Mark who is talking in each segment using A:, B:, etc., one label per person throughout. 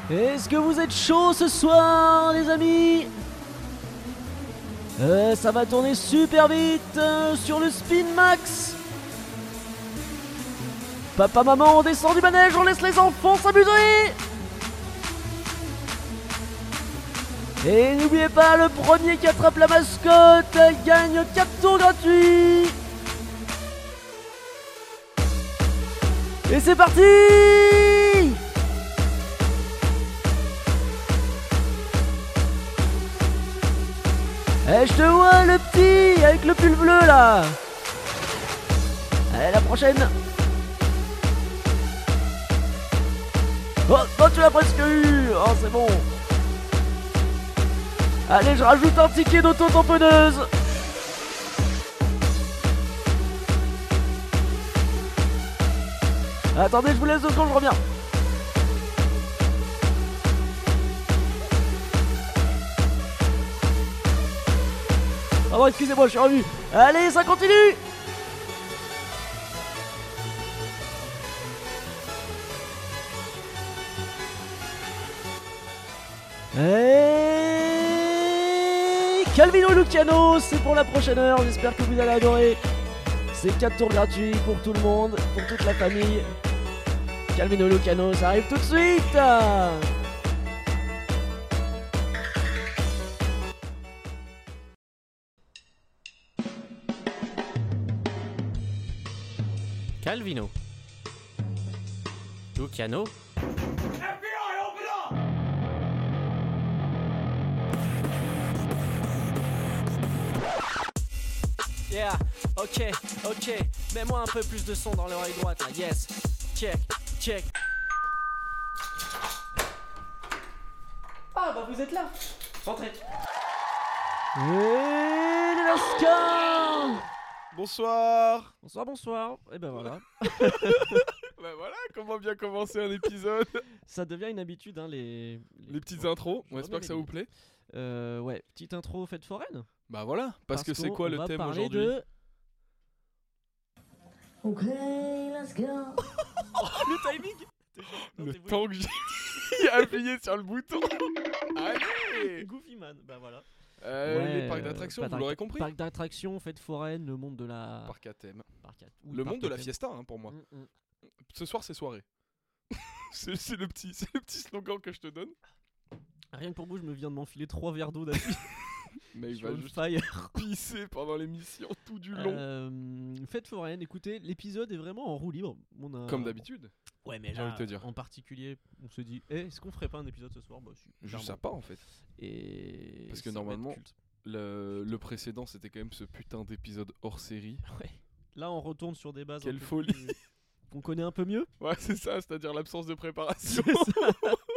A: Est-ce que vous êtes chaud ce soir, les amis? Ça va tourner super vite sur le Spin Max. Papa, maman, on descend du manège, on laisse les enfants s'amuser. Et n'oubliez pas, le premier qui attrape la mascotte gagne 4 tours gratuits. Et c'est parti! Eh, je te vois, le petit, avec le pull bleu, là. Allez, la prochaine. Oh, tu l'as presque eu. Oh, c'est bon. Allez, je rajoute un ticket d'auto-tamponneuse. Attendez, je vous laisse 2 secondes, je reviens. Pardon, excusez-moi, je suis revenu. Allez, ça continue. Et Calvino Luciano, c'est pour la prochaine heure. J'espère que vous allez adorer. C'est 4 tours gratuits pour tout le monde, pour toute la famille. Calvino Luciano, ça arrive tout de suite. Calvino Luciano. Yeah, ok, mets-moi un peu plus de son dans l'oreille droite là, yes, check. Ah bah vous êtes là, rentrez. Et les Lascars.
B: Bonsoir.
A: Bonsoir, et ben voilà.
B: Bah voilà, comment bien commencer un épisode.
A: Ça devient une habitude hein, les
B: petites intros, on espère que ça vous plaît.
A: Ouais, petite intro fête foraine.
B: Bah voilà, parce que c'est quoi le thème aujourd'hui
A: de...
C: Ok, let's go.
A: Le timing.
B: Le temps que j'ai appuyé sur le bouton. Allez.
A: Goofy Man, bah voilà.
B: Les parcs d'attractions, vous l'aurez compris.
A: Parc d'attractions, fête foraine, le monde de la...
B: Parc à thème.
A: Le
B: monde de la fiesta hein, pour moi. Ce soir c'est soirée. c'est le petit slogan que je te donne.
A: Rien que pour vous, je me viens de m'enfiler 3 verres d'eau d'affilée.
B: Mais il
A: Je
B: va
A: suis on
B: juste
A: fire.
B: pisser pendant l'émission tout du long.
A: Fête foraine, écoutez, l'épisode est vraiment en roue libre.
B: Comme d'habitude.
A: Ouais, mais
B: j'ai envie de te
A: là,
B: dire.
A: en particulier, on se dit, est-ce qu'on ferait pas un épisode ce soir? Bah si.
B: Je
A: clairement.
B: sais pas en fait.
A: Et
B: Parce que
A: ça va être
B: normalement,
A: culte.
B: le précédent c'était quand même ce putain d'épisode hors série.
A: Ouais. Là, on retourne sur des bases.
B: Quelle
A: un peu
B: folie.
A: plus- qu'on connaît un peu mieux.
B: Ouais, c'est ça, c'est-à-dire l'absence de préparation.
A: C'est ça.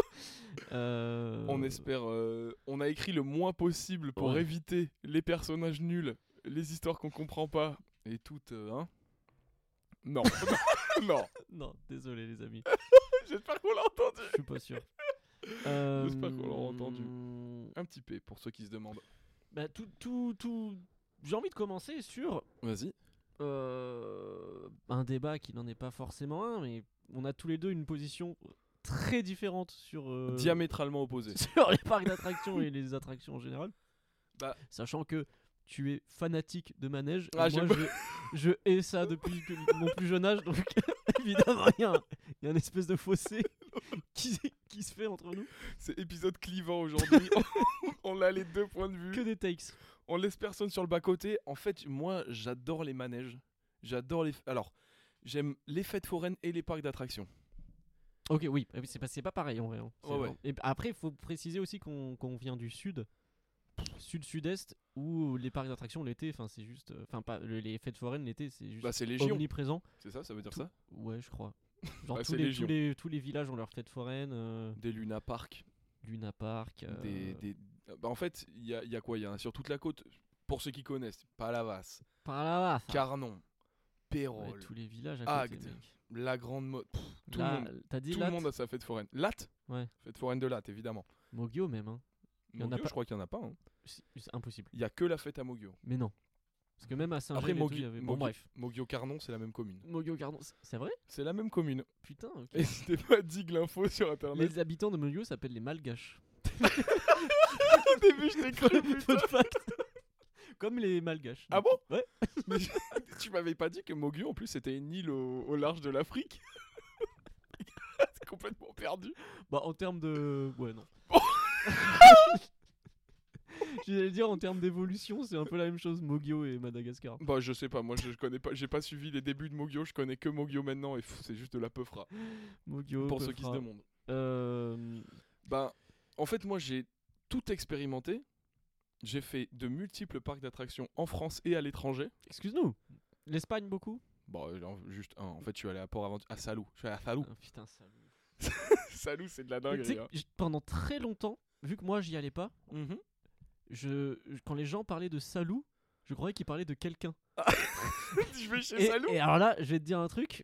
B: On espère. On a écrit le moins possible pour
A: Ouais.
B: éviter les personnages nuls, les histoires qu'on comprend pas et toutes. Hein. Non. Non.
A: Non, désolé les amis.
B: J'espère qu'on l'a entendu.
A: Je suis pas sûr.
B: J'espère qu'on l'aura entendu. Un petit P pour ceux qui se demandent.
A: Bah tout. J'ai envie de commencer sur
B: Vas-y.
A: un débat qui n'en est pas forcément un, mais on a tous les deux une position très différente sur
B: Diamétralement opposé.
A: sur les parcs d'attractions et les attractions en général.
B: Bah.
A: Sachant que tu es fanatique de manège, et
B: Ah,
A: moi je hais ça depuis mon plus jeune âge, donc évidemment il y a un espèce de fossé qui se fait entre nous.
B: C'est épisode clivant aujourd'hui. On a les deux points de vue.
A: Que des takes.
B: On laisse personne sur le bas-côté. En fait, moi, j'adore les manèges. Alors, j'aime les fêtes foraines et les parcs d'attractions.
A: Ok, oui, c'est pas pareil en vrai. Hein. C'est
B: Ouais, ouais.
A: vraiment- Et après, il faut préciser aussi qu'on vient du sud-sud-est, où les parcs d'attractions l'été, enfin c'est juste, enfin pas les fêtes foraines l'été, c'est juste
B: Bah, c'est Légion.
A: omniprésent.
B: C'est ça, ça veut dire
A: Tout-
B: ça
A: Ouais, je crois. Genre
B: Bah,
A: tous
B: c'est Légion.
A: tous les villages ont leur fête foraine,
B: Des Luna Park.
A: Luna Park.
B: Bah, en fait, il y a quoi? Il y a sur toute la côte, pour ceux qui connaissent, Palavas,
A: Par là-bas.
B: Carnon,
A: Ouais,
B: Pérol,
A: tous les villages à côté,
B: Agde,
A: mec.
B: la Grande Motte. Tout
A: Là,
B: le monde.
A: t'as dit
B: Tout
A: Latte
B: le monde a sa fête foraine. Latte.
A: Ouais.
B: Fête foraine de Latte, évidemment.
A: Mogyo même, hein. Il y en a
B: Mogyo,
A: pas-
B: je crois qu'il y en a pas. Hein.
A: C'est impossible.
B: Il y a que la fête à Mogyo.
A: Mais non. Parce que même à
B: Après,
A: Saint-Gilles, il y avait... Bon, bref.
B: Moguio-Carnon, c'est la même commune.
A: Mogio-Cardon, c'est vrai?
B: C'est la même commune.
A: Putain, ok.
B: N'hésitez pas à dig l'info sur internet.
A: Les habitants de Mogio s'appellent les Malgaches.
B: Au début, je t'ai cru, putain.
A: Fun fact. Comme les Malgaches.
B: Ah bon?
A: Ouais.
B: Mais tu m'avais pas dit que Moguio, en plus, c'était une île au large de l'Afrique? C'est complètement perdu.
A: Bah, en termes de. Ouais, non. J'allais dire en termes d'évolution, c'est un peu la même chose, Mogio et Madagascar.
B: Bah, je sais pas, moi, je connais pas, j'ai pas suivi les débuts de Moguio, je connais que Moguio maintenant, et c'est juste de la peufra.
A: Mogio.
B: Pour ceux qui se
A: Peufra.
B: demandent. Bah, en fait, moi, j'ai tout expérimenté. J'ai fait de multiples parcs d'attractions en France et à l'étranger.
A: Excuse-nous. L'Espagne, beaucoup?
B: Bon, juste un. En fait, je suis allé à Port-Aventure, à Salou. Je suis allé à Salou.
A: Ah, putain, ça.
B: Salou, c'est de la
A: Tu sais
B: dinguerie.
A: que pendant très longtemps, vu que moi j'y allais pas,
B: Mhm.
A: quand les gens parlaient de Salou, je croyais qu'ils parlaient de quelqu'un.
B: Je vais chez Salou.
A: Et alors là, je vais te dire un truc.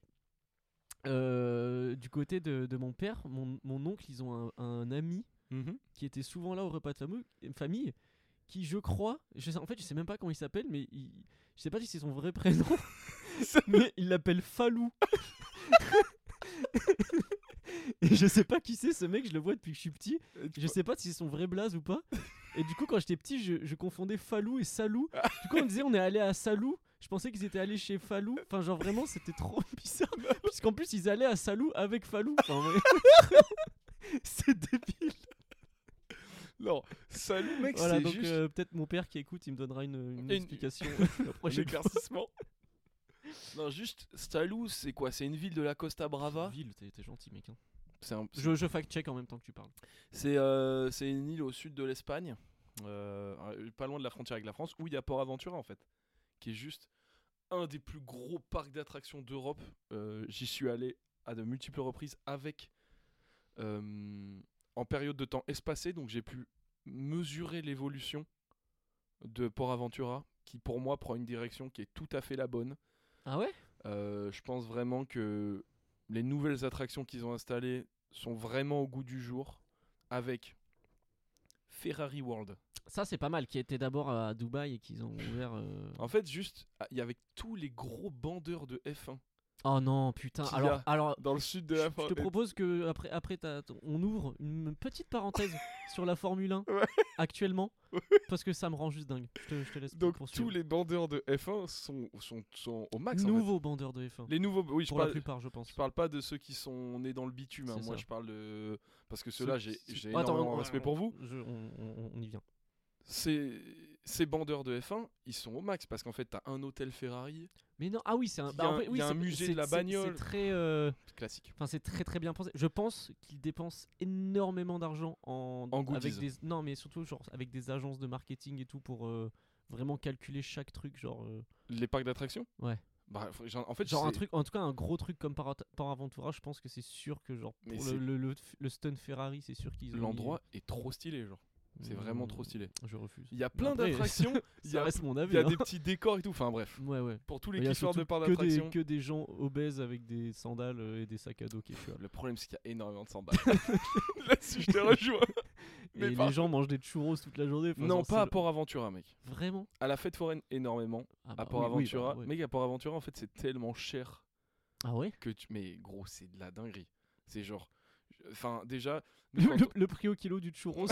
A: Du côté de mon père, mon oncle, ils ont un ami
B: Mhm.
A: qui était souvent là au repas de famille, qui je crois, en fait je sais même pas comment il s'appelle, mais je sais pas si c'est son vrai prénom, mais il l'appelle Falou. Et je sais pas qui c'est ce mec, je le vois depuis que je suis petit, je sais pas si c'est son vrai blaze ou pas. Et du coup quand j'étais petit je confondais Falou et Salou. Du coup on disait on est allé à Salou, je pensais qu'ils étaient allés chez Falou. Enfin genre vraiment c'était trop bizarre. Puisqu'en plus ils allaient à Salou avec Falou. Enfin, ouais. C'est débile.
B: Non, Salou, mec,
A: Voilà
B: c'est
A: donc
B: juste
A: peut-être mon père qui écoute il me donnera une
B: Une-
A: explication la
B: un
A: prochaine fois.
B: éclaircissement. Non, juste, Salou, c'est quoi? C'est une ville de la Costa Brava.
A: Ville, t'es gentil mec. Hein.
B: C'est un-
A: Je fact-check en même temps que tu parles.
B: c'est une île au sud de l'Espagne, pas loin de la frontière avec la France, où il y a Port-Aventura en fait, qui est juste un des plus gros parcs d'attractions d'Europe. J'y suis allé à de multiples reprises en période de temps espacée, donc j'ai pu mesurer l'évolution de Port-Aventura, qui pour moi prend une direction qui est tout à fait la bonne.
A: Ah ouais?
B: Je pense vraiment que les nouvelles attractions qu'ils ont installées sont vraiment au goût du jour, avec Ferrari World.
A: Ça c'est pas mal, qui était d'abord à Dubaï et qu'ils ont ouvert...
B: En fait, juste, il y avait tous les gros bandeurs de F1
A: Oh non putain,
B: Qu'il y a
A: alors
B: dans le sud de
A: je
B: la
A: te propose que après on ouvre une petite parenthèse sur la Formule 1
B: Ouais.
A: actuellement
B: Ouais.
A: parce que ça me rend juste dingue. Je te laisse
B: Donc
A: poursuivre.
B: tous les bandeurs de F1 sont au max. En
A: Nouveaux bandeurs de F1.
B: fait. Les nouveaux, oui,
A: Pour la plupart, je pense.
B: je parle pas de ceux qui sont nés dans le bitume. Hein.
A: C'est
B: Moi,
A: ça.
B: je parle de parce que ceux-là, j'ai
A: Attends,
B: énormément de respect pour vous.
A: On y vient.
B: Ces bandeurs de F1, ils sont au max parce qu'en fait, t'as un hôtel Ferrari
A: Mais non, ah oui, c'est un.
B: Il y a un- il y a un
A: c'est-
B: musée
A: c'est-
B: de la
A: c'est-
B: bagnole.
A: C'est très.
B: classique.
A: Enfin, c'est très très bien pensé. Je pense qu'ils dépensent énormément d'argent en
B: goodies.
A: avec des non, mais surtout genre avec des agences de marketing et tout pour vraiment calculer chaque truc, genre
B: Les parcs d'attractions.
A: Ouais.
B: Bah, en fait,
A: genre un
B: c'est-
A: truc, en tout cas un gros truc comme Port-Aventura, je pense que c'est sûr que genre
B: Mais
A: pour
B: c'est-
A: le stun Ferrari, c'est sûr qu'ils ont mis-
B: l'endroit est trop stylé, genre. C'est vraiment trop stylé.
A: Je refuse.
B: Il y a
A: Mais
B: plein
A: après,
B: d'attractions. Il y
A: Ça
B: a,
A: reste mon
B: il
A: avis.
B: y a
A: hein.
B: des petits décors et tout. Enfin bref.
A: Ouais ouais.
B: Pour tous les
A: Il y a
B: kiffeurs de
A: surtout
B: parcs
A: que
B: d'attractions.
A: que des gens obèses avec des sandales et des sacs à dos qui est
B: Le problème, c'est qu'il y a énormément de sandales. Là-dessus, je te rejoins. Mais
A: Et
B: par
A: les gens mangent des churros toute la journée. Enfin,
B: Non,
A: genre,
B: pas à
A: c'est-
B: Port-Aventura, mec.
A: Vraiment.
B: À la fête foraine, énormément.
A: Ah
B: À
A: bah oui,
B: Port-Aventura.
A: oui, bah ouais.
B: Mec, à Port-Aventura, en fait, c'est tellement cher
A: Ah ouais.
B: que tu. Mais gros, c'est de la dinguerie. C'est genre. Enfin, déjà.
A: Le prix au kilo du churros.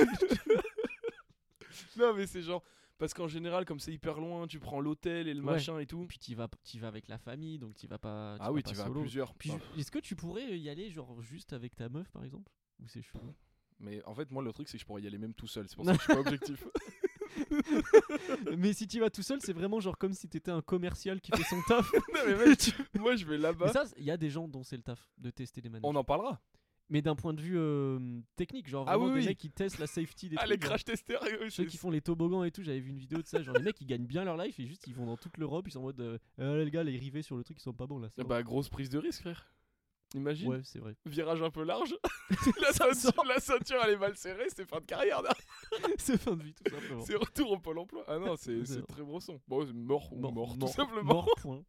B: Non, mais c'est genre. Parce qu'en général, comme c'est hyper loin, tu prends l'hôtel et le
A: Ouais.
B: machin et tout.
A: Puis t'y vas avec la famille, donc t'y vas pas.
B: Ah oui,
A: pas
B: tu vas à
A: solo.
B: plusieurs.
A: Puis
B: Enfin,
A: est-ce que tu pourrais y aller genre juste avec ta meuf par exemple? Ou c'est chelou?
B: Mais en fait, moi, le truc, c'est que je pourrais y aller même tout seul. C'est pour ça que je suis pas objectif.
A: Mais si tu vas tout seul, c'est vraiment genre comme si t'étais un commercial qui fait son taf.
B: Non, mais mec, moi, je vais
A: Mais
B: là-bas.
A: ça, il y a des gens dont c'est le taf de tester les manèges.
B: On en parlera.
A: Mais d'un point de vue technique, genre
B: Ah
A: vraiment
B: oui,
A: des
B: oui.
A: mecs qui testent la safety des
B: Ah,
A: trucs.
B: les
A: genre.
B: crash testers.
A: Ceux qui font les toboggans et tout, j'avais vu une vidéo de ça. Genre les mecs ils gagnent bien leur life et juste ils vont dans toute l'Europe, ils sont en mode les gars, les rivets sur le truc ils sont pas bons là. c'est bon.
B: Bah, grosse prise de risque, frère. Imagine.
A: Ouais, c'est vrai.
B: Virage un peu large.
A: Ça sort.
B: la ceinture, elle est mal serrée. C'est fin de carrière. Là.
A: C'est fin de vie tout simplement.
B: C'est retour au Pôle emploi. Ah non, c'est
A: C'est-
B: très brosson. Bon, c'est mort, tout simplement.
A: Mort, point.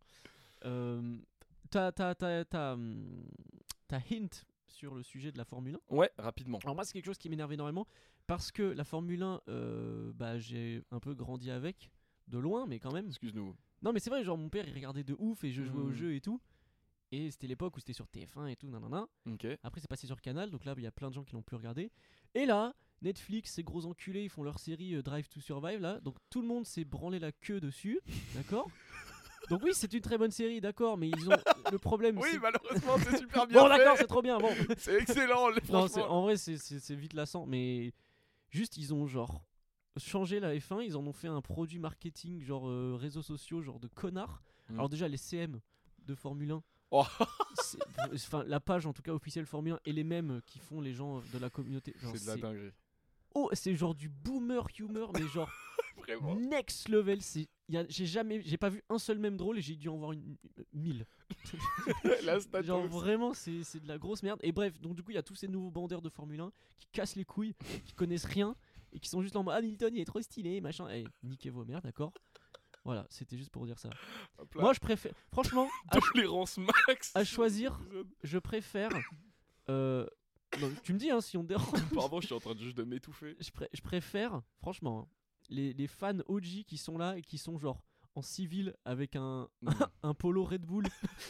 A: T'as hint sur le sujet de la Formule 1.
B: Ouais, rapidement.
A: Alors moi c'est quelque chose qui m'énerve énormément parce que la Formule 1, bah, j'ai un peu grandi avec. de loin, mais quand même.
B: Excuse-nous.
A: Non, mais c'est vrai, genre mon père il regardait de ouf et je jouais au
B: Mhm.
A: jeu et tout. Et c'était l'époque où c'était sur TF1 et tout, nanana.
B: Ok.
A: Après, c'est passé sur Canal, donc là, il y a plein de gens qui l'ont pu regarder. Et là, Netflix, ces gros enculés, ils font leur série Drive to Survive, là. Donc tout le monde s'est branlé la queue dessus, d'accord. Donc oui, c'est une très bonne série, d'accord, mais ils ont le problème.
B: Oui,
A: c'est...
B: malheureusement, c'est super bien
A: Bon,
B: fait.
A: d'accord, c'est trop bien, bon.
B: C'est excellent,
A: Non,
B: franchement.
A: en vrai, c'est vite lassant, mais juste, ils ont genre changé la F1, ils en ont fait un produit marketing, genre réseaux sociaux, genre de connards.
B: Mm.
A: Alors, déjà, les CM de Formule 1.
B: Oh.
A: Enfin, la page en tout cas officielle Formule 1 et les mêmes qui font les gens de la communauté. Genre,
B: C'est de la dinguerie.
A: Oh, c'est genre du boomer humor, mais genre
B: Vraiment.
A: next level. J'ai pas vu un seul même drôle et j'ai dû en voir 1000.
B: La status.
A: Genre vraiment, c'est de la grosse merde. Et bref, donc du coup, il y a tous ces nouveaux bandeurs de Formule 1 qui cassent les couilles, qui connaissent rien et qui sont juste en mode Hamilton, il est trop stylé, machin. Eh, niquez vos mères, d'accord. Voilà, c'était juste pour dire ça.
B: Hop là.
A: Moi, je préfère, franchement,
B: Tolérance max.
A: à choisir, je préfère. Non, tu me dis hein, si on te dérange.
B: Pardon, je suis en train juste de m'étouffer.
A: Je préfère, franchement, hein, les fans OG qui sont là et qui sont genre en civil avec un polo Red Bull.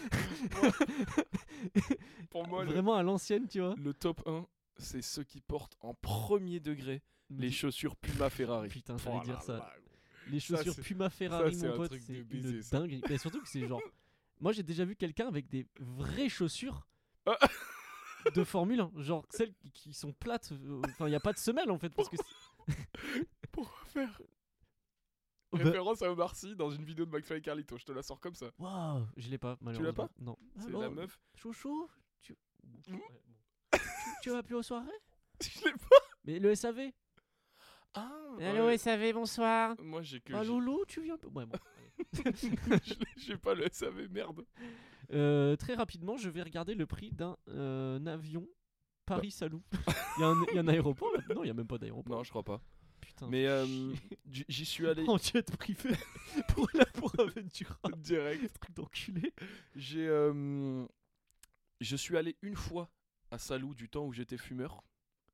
B: Pour moi,
A: Vraiment à l'ancienne, tu vois.
B: le top 1, c'est ceux qui portent en premier degré les chaussures Puma Ferrari.
A: Putain, j'allais
B: Oh
A: dire
B: là
A: ça.
B: là.
A: Les chaussures
B: c'est-
A: Puma Ferrari,
B: c'est
A: mon
B: un
A: pote,
B: truc
A: c'est
B: de baiser,
A: une
B: ça.
A: dinguerie. Mais surtout que c'est genre. Moi, j'ai déjà vu quelqu'un avec des vraies chaussures
B: Ah.
A: de Formule 1. Genre celles qui sont plates. Enfin, il n'y a pas de semelle en fait. Parce que
B: Pourquoi faire
A: Bah-
B: référence à Omar Sy dans une vidéo de McFly et Carlito. Je te la sors comme ça.
A: Waouh, je l'ai pas, malheureusement.
B: pas
A: Non.
B: C'est
A: Alors,
B: la meuf.
A: Chouchou,
B: Hmm.
A: Ouais, bon. tu vas plus aux soirées?
B: Je l'ai pas.
A: Mais le SAV.
B: Ah.
A: Allô
B: ouais.
A: SAV, bonsoir.
B: Moi j'ai que.
A: Ah Loulou, tu viens un peu. Ouais, bon. allez.
B: J'ai pas le SAV, merde.
A: Très rapidement, je vais regarder le prix d'un avion Paris-Salou. Il y a un aéroport là? Non, il y a même pas d'aéroport.
B: Non, je crois pas.
A: Putain.
B: Mais
A: chier.
B: j'y suis allé
A: En jet privé pour Aventura.
B: direct.
A: Truc d'enculé.
B: Je suis allé une fois à Salou du temps où j'étais fumeur.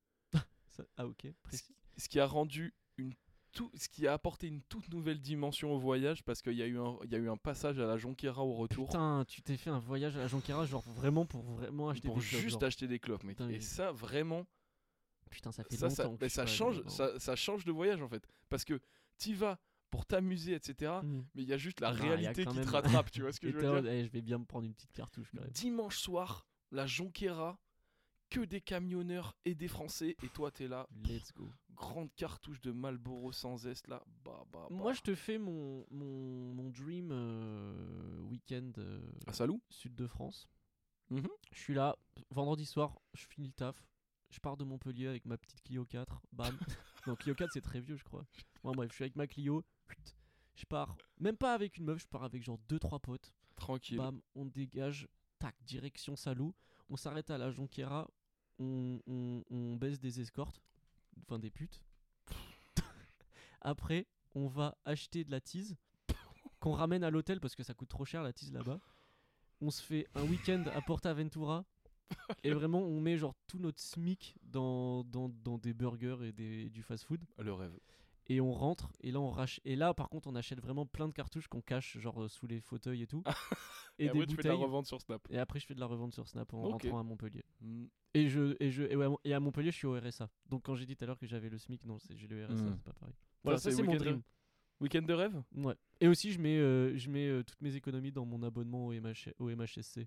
A: Ah ok, précis.
B: Ce qui a rendu ce qui a apporté une toute nouvelle dimension au voyage parce qu'il y a eu un passage à la Jonquera au retour
A: Putain, tu t'es fait un voyage à la Jonquera genre vraiment pour vraiment acheter
B: pour
A: des clopes,
B: juste
A: genre.
B: acheter des clopes, mec.
A: Putain,
B: Et
A: mais-
B: ça, vraiment,
A: Putain, ça fait
B: ça,
A: longtemps que
B: mais
A: je
B: ça
A: suis pas
B: change,
A: allé là-bas.
B: ça change de voyage en fait. Parce que t'y vas pour t'amuser, etc.
A: Mm.
B: Mais il y a juste la
A: Ah, il y a
B: réalité
A: quand
B: qui te
A: même-
B: rattrape, tu vois ce que
A: Et
B: je veux
A: t'es en
B: dire
A: mode, eh, je vais bien me prendre une petite cartouche quand même.
B: Dimanche soir, la Jonquera, que des camionneurs et des Français, et toi t'es là,
A: Let's go.
B: grande cartouche de Marlboro sans zeste là,
A: Moi, je te fais mon dream week-end
B: À Salou.
A: sud de France.
B: Mhm.
A: Je suis là, vendredi soir, je finis le taf. Je pars de Montpellier avec ma petite Clio 4. Bam. Non, Clio 4, c'est très vieux, je crois. Bon, bref, je suis avec ma Clio. Chut. Je pars, même pas avec une meuf, je pars avec genre 2-3 potes.
B: Tranquille.
A: Bam, on dégage. Tac, direction Salou. On s'arrête à la Jonquera. On baisse des escortes. Enfin, des putes. Après, on va acheter de la tease qu'on ramène à l'hôtel parce que ça coûte trop cher la tease là-bas. On se fait un week-end à Portaventura et vraiment on met genre tout notre SMIC dans des burgers et du fast-food
B: Le rêve.
A: et on rentre et là on et là par contre on achète vraiment plein de cartouches qu'on cache genre sous les fauteuils et tout
B: Et
A: et des
B: après tu fais de la
A: bouteilles
B: revente sur Snap.
A: et après je fais de la revente sur Snap en
B: Ok.
A: rentrant à Montpellier.
B: Mm.
A: Et à Montpellier je suis au RSA. Donc quand j'ai dit tout à l'heure que j'avais le SMIC, non, j'ai le RSA, c'est pas pareil. Voilà, ça c'est mon
B: week-end
A: dream.
B: Week-end de rêve.
A: Ouais. Et aussi, je mets toutes mes économies dans mon abonnement au MHSC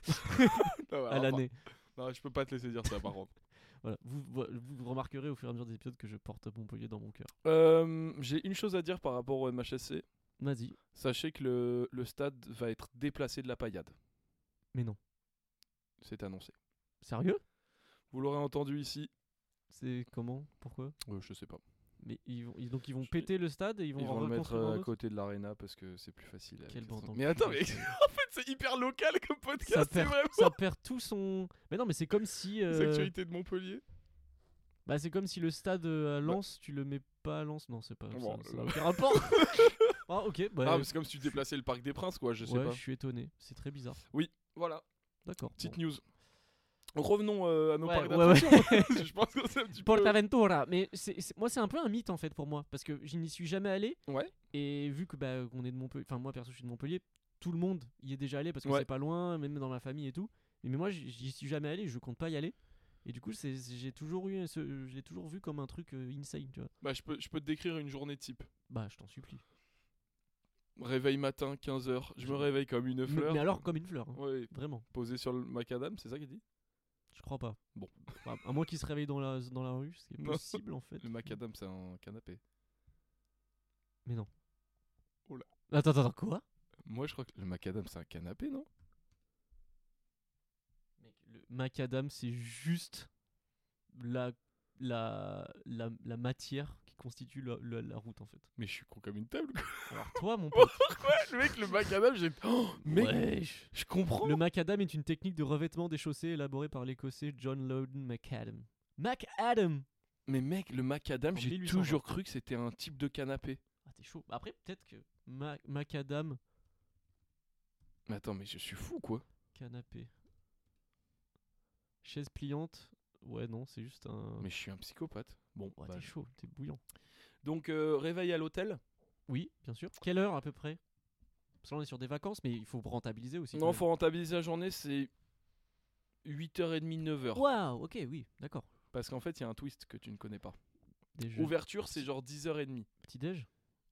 A: à l'année.
B: Non, je peux pas te laisser dire ça par contre.
A: Voilà. Vous remarquerez au fur et à mesure des épisodes que je porte Montpellier dans mon cœur.
B: J'ai une chose à dire par rapport au MHSC.
A: Vas-y.
B: Sachez que le stade va être déplacé de la paillade.
A: Mais non.
B: C'est annoncé.
A: Sérieux?
B: Vous l'aurez entendu ici.
A: C'est comment? Pourquoi?
B: Je sais pas.
A: Mais donc ils vont péter le stade et ils vont
B: Ils vont le mettre
A: reconstruire un
B: à
A: autre.
B: côté de l'arena parce que c'est plus facile. avec
A: Quelle
B: les
A: bande
B: trucs.
A: d'enculés.
B: Mais attends, mais en fait c'est hyper local comme
A: Ça
B: podcast. C'est
A: perd,
B: vraiment
A: ça perd tout son. Mais non, mais c'est comme si.
B: les actualités de Montpellier.
A: Bah c'est comme si le stade à Lens, tu le mets pas à Lens. Non, c'est pas.
B: Bon,
A: ça n'a aucun rapport. Ah ok. Bah,
B: Ah, mais c'est comme si tu déplaçais le Parc des Princes quoi. Je sais
A: ouais,
B: pas.
A: je suis étonné. C'est très bizarre.
B: Voilà.
A: D'accord.
B: Petite
A: bon.
B: news. Donc revenons à nos
A: Ouais,
B: parcs
A: ouais, ouais.
B: d'attractions. Je pense que c'est un petit peu...
A: PortAventura. Mais moi, c'est un peu un mythe en fait pour moi. Parce que je n'y suis jamais allé.
B: Ouais.
A: Et vu que on est de Montpellier, enfin moi perso je suis de Montpellier, tout le monde y est déjà allé parce que
B: Ouais.
A: c'est pas loin, même dans ma famille et tout. Mais moi j'y suis jamais allé, je compte pas y aller. Et du coup j'ai toujours je l'ai toujours vu comme un truc insane, tu vois.
B: Bah, je peux te décrire une journée type.
A: Bah je t'en supplie.
B: Réveil matin, 15h. Je me réveille comme une fleur.
A: Mais alors comme une fleur, hein.
B: Ouais,
A: Vraiment.
B: posé sur le macadam, c'est ça qu'il dit?
A: Je crois pas.
B: Bon.
A: Enfin, à moins qu'il se réveille dans la rue, ce qui est
B: Non.
A: possible en fait.
B: Le macadam, c'est un canapé.
A: Mais non.
B: Oh là.
A: Attends, quoi?
B: Moi, je crois que le macadam, c'est un canapé, non?
A: Mec, le macadam c'est juste la matière qui constitue la route en fait.
B: Mais je suis con comme une table, quoi.
A: Alors toi mon pote.
B: Ouais, le mec, le macadam, j'ai... Oh, mec,
A: Wesh.
B: je comprends.
A: Le macadam est une technique de revêtement des chaussées élaborée par l'écossais John Loudon McAdam. McAdam.
B: Mais mec, le macadam,
A: En
B: j'ai
A: 1820.
B: toujours cru que c'était un type de canapé.
A: Ah t'es chaud. Après peut-être que macadam
B: Mais attends, mais je suis fou, quoi.
A: canapé. Chaise pliante. Ouais non, c'est juste un...
B: Mais je suis un psychopathe. Bon,
A: Ouais,
B: bah,
A: t'es chaud, t'es bouillant.
B: donc réveil à l'hôtel.
A: Oui, bien sûr. Quelle heure à peu près? Parce que là on est sur des vacances, mais il faut rentabiliser aussi.
B: Non, faut rentabiliser la journée, c'est 8h30, 9h.
A: Waouh, ok, oui, d'accord.
B: Parce qu'en fait, il y a un twist que tu ne connais pas.
A: Des jeux.
B: Ouverture, c'est genre 10h30.
A: Petit déj.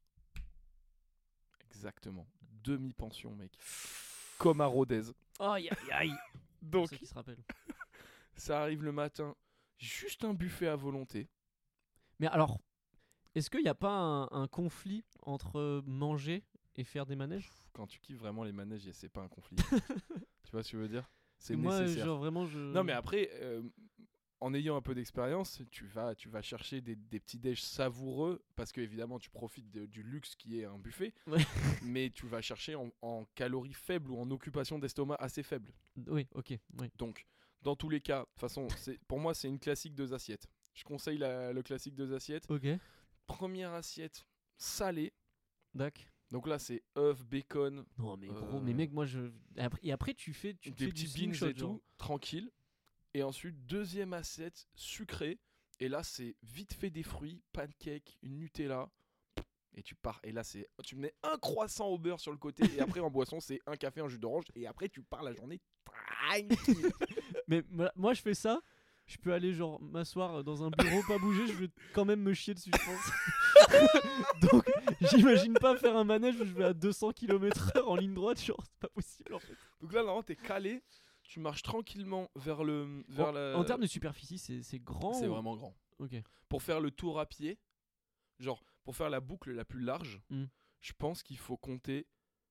B: Exactement. Demi-pension, mec. Comme à Rodez.
A: Aïe aïe aïe. Pour
B: Donc,
A: ceux qui se rappellent.
B: ça arrive le matin. Juste un buffet à volonté.
A: Mais alors, est-ce qu'il n'y a pas un conflit entre manger et faire des manèges?
B: Quand tu kiffes vraiment les manèges, c'est pas un conflit. Tu vois ce que je veux dire? C'est
A: Moi,
B: nécessaire.
A: genre vraiment, je.
B: Non, mais après, en ayant un peu d'expérience, tu vas chercher des petits déj savoureux parce que évidemment tu profites du luxe qui est un buffet,
A: Ouais.
B: mais tu vas chercher en calories faibles ou en occupation d'estomac assez faible.
A: Oui, ok, oui.
B: Donc, dans tous les cas, de toute façon, pour moi, c'est une classique 2 assiettes. Je conseille le classique 2 assiettes.
A: Ok,
B: Première assiette salée.
A: d'accord.
B: Donc là, c'est œufs, bacon,
A: Non, mais gros, mais mec, moi je. Et après, tu te
B: des
A: fais
B: petits
A: du
B: beans
A: slingshot,
B: et
A: genre.
B: tout, tranquille. Et ensuite, deuxième assiette sucrée. Et là, c'est vite fait des fruits, pancakes, une Nutella. Et tu pars. Et là, tu mets un croissant au beurre sur le côté. Et après, en boisson, c'est un café, un jus d'orange. Et après, tu pars la journée tranquille.
A: Mais moi, je fais ça. Je peux aller genre m'asseoir dans un bureau, pas bouger, je vais quand même me chier dessus, je pense. Donc, j'imagine pas faire un manège où je vais à 200 km/h en ligne droite, genre, c'est pas possible en fait.
B: Donc là, normalement, t'es calé. Tu marches tranquillement vers
A: En termes de superficie, c'est grand.
B: C'est
A: ou-
B: vraiment grand.
A: Ok.
B: Pour faire le tour à pied, genre, pour faire la boucle la plus large,
A: Mm.
B: je pense qu'il faut compter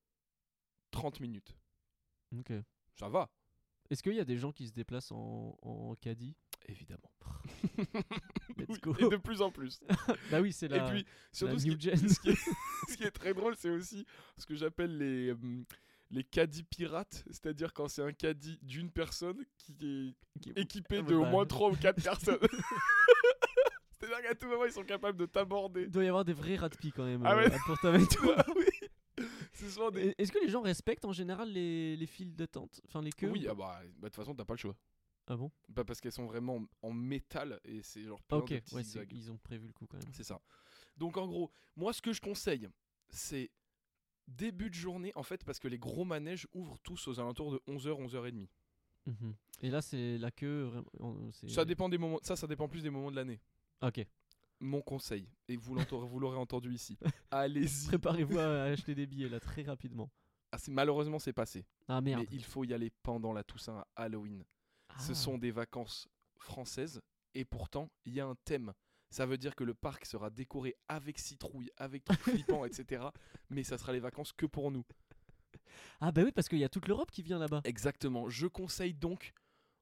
B: 30 minutes.
A: Ok.
B: Ça va,
A: Est-ce qu'il y a des gens qui se déplacent en caddie?
B: évidemment.
A: Let's
B: Oui,
A: go.
B: et de plus en plus.
A: Bah oui, c'est la,
B: Et puis, surtout,
A: la
B: ce
A: new
B: qui,
A: gen.
B: ce qui est très drôle, c'est aussi ce que j'appelle les caddies pirates, c'est-à-dire quand c'est un caddie d'une personne qui
A: Qui-
B: est équipé
A: Ah,
B: de
A: bah,
B: au moins 3 ou 4 personnes. C'est-à-dire qu'à tout moment, ils sont capables de t'aborder.
A: Il doit y avoir des vrais ratpi quand même
B: Ah ouais.
A: à Portaventura.
B: Ah oui. C'est souvent des...
A: Est-ce que les gens respectent en général les files d'attente? Enfin, les queues?
B: Oui,
A: ou
B: ah
A: pas?
B: de toute façon, t'as pas le choix.
A: Ah bon?
B: Pas parce qu'elles sont vraiment en métal et c'est genre plein
A: Ok,
B: de petits
A: ouais,
B: zigzags.
A: ils ont prévu le coup quand même.
B: C'est ça. Donc en gros, moi ce que je conseille, c'est début de journée, en fait, parce que les gros manèges ouvrent tous aux alentours de 11h, 11h30.
A: Mhm. Et là, c'est la queue.
B: Ça dépend des moments, ça dépend plus des moments de l'année.
A: Ok.
B: Mon conseil, et vous l'aurez entendu ici, allez-y.
A: Préparez-vous à acheter des billets là très rapidement.
B: Ah, malheureusement, c'est passé.
A: Ah merde.
B: Mais il faut y aller pendant la Toussaint à Halloween. Ce
A: Ah.
B: sont des vacances françaises, et pourtant, il y a un thème. Ça veut dire que le parc sera décoré avec citrouille, avec trucs flippants, etc. Mais ça sera les vacances que pour nous.
A: Ah bah oui, parce qu'il y a toute l'Europe qui vient là-bas.
B: Exactement. Je conseille donc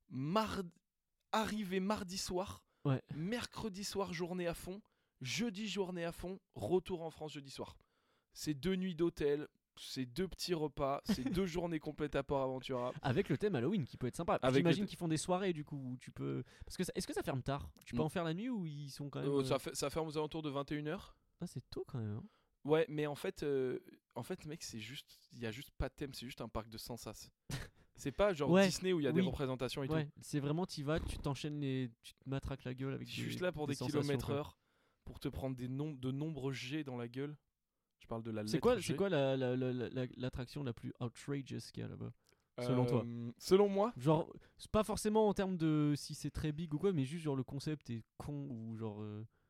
B: arriver mardi soir,
A: Ouais.
B: mercredi soir journée à fond, jeudi journée à fond, retour en France jeudi soir. C'est 2 nuits d'hôtel, c'est 2 petits repas, c'est 2 journées complètes à PortAventura.
A: Avec le thème Halloween qui peut être sympa.
B: Avec
A: J'imagine
B: le
A: qu'ils font des soirées du coup où tu peux. Parce que est-ce que ça ferme tard? Tu peux
B: Mm.
A: en faire la nuit ou ils sont quand même.
B: Ça ferme aux alentours de 21h.
A: Ah, c'est tôt quand même. Hein.
B: Ouais, mais en fait, mec, il y a juste pas de thème, c'est juste un parc de sans sas. C'est pas genre
A: Ouais,
B: Disney où il y a des
A: oui.
B: représentations et
A: Ouais, c'est vraiment tu vas, tu t'enchaînes tu te matraques la gueule avec
B: tout. Juste là pour des
A: sensations,
B: kilomètres
A: quoi.
B: heure, pour te prendre de nombreux jets dans la gueule. Je parle de la lettre
A: C'est
B: G.
A: quoi l'attraction la plus outrageous qu'il y a là-bas selon toi?
B: Selon moi,
A: Genre, c'est pas forcément en termes de si c'est très big ou quoi, mais juste genre le concept est con ou genre.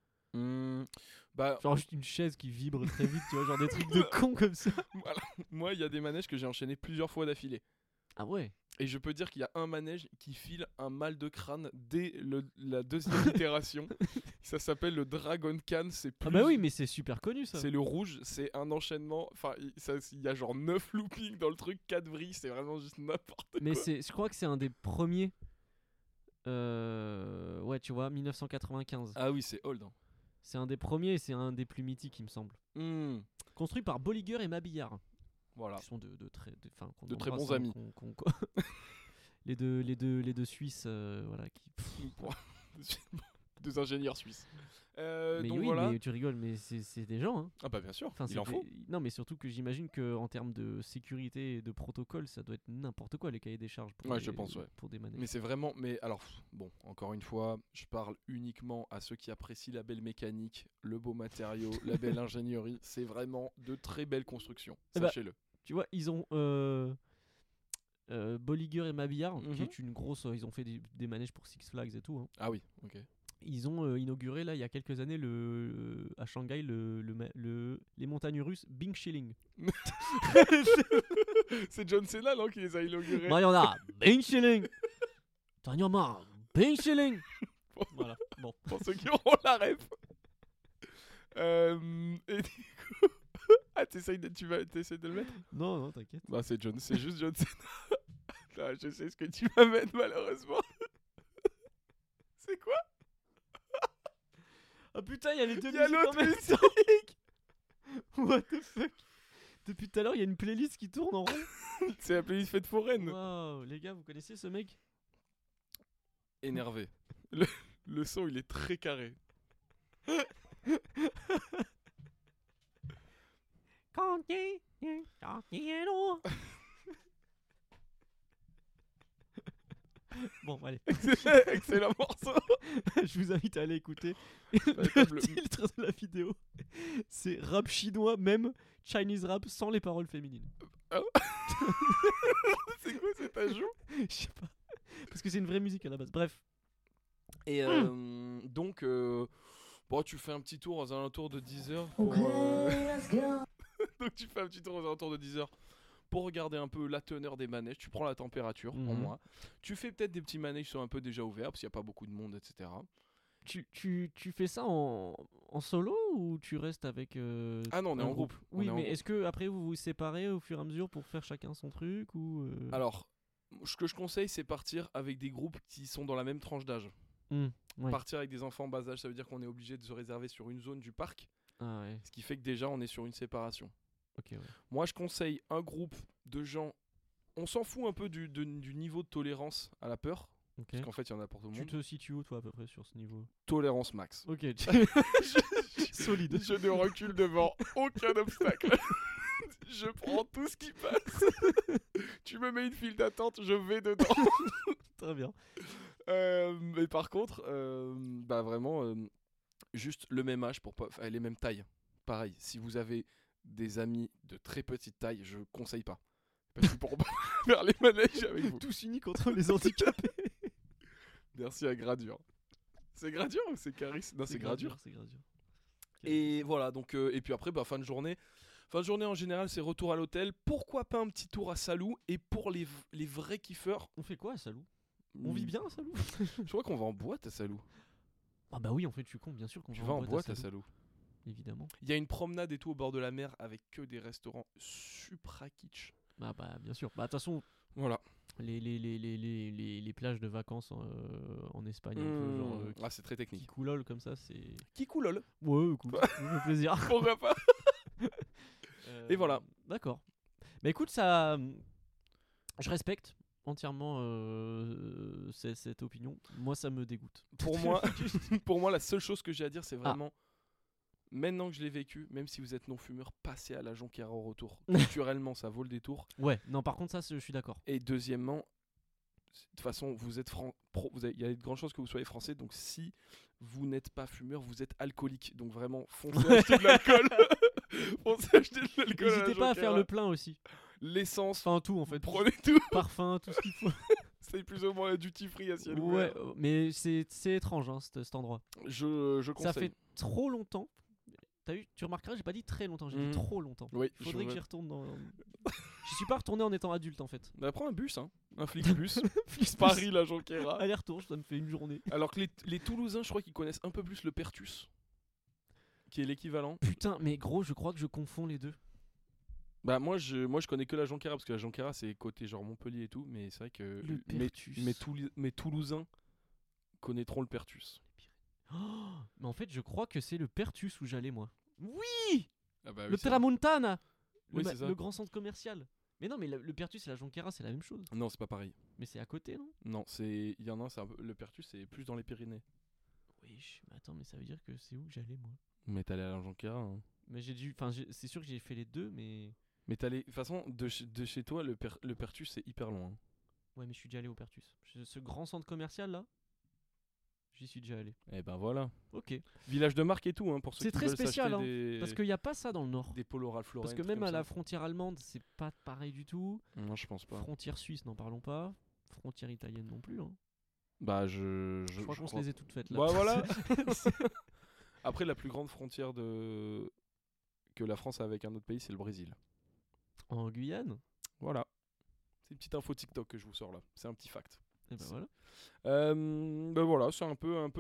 B: bah,
A: Genre juste une chaise qui vibre très vite, tu vois, genre des trucs de con comme ça.
B: moi, il y a des manèges que j'ai enchaînés plusieurs fois d'affilée.
A: Ah ouais.
B: Et je peux dire qu'il y a un manège qui file un mal de crâne dès la deuxième itération. Ça s'appelle le Dragon Khan. C'est
A: Ah bah oui, mais c'est super connu ça.
B: C'est le rouge, c'est un enchaînement. Enfin, il y a genre 9 loopings dans le truc, 4 vrilles, c'est vraiment juste n'importe quoi.
A: Mais je crois que c'est un des premiers. Ouais, tu vois, 1995.
B: Ah oui, c'est old. Hein.
A: C'est un des premiers et c'est un des plus mythiques, il me semble.
B: Hmm,
A: Construit par Bolliger et Mabillard.
B: voilà.
A: Qui sont qu'on
B: De très
A: embrasse,
B: bons amis.
A: les deux Suisses, voilà.
B: Deux ingénieurs suisses.
A: Mais
B: donc
A: oui,
B: voilà.
A: mais tu rigoles, mais c'est des gens, hein.
B: Ah bah bien sûr,
A: Enfin,
B: il en faut.
A: Non, mais surtout que j'imagine qu'en termes de sécurité et de protocole, ça doit être n'importe quoi les cahiers des charges pour,
B: Ouais, je pense, ouais.
A: pour des manèges.
B: Mais c'est vraiment. Mais alors, bon, encore une fois, je parle uniquement à ceux qui apprécient la belle mécanique, le beau matériau, la belle ingénierie. C'est vraiment de très belles constructions.
A: Eh bah,
B: Sachez-le.
A: Tu vois, ils ont Bolliger et Mabillard, qui
B: Mhm.
A: est une grosse. Ils ont fait des manèges pour Six Flags et tout. Hein.
B: Ah oui, ok.
A: Ils ont inauguré là il y a quelques années à Shanghai les montagnes russes Bing Shilling.
B: C'est John Cena, non, qui les a inaugurés.
A: Mariana, Bing Shilling. T'en as marre, Bing Shilling. Voilà, bon.
B: Pour ceux qui auront la ref. Et du coup. Ah, t'essayes de le mettre?
A: Non, non, t'inquiète.
B: Bah, c'est juste John Cena. Non, je sais ce que tu vas mettre, malheureusement. C'est quoi?
A: Ah putain, il y a les deux
B: Il y a
A: musiques en
B: l'autre
A: même
B: musique.
A: temps. What the fuck? Depuis tout à l'heure, il y a une playlist qui tourne en rond.
B: C'est la playlist fête foraine.
A: Waouh, les gars, vous connaissez ce mec?
B: Énervé. Le son, il est très carré.
A: Bon, allez.
B: Excellent morceau.
A: Je vous invite à aller écouter.
B: comme
A: Le titre de la vidéo, c'est rap chinois, même Chinese rap sans les paroles féminines.
B: C'est quoi cet ajout?
A: Je sais pas. Parce que c'est une vraie musique à la base. Bref.
B: Et donc, bon, tu fais un petit tour aux alentours de 10h. Pour,
C: Okay, let's go.
B: Donc tu fais un petit tour aux alentours de 10h pour regarder un peu la teneur des manèges. Tu prends la température en
A: Mhm.
B: moins. Tu fais peut-être des petits manèges qui sont un peu déjà ouverts parce qu'il n'y a pas beaucoup de monde, etc.
A: Tu fais ça en solo ou tu restes avec
B: Ah non, on est
A: un
B: en groupe. On
A: Oui,
B: est en
A: mais
B: groupe.
A: est-ce que après vous vous séparez au fur et à mesure pour faire chacun son truc ou
B: Alors, ce que je conseille, c'est partir avec des groupes qui sont dans la même tranche d'âge.
A: Ouais.
B: Partir avec des enfants en bas âge, ça veut dire qu'on est obligé de se réserver sur une zone du parc,
A: Ah ouais.
B: ce qui fait que déjà on est sur une séparation.
A: Ok. Ouais.
B: Moi, je conseille un groupe de gens. On s'en fout un peu du niveau de tolérance à la peur,
A: Ok.
B: parce qu'en fait, il y en a pour tout le
A: Tu
B: monde.
A: te situes où toi à peu près sur ce niveau?
B: Tolérance max.
A: Ok. Solide.
B: Je ne recule devant aucun obstacle. Je prends tout ce qui passe. Tu me mets une file d'attente, je vais dedans.
A: Très bien.
B: Mais par contre, bah vraiment, juste le même âge pour pas, enfin, les mêmes tailles. Pareil, si vous avez des amis de très petite taille, je conseille pas. Parce qu'ils pourront pas faire les manèges avec vous.
A: Tous unis contre les handicapés.
B: Merci à Gradure. C'est Gradure ou c'est Caris? Non, c'est Gradure.
A: C'est Gradure.
B: Et voilà, donc, et puis après, bah, fin de journée. Fin de journée en général, c'est retour à l'hôtel. Pourquoi pas un petit tour à Salou? Et pour les vrais kiffeurs.
A: On fait quoi à Salou? On vit bien à Salou?
B: Je crois qu'on va en boîte à Salou.
A: Ah bah oui, en fait, tu comptes bien sûr qu'on
B: Tu
A: va
B: vas en boîte à Salou.
A: Évidemment.
B: Il y a une promenade et tout au bord de la mer avec que des restaurants supra kitsch.
A: Ah bah bien sûr. Bah de toute façon,
B: Voilà.
A: les plages de vacances en Espagne, un peu genre
B: Ah, c'est très technique.
A: Kikoulol comme ça, c'est...
B: Kikoulol.
A: Ouais, écoute, ça fait plaisir.
B: Pourquoi pas? Et voilà.
A: D'accord. Mais écoute, ça... Je respecte entièrement cette opinion. Moi, ça me dégoûte.
B: Pour moi, pour moi, la seule chose que j'ai à dire, c'est vraiment maintenant que je l'ai vécu, même si vous êtes non-fumeur, passez à la Jonquera au retour. Culturellement, ça vaut le détour.
A: Ouais, non, par contre, ça, je suis d'accord.
B: Et deuxièmement, de toute façon, vous êtes il y a de grandes chances que vous soyez français, donc si vous n'êtes pas fumeur, vous êtes alcoolique. Donc vraiment, foncez acheter de l'alcool. Foncez acheter de l'alcool.
A: N'hésitez pas à faire le plein aussi.
B: L'essence,
A: Enfin, tout en fait.
B: prenez tout.
A: Parfum, tout ce qu'il faut.
B: C'est plus ou moins la duty free à ciel
A: Ouais,
B: ouvert.
A: mais c'est étrange, hein, cet endroit.
B: Je conseille.
A: Ça fait trop longtemps. T'as vu, tu remarqueras, j'ai pas dit très longtemps, j'ai dit trop longtemps.
B: Oui,
A: Faudrait que j'y retourne dans. J'y suis pas retourné en étant adulte en fait.
B: Bah, prends un bus, hein. Un Flixbus.
A: Flixbus.
B: Paris, la Jonquera.
A: Aller-retour, ça me fait une journée.
B: Alors que les Toulousains, je crois qu'ils connaissent un peu plus le Pertus, qui est l'équivalent.
A: Putain, mais gros, je crois que je confonds les deux.
B: Bah moi je connais que la Jonquera parce que la Jonquera c'est côté genre Montpellier et tout, mais c'est vrai que
A: Le Pertus.
B: mes Toulousains connaîtront le Pertus.
A: Oh, mais en fait, je crois que c'est le Pertus où j'allais moi. Oui,
B: Ah bah,
A: le Tramontana,
B: Oui, c'est ça.
A: le grand centre commercial. Mais non, mais le Pertus et la Jonquera, c'est la même chose.
B: Non, c'est pas pareil.
A: Mais c'est à côté, non?
B: Non, il y en a un, le Pertus c'est plus dans les Pyrénées.
A: Oui, mais attends, mais ça veut dire que c'est où que j'allais moi?
B: Mais t'allais à la Jonquera. Hein.
A: Mais c'est sûr que j'ai fait les deux, mais.
B: Mais t'allais, de toute façon, de chez toi, le Pertus c'est hyper loin.
A: Ouais, mais je suis déjà allé au Pertus. Ce grand centre commercial là, j'y suis déjà allé.
B: Et ben voilà.
A: Ok.
B: Village de marque et tout, hein, pour ceux
A: C'est
B: qui
A: très
B: veulent
A: spécial,
B: s'acheter
A: hein,
B: des...
A: parce qu'il n'y a pas ça dans le Nord.
B: des polos Ralph Lauren.
A: Parce que
B: trucs
A: même
B: comme
A: à la
B: ça.
A: frontière allemande, c'est pas pareil du tout.
B: Non, je pense pas.
A: Frontière suisse, n'en parlons pas. Frontière italienne non plus. Hein.
B: Bah
A: Je crois qu'on se
B: crois-
A: les a toutes faites là.
B: Bah voilà. Après, la plus grande frontière que la France a avec un autre pays, c'est le Brésil.
A: En Guyane.
B: Voilà. C'est une petite info TikTok que je vous sors là. C'est un petit fact.
A: Et ben voilà.
B: Bah voilà, c'est un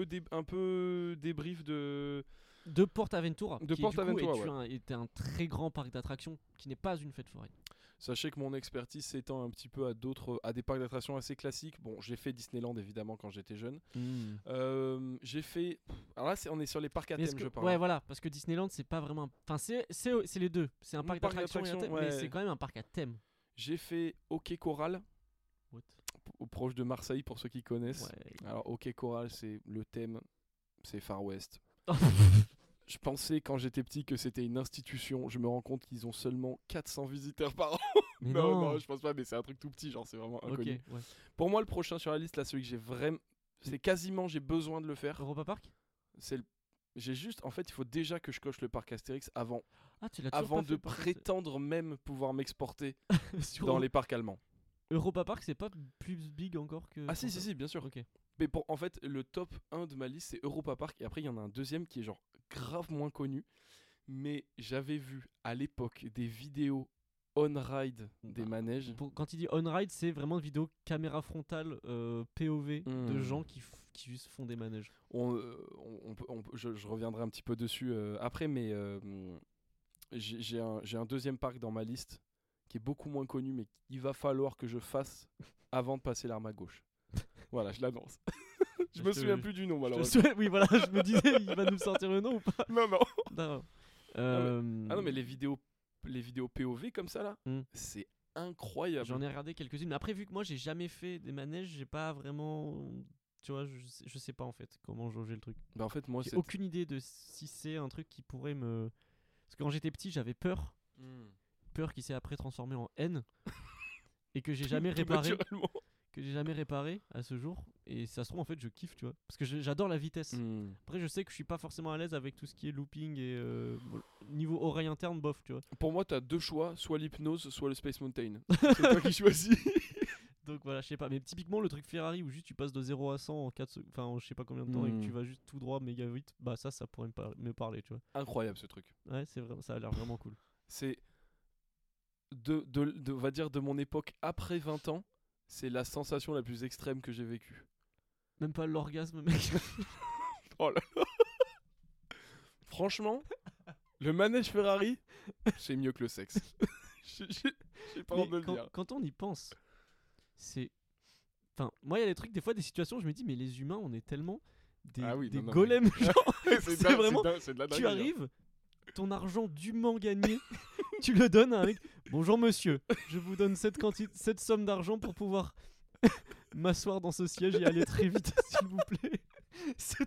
B: peu débrief de.
A: De Portaventura.
B: De
A: qui,
B: Portaventura,
A: du coup, était un très grand parc d'attractions qui n'est pas une fête foraine.
B: Sachez que mon expertise s'étend un petit peu à des parcs d'attractions assez classiques. Bon, j'ai fait Disneyland évidemment quand j'étais jeune. J'ai fait. Alors là, on est sur les parcs à
A: Mais est-ce
B: thème,
A: que-
B: je parle.
A: Ouais, voilà, parce que Disneyland, c'est pas vraiment. Enfin, c'est les deux. C'est un parc
B: parc
A: d'attractions et un
B: d'attractions,
A: thème, mais
B: ouais.
A: c'est quand même un parc à thème.
B: J'ai fait Hockey Coral,
A: What?
B: proche de Marseille pour ceux qui connaissent.
A: Ouais.
B: Alors, Hockey Coral, c'est le thème, c'est Far West. Je pensais quand j'étais petit que c'était une institution. Je me rends compte qu'ils ont seulement 400 visiteurs par an.
A: Mais
B: non, je pense pas, mais c'est un truc tout petit, genre c'est vraiment
A: Ok,
B: inconnu.
A: ouais.
B: Pour moi, le prochain sur la liste, là, celui que j'ai vraiment. C'est quasiment, j'ai besoin de le faire.
A: Europa Park.
B: J'ai juste, en fait, il faut déjà que je coche le parc Astérix avant
A: Ah, tu l'as toujours pas
B: de
A: fait, par contre,
B: prétendre même pouvoir m'exporter
A: sur
B: dans les parcs allemands.
A: Europa Park, c'est pas plus big encore que.
B: Ah si, bien sûr.
A: Ok.
B: Mais en fait, le top 1 de ma liste, c'est Europa Park. Et après, il y en a un deuxième qui est genre grave moins connu. Mais j'avais vu à l'époque des vidéos on-ride des
A: Bah,
B: manèges.
A: Quand il dit on-ride, c'est vraiment une vidéo caméra frontale POV de gens qui juste font des manèges.
B: Je reviendrai un petit peu dessus après, mais j'ai un deuxième parc dans ma liste qui est beaucoup moins connu, mais qu'il va falloir que je fasse avant de passer l'arme à gauche. Voilà, je l'annonce. Je me souviens plus du nom, malheureusement.
A: Oui, voilà, je me disais, il va nous sortir le nom ou pas?
B: Non.
A: Non.
B: Ah non, mais les vidéos POV comme ça, là,
A: Hmm.
B: c'est incroyable.
A: J'en ai regardé quelques-unes. Mais après, vu que moi, j'ai jamais fait des manèges, j'ai pas vraiment. Tu vois, je sais pas en fait comment jauger le truc.
B: Bah, en fait, moi,
A: J'ai
B: c'est.
A: aucune idée de si c'est un truc qui pourrait me. Parce que quand j'étais petit, j'avais peur. Peur qui s'est après transformée en haine. Et que j'ai jamais
B: Tout
A: réparé.
B: naturellement.
A: Que j'ai jamais réparé à ce jour. Et ça se trouve, en fait, je kiffe, tu vois. Parce que j'adore la vitesse.
B: Hmm.
A: Après, je sais que je suis pas forcément à l'aise avec tout ce qui est looping et niveau oreille interne, bof, tu vois.
B: Pour moi, t'as deux choix, soit l'hypnose, soit le Space Mountain. C'est toi qui choisis.
A: Donc voilà, je sais pas. Mais typiquement, le truc Ferrari où juste tu passes de 0 à 100 en 4 secondes, enfin, en je sais pas combien de temps et que tu vas juste tout droit méga vite, bah ça pourrait me parler, tu vois.
B: Incroyable ce truc.
A: Ouais, c'est vrai, ça a l'air vraiment cool.
B: C'est on va dire de mon époque après 20 ans, c'est la sensation la plus extrême que j'ai vécue.
A: Même pas l'orgasme, mec.
B: Oh là là. Franchement, le manège Ferrari, c'est mieux que le sexe. J'ai pas
A: Mais
B: honte de le dire.
A: quand on y pense, c'est. Enfin, moi, il y a des trucs, des fois, des situations, je me dis, mais les humains, on est tellement des,
B: Ah oui,
A: des
B: non, non,
A: golems. Genre,
B: c'est
A: c'est vraiment.
B: c'est de la
A: Tu
B: dinguerie, hein.
A: arrives, ton argent dûment gagné, tu le donnes à un mec. Bonjour monsieur, je vous donne cette somme d'argent pour pouvoir m'asseoir dans ce siège et aller très vite, s'il vous plaît. C'est trop cool.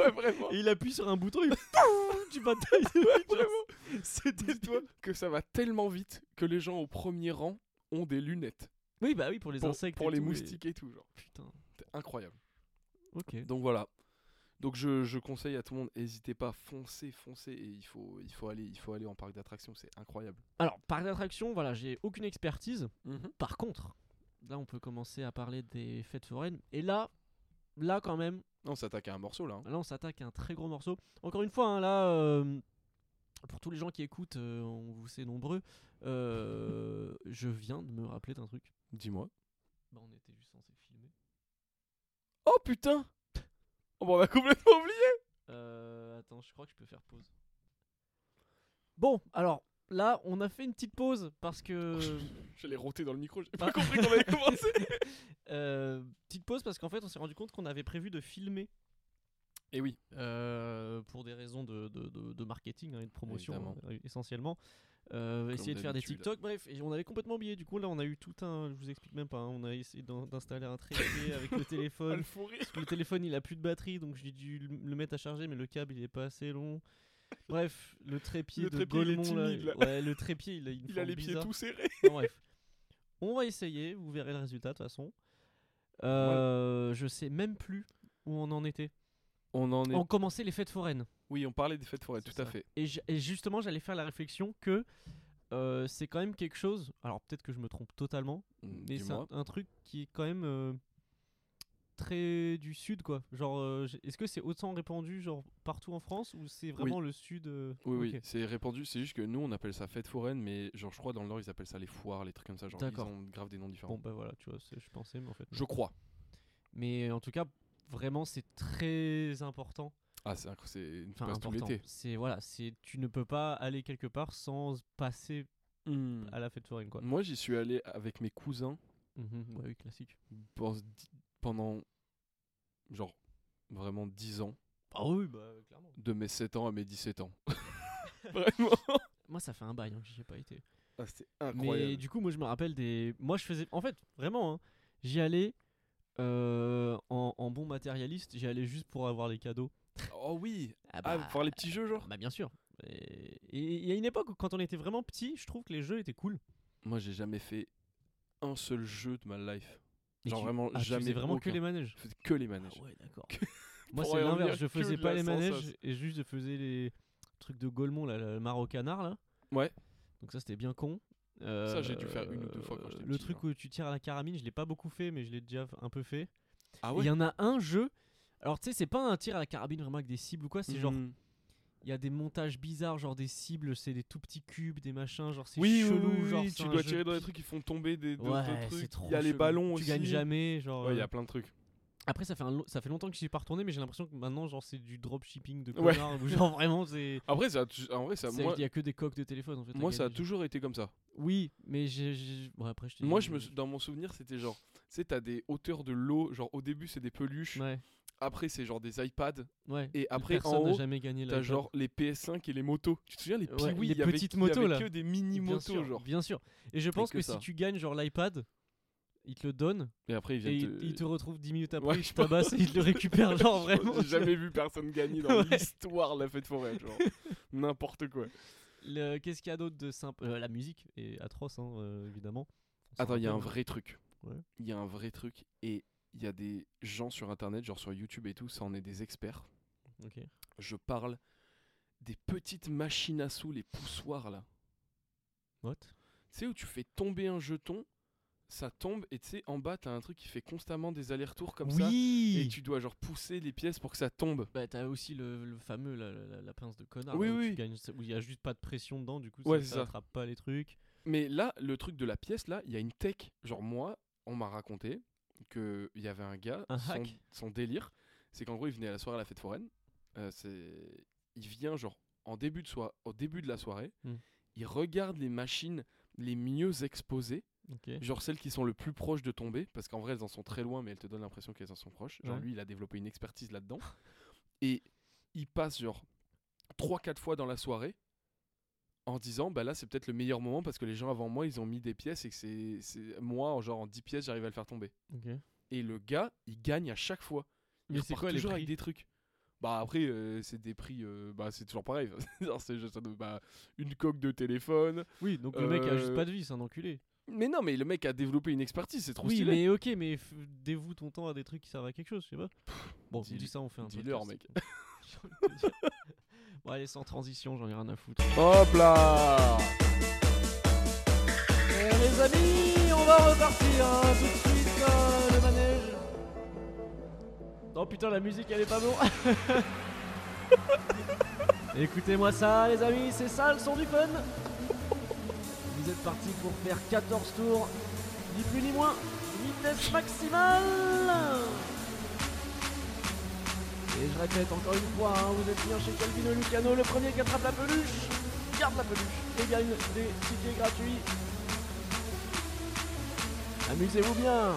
B: Ouais, vraiment.
A: Et il appuie sur un bouton, il tu batailles.
B: Vraiment.
A: C'était
B: Dis-toi que ça va tellement vite que les gens au premier rang ont des lunettes.
A: Oui, bah oui, pour les insectes.
B: Pour
A: et
B: les
A: tout,
B: moustiques et tout, genre.
A: Putain.
B: C'est incroyable.
A: Ok.
B: Donc voilà. Donc je conseille à tout le monde, n'hésitez pas, foncez, et il faut aller en parc d'attractions, c'est incroyable.
A: Alors, parc d'attractions, voilà, j'ai aucune expertise. Par contre, là, on peut commencer à parler des fêtes foraines. Et là quand même,
B: On s'attaque à un morceau là.
A: là, on s'attaque à un très gros morceau. Encore une fois, hein, là, pour tous les gens qui écoutent, on vous sait nombreux, je viens de me rappeler d'un truc.
B: Dis-moi.
A: Bah, on était juste censé filmer.
B: Oh putain. Oh, bah, on a complètement oublié.
A: Attends, je crois que je peux faire pause. Bon, alors là, on a fait une petite pause parce que.
B: J'allais roter dans le micro, j'ai pas compris qu'on avait commencé.
A: Petite pause parce qu'en fait, on s'est rendu compte qu'on avait prévu de filmer.
B: Et oui.
A: Pour des raisons de marketing et de promotion,
B: Évidemment.
A: essentiellement. Essayer de faire des
B: d'habitude.
A: TikTok, bref, et on avait complètement oublié. Du coup, là, on a eu tout un. Je vous explique même pas, hein, on a essayé d'installer un trépied avec le téléphone.
B: Le fou rire.
A: Parce que le téléphone il a plus de batterie, donc j'ai dû le mettre à charger, mais le câble il est pas assez long. Bref, le trépied
B: Le
A: de
B: trépied, il est
A: Golemont là,
B: timide, là.
A: ouais, le trépied il a une
B: Il a
A: forme
B: les pieds
A: bizarre.
B: tout serrés.
A: Bon, bref, on va essayer, vous verrez le résultat de toute façon. Je sais même plus où on en était.
B: On en est.
A: On commençait les fêtes foraines.
B: Oui, on parlait des fêtes foraines,
A: C'est
B: tout à
A: ça.
B: fait.
A: Et justement, j'allais faire la réflexion que c'est quand même quelque chose. Alors peut-être que je me trompe totalement, mais c'est
B: Dis-moi.
A: un truc qui est quand même très du sud, quoi. Genre, est-ce que c'est autant répandu genre partout en France ou c'est vraiment le sud
B: Oui,
A: ok.
B: c'est répandu. C'est juste que nous, on appelle ça fête foraine, mais genre, je crois dans le Nord, ils appellent ça les foires, les trucs comme ça. Genre, ils
A: D'accord.
B: ont grave des noms différents.
A: Bon bah voilà, tu vois, je pensais, mais en fait. non.
B: Je crois.
A: Mais en tout cas, vraiment, c'est très important.
B: Ah, c'est une
A: Enfin,
B: place tout
A: important.
B: l'été.
A: C'est voilà, tu ne peux pas aller quelque part sans passer à la fête foraine, quoi.
B: Moi, j'y suis allé avec mes cousins
A: Ouais, oui, classique.
B: pendant genre vraiment 10 ans,
A: Ah oui, bah clairement.
B: de mes 7 ans à mes 17 ans. Vraiment.
A: Moi, ça fait un bail hein, que j'y ai pas été.
B: Ah, c'est
A: Mais
B: incroyable.
A: du coup, moi, je me rappelle des. Moi, je faisais. En fait, vraiment, hein, j'y allais en bon matérialiste. J'y allais juste pour avoir les cadeaux.
B: Oh oui.
A: Ah
B: Ah, pour faire les petits jeux, genre.
A: Bah, bien sûr. Et il y a une époque où, quand on était vraiment petit, je trouve que les jeux étaient cool.
B: Moi, j'ai jamais fait un seul jeu de ma life.
A: Et
B: Genre
A: tu-
B: vraiment
A: tu
B: jamais.
A: faisais vraiment
B: aucun.
A: que les manèges.
B: Je faisais que les manèges.
A: Ah ouais, d'accord. Moi,
B: Pour
A: c'est
B: y
A: l'inverse.
B: revenir
A: Je
B: que
A: faisais
B: de
A: pas
B: la
A: les manèges
B: sensation.
A: et juste je faisais les trucs de Golemont, là, le Mare au canard, là.
B: Ouais.
A: Donc, ça, c'était bien con.
B: Ça, j'ai dû faire une ou deux fois quand j'étais
A: Le
B: petit,
A: truc
B: genre.
A: où tu tires à la carabine, je l'ai pas beaucoup fait, mais je l'ai déjà un peu fait.
B: Ah
A: Il y en a un jeu. Alors, tu sais, c'est pas un tir à la carabine vraiment avec des cibles ou quoi. C'est genre, il y a des montages bizarres, genre des cibles, c'est des tout petits cubes, des machins. Genre, c'est
B: oui,
A: chelou.
B: oui,
A: Genre,
B: oui,
A: c'est
B: tu
A: un
B: dois
A: jeu
B: tirer dans
A: de
B: des trucs qui font tomber des
A: Ouais,
B: d'autres
A: c'est
B: trucs.
A: trop
B: Il y a les
A: chelou.
B: ballons
A: Tu
B: aussi.
A: gagnes jamais. Genre,
B: Ouais, il y a plein de trucs.
A: Après, ça fait longtemps que je suis pas retourné, mais j'ai l'impression que maintenant, genre, c'est du dropshipping de
B: Ouais.
A: connards. Où genre, vraiment, c'est.
B: Après, en vrai, ça,
A: Il y a que des coques de téléphone en fait. à
B: moi, ça a
A: gagner.
B: toujours été comme ça.
A: Oui, mais bon, après, je t'ai
B: Moi,
A: dit-
B: dans mon souvenir, c'était genre, tu sais, t'as des hauteurs de l'eau. Genre, au début, c'est des peluches.
A: Ouais,
B: Après, c'est genre des iPads.
A: ouais.
B: Et après,
A: Personne
B: en
A: n'a
B: haut,
A: jamais gagné
B: T'as
A: l'iPad.
B: genre les PS5 et les motos. Tu te souviens, les
A: Ouais,
B: Piwi,
A: les
B: il y avait-
A: petites
B: il y
A: motos,
B: avait
A: là.
B: que des mini
A: Bien
B: motos,
A: sûr,
B: genre.
A: bien sûr. Et je pense
B: que
A: que
B: ça.
A: si tu gagnes genre l'iPad, il te le donne
B: Et après, ils
A: et
B: viennent
A: il te retrouve 10 minutes après,
B: Ouais,
A: il
B: je
A: te tabasse et il te le récupère. Genre vraiment.
B: J'ai jamais vu personne gagner dans
A: Ouais.
B: l'histoire de la fête foraine, genre. N'importe quoi.
A: Qu'est-ce qu'il y a d'autre de simple La musique est atroce, hein, évidemment. On s'en
B: Attends, il y a un
A: rappelle.
B: vrai truc.
A: Ouais.
B: Il y a un vrai truc. Et il y a des gens sur internet, genre sur YouTube et tout, ça en est des experts.
A: Ok.
B: Je parle des petites machines à sous, les poussoirs là.
A: What
B: Tu sais où tu fais tomber un jeton, ça tombe et tu sais en bas t'as un truc qui fait constamment des allers-retours comme ça.
A: Oui.
B: Et tu dois genre pousser les pièces pour que ça tombe.
A: Bah t'as aussi le fameux la pince de connard.
B: Oui,
A: là, où
B: oui.
A: tu gagnes, où il y a juste pas de pression dedans, du coup
B: Ouais,
A: ça
B: c'est ça.
A: attrape pas les trucs.
B: Mais là, le truc de la pièce là, il y a une tech. Genre moi, on m'a raconté qu'il y avait un gars,
A: Un
B: son,
A: hack.
B: son délire, c'est qu'en gros il venait à la soirée à la fête foraine. Il vient genre au début de la soirée,
A: Hmm.
B: il regarde les machines les mieux exposées.
A: Ok.
B: Genre celles qui sont le plus proches de tomber, parce qu'en vrai elles en sont très loin, mais elles te donnent l'impression qu'elles en sont proches. Genre
A: Ouais.
B: lui il a développé une expertise là-dedans. Et il passe genre 3-4 fois dans la soirée en disant bah là c'est peut-être le meilleur moment parce que les gens avant moi ils ont mis des pièces et que c'est moi genre en 10 pièces j'arrive à le faire tomber.
A: Ok.
B: Et le gars il gagne à chaque fois. Il
A: Mais c'est
B: repart
A: quoi les
B: toujours
A: prix
B: avec des trucs. Bah après, c'est des prix, c'est toujours pareil. Genre, c'est juste une coque de téléphone.
A: Oui, donc le mec a juste pas de vie, c'est un enculé.
B: Mais non, mais le mec a développé une expertise, c'est trop
A: Oui,
B: stylé.
A: mais ok, mais dévoue ton temps à des trucs qui servent à quelque chose, je sais pas. Bon,
B: Dis-
A: dis ça, on fait un
B: dis-leur,
A: podcast,
B: mec.
A: c'est bon. J'ai envie de te dire. Bon, allez, sans transition, j'en ai rien à foutre.
B: Hop là.
A: Et les amis, on va repartir tout de suite le manège. Oh putain, la musique elle est pas bon. Écoutez-moi ça, les amis, c'est ça le son du fun. Vous êtes partis pour faire 14 tours, ni plus ni moins, vitesse maximale. Et je répète encore une fois, vous êtes bien chez Calvino Lucano, le premier qui attrape la peluche, garde la peluche et gagne des tickets gratuits. Amusez-vous bien.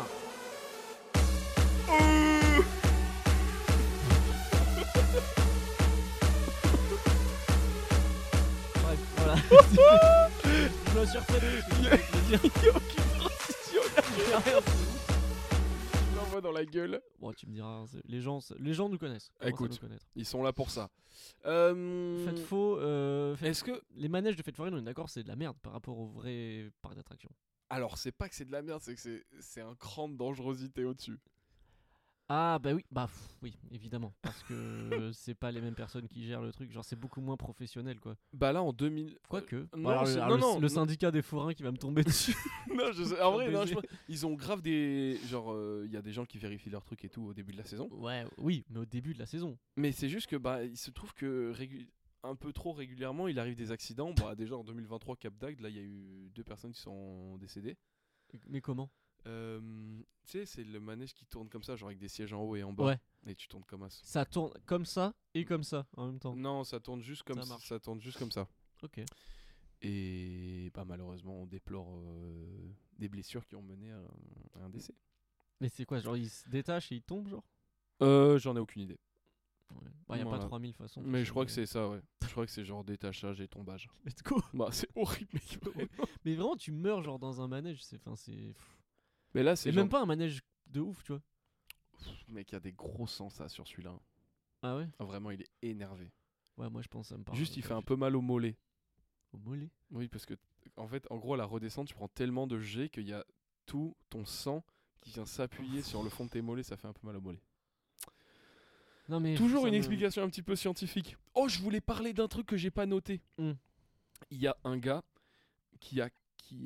A: Bref, voilà. Je me suis reconnu.
B: Il y a aucune transition. Je l'envoie dans la gueule.
A: Bon, tu me diras, les gens nous connaissent. Commencent à
B: Écoute.
A: nous connaître.
B: Ils sont là pour ça.
A: Fête faux,
B: Est-ce que...
A: les manèges de fête foraine, on est d'accord, c'est de la merde par rapport au vrai parc d'attractions.
B: Alors, c'est pas que c'est de la merde, c'est que c'est un cran de dangerosité au-dessus.
A: Ah bah oui, oui, évidemment, parce que c'est pas les mêmes personnes qui gèrent le truc, genre c'est beaucoup moins professionnel quoi.
B: Bah là, en 2000...
A: Quoique.
B: non,
A: Bon, alors,
B: c'est-
A: alors,
B: non,
A: le
B: non.
A: syndicat des forains qui va me tomber dessus.
B: non, je sais... En vrai, non,
A: baiser.
B: ils ont grave des... Genre, il y a des gens qui vérifient leurs trucs et tout au début de la saison.
A: Ouais, oui, mais au début de la saison.
B: Mais c'est juste que, il se trouve que un peu trop régulièrement, il arrive des accidents. Déjà en 2023, Cap d'Agde, là, il y a eu 2 personnes qui sont décédées.
A: Mais comment?
B: Tu sais, c'est le manège qui tourne comme ça, genre avec des sièges en haut et en bas.
A: Ouais.
B: Et tu tournes comme ça.
A: Ça tourne comme ça et comme ça en même temps.
B: Non, ça tourne juste comme
A: Ça
B: ça.
A: marche.
B: Ça tourne juste comme ça.
A: Ok.
B: Et malheureusement, on déplore des blessures qui ont mené à un décès.
A: Mais c'est quoi, genre il se détache et il tombe genre?
B: J'en ai aucune idée.
A: Ouais. Bah y a
B: Voilà.
A: pas 3000 façons.
B: Mais je crois que c'est ça, ouais. Je crois que c'est genre détachage et tombage.
A: Let's go.
B: C'est horrible, mec. Vraiment.
A: Mais vraiment tu meurs genre dans un manège, c'est
B: Mais là, c'est
A: c'est
B: genre...
A: même pas un manège de ouf, tu vois.
B: Mec, il y a des gros sens ça sur celui-là.
A: Ah ouais?
B: Ah, vraiment, il est énervé.
A: Ouais, moi je pense que ça me parle.
B: Juste, il fait un peu mal au mollet.
A: au mollet.
B: Oui, parce que, en fait, en gros, à la redescente, tu prends tellement de G qu'il y a tout ton sang qui vient s'appuyer sur le fond de tes mollets, ça fait un peu mal au mollet.
A: Non mais
B: Toujours
A: ça
B: une
A: me-
B: explication un petit peu scientifique. Oh, je voulais parler d'un truc que j'ai pas noté.
A: Hmm.
B: Il y a un gars qui a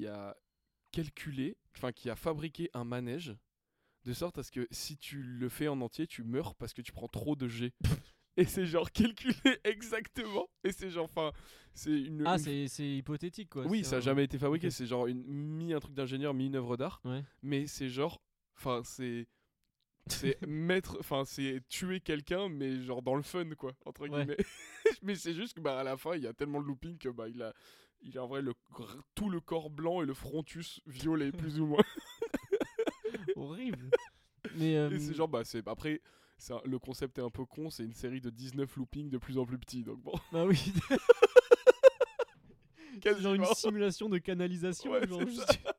B: calculé, enfin qui a fabriqué un manège de sorte à ce que si tu le fais en entier, tu meurs parce que tu prends trop de G. Et c'est genre calculé exactement. Et c'est genre, enfin, c'est une...
A: Ah,
B: une-
A: c'est hypothétique quoi.
B: Oui,
A: c'est
B: ça a
A: un-
B: jamais été fabriqué.
A: Ok.
B: C'est genre un truc d'ingénieur, une œuvre d'art.
A: Ouais.
B: Mais c'est genre, enfin, c'est mettre, enfin, c'est tuer quelqu'un, mais genre dans le fun, quoi, entre
A: Ouais.
B: guillemets. Mais c'est juste que à la fin, il y a tellement de looping que il a en vrai tout le corps blanc et le frontus violet, plus ou moins.
A: Horrible. Mais
B: Et c'est genre, après, le concept est un peu con, c'est une série de 19 loopings de plus en plus petits, donc bon,
A: bah oui.
B: quasiment.
A: Genre une simulation de canalisation.
B: Ouais,
A: genre
B: c'est
A: juste-
B: ça.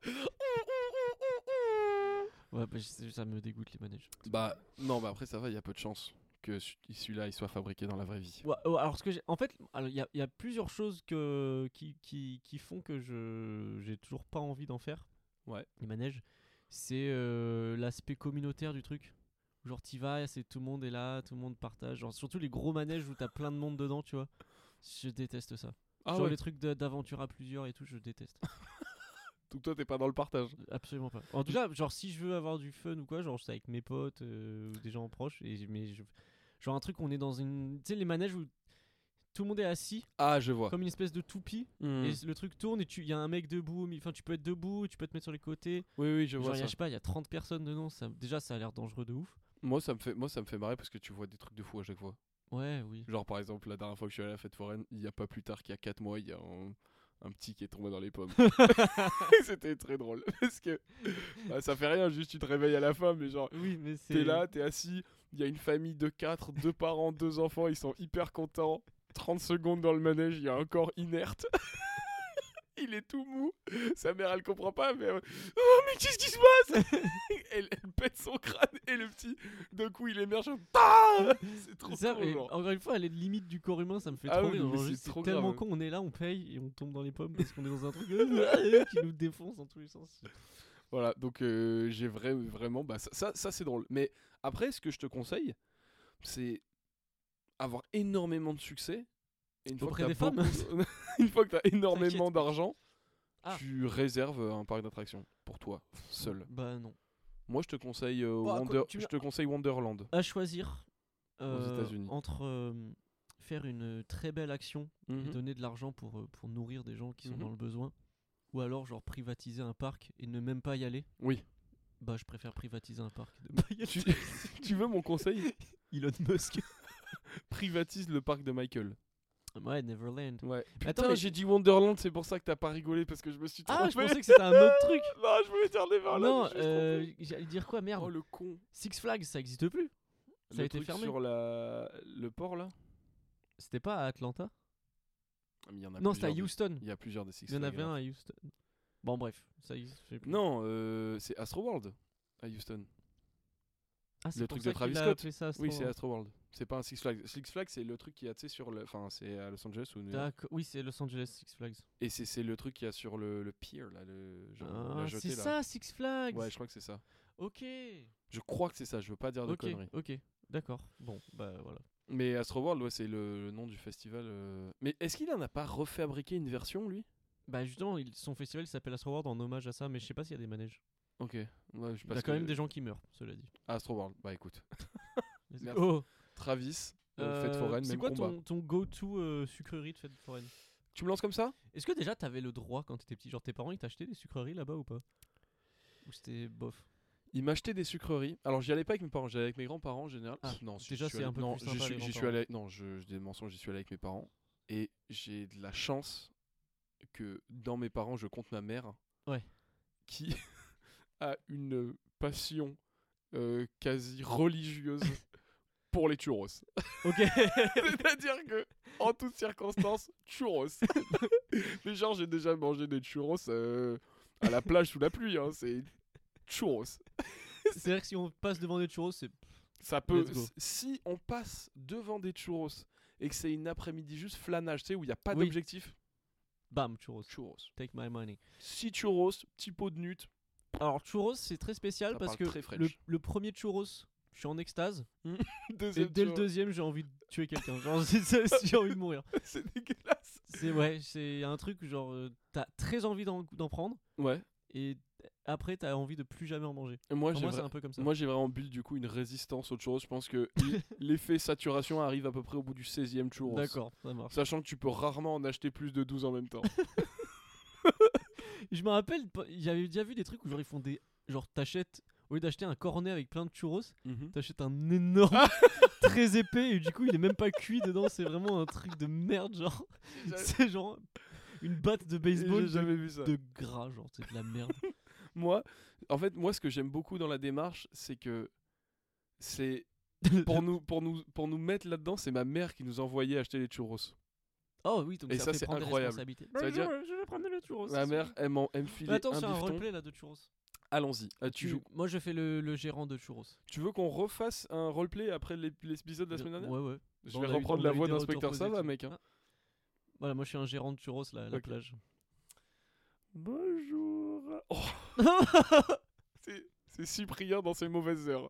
A: Ouais, bah, ça me dégoûte les manèges.
B: Non, après ça va, il y a peu de chances que celui-là il soit fabriqué dans la vraie vie.
A: Ouais, alors en fait, il y a plusieurs choses qui font que j'ai toujours pas envie d'en faire.
B: Ouais.
A: Les manèges, c'est l'aspect communautaire du truc. Genre t'y vas, tout le monde est là, tout le monde partage. Genre surtout les gros manèges où t'as plein de monde dedans, tu vois. Je déteste ça.
B: Ah
A: Genre
B: ouais,
A: les trucs d'aventure à plusieurs et tout, je déteste.
B: donc toi t'es pas dans le partage.
A: Absolument pas. En tout cas, genre si je veux avoir du fun ou quoi, genre c'est avec mes potes ou des gens proches. Genre un truc où on est dans une... Tu sais les manèges où tout le monde est assis,
B: Ah, je vois.
A: comme une espèce de toupie.
B: Hmm.
A: Et le truc tourne et il y a un mec debout. Enfin tu peux être debout, tu peux te mettre sur les côtés.
B: Oui, je
A: Genre
B: vois
A: je
B: ça.
A: sais pas, il y a 30 personnes dedans. Déjà ça a l'air dangereux de ouf.
B: Moi ça me fait marrer parce que tu vois des trucs de fou à chaque fois.
A: Ouais, oui.
B: Genre par exemple la dernière fois que je suis allé à la fête foraine, il y a pas plus tard qu'il y a 4 mois, il y a un petit qui est tombé dans les pommes. C'était très drôle parce que ça fait rien, juste tu te réveilles à la fin, mais genre
A: Oui, mais c'est...
B: t'es là, t'es assis, il y a une famille de 4, 2 parents, 2 enfants, ils sont hyper contents. 30 secondes dans le manège, il y a un corps inerte. Il est tout mou. Sa mère, elle comprend pas. Mais oh, mais qu'est-ce qui se passe? elle pète son crâne et le petit, d'un coup, il émerge. C'est trop
D: Ça,
B: con,
D: et
B: genre.
D: encore une fois, elle est limite du corps humain, ça me fait
B: Ah
D: trop
B: oui,
D: rire.
B: mais
D: Genre,
B: c'est
D: juste,
B: trop
D: tellement
B: grave.
D: con, on est là, on paye et on tombe dans les pommes parce qu'on est dans un truc qui nous défonce dans tous les sens.
B: Voilà, donc j'ai vraiment. Bah, ça c'est drôle. Mais après, ce que je te conseille, c'est avoir énormément de succès. Et une
D: Auprès
B: fois
D: des
B: que t'as
D: femmes.
B: beaucoup- une fois que tu as énormément
D: T'inquiète.
B: d'argent,
D: Ah.
B: tu réserves un parc d'attractions pour toi, seul.
D: Bah non.
B: Moi, je te conseille,
D: Bon, tu
B: je te conseille Wonderland.
D: À choisir
B: États-Unis.
D: entre faire une très belle action et
B: Mhm.
D: donner de l'argent pour nourrir des gens qui sont
B: Mhm.
D: dans le besoin, ou alors genre privatiser un parc et ne même pas y aller.
B: Oui.
D: Bah je préfère privatiser un parc. De pas y aller.
B: Tu, tu veux mon conseil?
D: Elon Musk.
B: Privatise le parc de Michael.
D: Ouais, Neverland.
B: Ouais.
D: Attends,
B: Putain,
D: mais-
B: j'ai dit Wonderland, c'est pour ça que t'as pas rigolé parce que je me suis trompé.
D: Ah, je pensais que c'était un autre truc.
B: Non, je voulais dire Neverland.
D: Non,
B: mais je me suis trompé.
D: j'allais dire quoi, merde.
B: Oh le con.
D: Six Flags, ça existe plus. Ça
B: Le
D: a été
B: truc
D: fermé.
B: sur le port là.
D: C'était pas à Atlanta?
B: Ah, mais il y en a
D: Non, c'était à
B: plusieurs
D: Houston.
B: Il y a plusieurs des Six
D: Il y en
B: Flags,
D: avait
B: là.
D: un à Houston. Bon, bref, ça existe. je sais plus.
B: Non, c'est Astroworld à Houston.
D: Ah, c'est
B: le
D: pour
B: truc
D: ça
B: de Travis
D: qu'il a
B: Scott.
D: appelé ça
B: Oui, c'est
D: Astroworld.
B: Astroworld. C'est pas un Six Flags. Six Flags, c'est le truc qu'il y a, tu sais, sur le. Enfin, c'est à Los Angeles ou New York.
D: D'accord. Oui, c'est Los Angeles Six Flags.
B: Et c'est le truc qu'il y a sur le pier là, la
D: Ah,
B: jetée,
D: c'est
B: là.
D: ça, Six Flags.
B: Ouais, je crois que c'est ça.
D: Ok.
B: Je crois que c'est ça. Je veux pas dire de
D: Ok.
B: conneries.
D: Ok. D'accord. Bon, bah voilà.
B: Mais Astroworld, ouais, c'est le nom du festival. Mais est-ce qu'il en a pas refabriqué une version, lui?
D: Bah justement, son festival s'appelle Astroworld en hommage à ça, mais je sais pas s'il y a des manèges.
B: Ok. Ouais,
D: Il y a quand même des gens qui meurent, cela dit.
B: Astroworld, bah écoute.
D: Let's
B: Merci.
D: go.
B: Travis, fête foraine,
D: C'est
B: même
D: quoi
B: combat.
D: ton go-to sucrerie de fête foraine?
B: Tu me lances comme ça?
D: Est-ce que déjà t'avais le droit quand t'étais petit? Genre tes parents ils t'achetaient des sucreries là-bas ou pas? Ou c'était bof?
B: Il m'achetait des sucreries. Alors j'y allais pas avec mes parents, j'y allais avec mes grands-parents en général.
D: Ah,
B: non, si,
D: déjà,
B: j'y suis
D: c'est
B: allé-
D: un peu
B: non,
D: plus sympa, les
B: j'y suis
D: grands-parents.
B: allé. Non, je dis des mensonges, j'y suis allé avec mes parents. Et j'ai de la chance que dans mes parents, je compte ma mère.
D: Ouais.
B: Qui a une passion quasi religieuse pour les churros.
D: Ok.
B: C'est-à-dire que, en toutes circonstances, churros. Mais genre, j'ai déjà mangé des churros à la plage sous la pluie. Hein, c'est churros.
D: C'est-à-dire que si on passe devant des churros, c'est.
B: Ça peut.
D: Let's go.
B: Si on passe devant des churros et que c'est une après-midi juste flanage, tu sais, où il n'y a pas
D: Oui.
B: d'objectif,
D: Bam, churros.
B: churros.
D: Take my money.
B: 6 churros, petit pot de nut.
D: Alors, churros, c'est très spécial
B: Ça
D: parce
B: parle
D: que
B: très
D: le,
B: French.
D: le premier churros, je suis en extase. Et
B: Deuxième
D: dès le
B: churros.
D: deuxième, j'ai envie de tuer quelqu'un. Genre, j'ai envie de mourir.
B: C'est dégueulasse.
D: C'est un truc genre t'as très envie d'en prendre
B: Ouais.
D: et après t'as envie de plus jamais en manger.
B: Et moi,
D: Enfin,
B: j'ai
D: moi, c'est
B: vra-
D: un peu comme ça.
B: moi, j'ai vraiment build du coup une résistance aux churros. Je pense que l'effet saturation arrive à peu près au bout du 16e churros.
D: D'accord, ça marche.
B: Sachant que tu peux rarement en acheter plus de 12 en même temps.
D: Je me rappelle, j'avais déjà vu des trucs où genre ils font des genre t'achètes au lieu d'acheter un cornet avec plein de churros, t'achètes un énorme très épais et du coup il est même pas cuit dedans, c'est vraiment un truc de merde genre. C'est genre une batte de baseball
B: J'ai jamais vu ça.
D: de gras genre, c'est de la merde.
B: Moi, en fait, moi, ce que j'aime beaucoup dans la démarche, c'est que c'est pour nous mettre là-dedans, c'est ma mère qui nous envoyait acheter les churros.
D: Oh oui, donc
B: Et ça,
D: fait
B: c'est
D: prendre des
B: incroyable.
D: responsabilités.
B: Ça veut dire-
D: Je vais prendre les churros.
B: Ma mère, elle me filait
D: Attends,
B: un
D: c'est un
B: bifton.
D: roleplay là de churros.
B: Allons-y. Tu joues.
D: Moi je fais le gérant de churros.
B: Tu veux qu'on refasse un roleplay après l'épisode de la semaine dernière?
D: Ouais.
B: Je
D: Bon,
B: vais
D: on a eu-
B: reprendre
D: on a
B: la
D: eu
B: voix
D: des
B: d'inspecteur
D: retours
B: Sava,
D: positifs.
B: mec. Hein.
D: Ah. Voilà, moi je suis un gérant de churros là, à la
B: Ok.
D: plage.
B: Bonjour. Oh, c'est Cyprien dans ses mauvaises heures.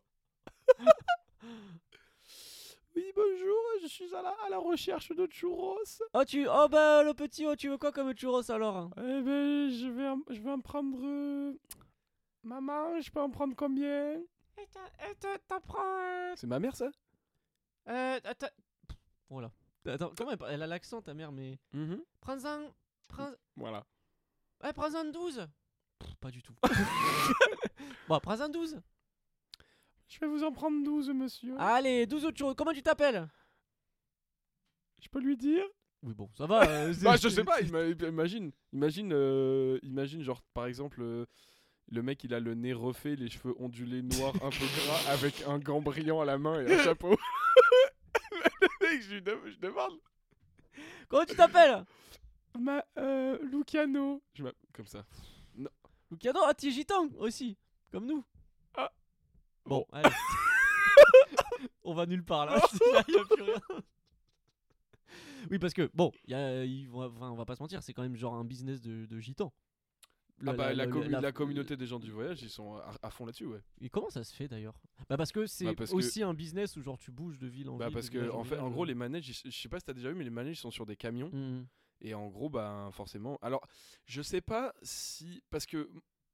B: Oui, bonjour, je suis à la recherche de churros.
D: Oh bah le petit, tu veux quoi comme churros alors?
B: Eh ben, je vais en prendre... Maman, je peux en prendre combien?
D: T'en prends.
B: C'est ma mère, ça?
D: Voilà. Attends, comment elle a l'accent ta mère, mais. Prends-en.
B: Voilà.
D: Prends-en 12. Pas du tout. Bon, prends-en 12.
B: Je vais vous en prendre 12, monsieur.
D: Allez, 12 autres churros. Comment tu t'appelles?
B: Je peux lui dire?
D: Oui, bon, ça va.
B: Bah, je sais pas, imagine, genre, par exemple, le mec, il a le nez refait, les cheveux ondulés noirs, un peu gras, avec un gant brillant à la main et un chapeau. Le mec, je demande.
D: Comment tu t'appelles?
B: Luciano. Comme ça.
D: Lucano, t'es gitan aussi, comme nous.
B: Ah.
D: Bon, allez. On va nulle part là. Il y a plus rien. Oui, parce que bon, on va pas se mentir, c'est quand même genre un business de gitan.
B: La communauté des gens du voyage, ils sont à fond là-dessus, ouais.
D: Et comment ça se fait d'ailleurs? Bah parce que c'est aussi un business où genre tu bouges de ville en ville.
B: Parce que en gros les manèges, je sais pas si t'as déjà vu, mais les manèges sont sur des camions.
D: Mhm.
B: Et en gros, bah forcément. Alors, je sais pas si parce que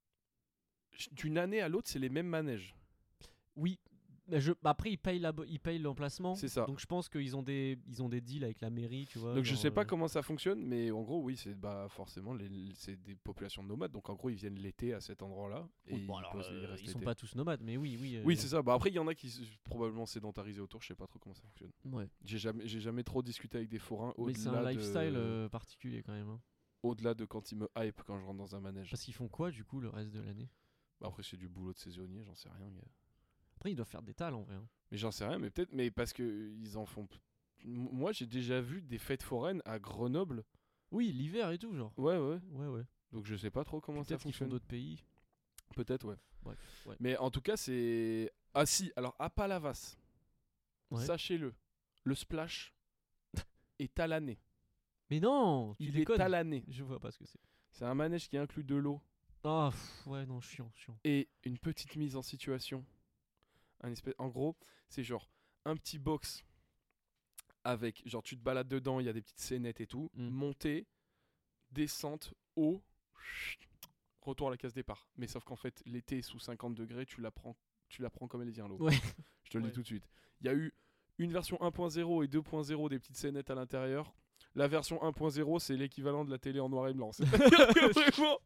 B: d'une année à l'autre, c'est les mêmes manèges.
D: Oui. Après ils payent l'emplacement.
B: C'est ça.
D: Donc je pense qu'ils ont des deals avec la mairie, tu vois.
B: Donc je
D: genre,
B: sais pas comment ça fonctionne, mais en gros, oui, c'est forcément c'est des populations nomades. Donc en gros, ils viennent l'été à cet endroit-là. Et
D: bon, alors,
B: ils restent
D: ils sont
B: l'été.
D: pas tous nomades, mais oui.
B: Oui, c'est ça. Bah après, il y en a qui sont probablement sédentarisés autour. Je sais pas trop comment ça fonctionne.
D: Ouais.
B: J'ai jamais trop discuté avec des forains
D: Mais c'est un lifestyle particulier quand même. Hein.
B: Au-delà de quand ils me hype quand je rentre dans un manège.
D: Parce qu'ils font quoi du coup le reste de l'année?
B: Bah après, c'est du boulot de saisonnier, j'en sais rien, gars.
D: Après ils doivent faire des tales en vrai. Hein.
B: Mais j'en sais rien, mais peut-être, mais parce que ils en font. Moi, j'ai déjà vu des fêtes foraines à Grenoble.
D: Oui, l'hiver et tout, genre.
B: Ouais.
D: Ouais.
B: Donc je sais pas trop comment ça
D: Peut-être qu'ils font
B: fonctionne.
D: d'autres pays.
B: Peut-être, ouais.
D: Bref, ouais.
B: Mais en tout cas, c'est. Ah si, alors à Palavas,
D: Ouais.
B: sachez-le, le splash est talané.
D: Mais non, tu
B: Il est
D: déconnes.
B: talané.
D: Je vois pas ce que c'est.
B: C'est un manège qui inclut de l'eau
D: Ah, ouais, non, chiant.
B: et une petite mise en situation. En gros, c'est genre un petit box avec, genre tu te balades dedans, il y a des petites scénettes et tout, montée, descente, eau, retour à la case départ. Mais sauf qu'en fait, l'été sous 50 degrés, tu la prends comme elle vient l'eau.
D: Ouais.
B: Je te le dis tout de suite. Il y a eu une version 1.0 et 2.0 des petites scénettes à l'intérieur. La version 1.0, c'est l'équivalent de la télé en noir et blanc. C'est-à-dire que vraiment,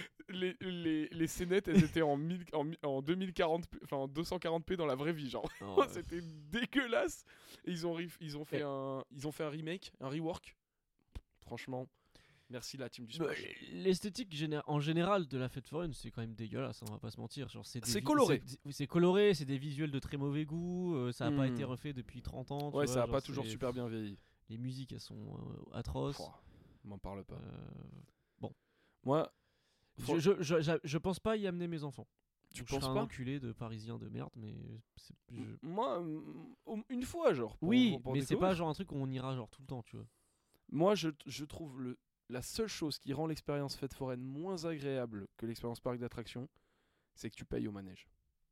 B: les scénettes, elles étaient en 2040p, enfin en 240p dans la vraie vie, genre.
D: Oh, ouais.
B: C'était dégueulasse. Et ils ont fait un remake, un rework. Franchement, merci la team du Smash.
D: L'esthétique en général de la fête foraine, c'est quand même dégueulasse, on va pas se mentir. Genre,
B: C'est coloré.
D: C'est coloré, c'est des visuels de très mauvais goût, ça a pas
B: Mm.
D: été refait depuis 30 ans.
B: Ouais,
D: tu
B: ça
D: vois,
B: a
D: genre,
B: pas toujours
D: c'est-
B: super bien vieilli.
D: Les musiques, elles sont atroces.
B: Pouah, m'en parle pas.
D: Bon.
B: Moi,
D: Je pense pas y amener mes enfants.
B: tu
D: Donc,
B: penses
D: je serai
B: pas
D: un enculé de parisien de merde, mais
B: Moi, une fois, genre. pour
D: oui, mais c'est
B: découvrir.
D: pas genre un truc où on ira genre tout le temps, tu vois.
B: Moi, je trouve la seule chose qui rend l'expérience fête foraine moins agréable que l'expérience parc d'attractions, c'est que tu payes au manège.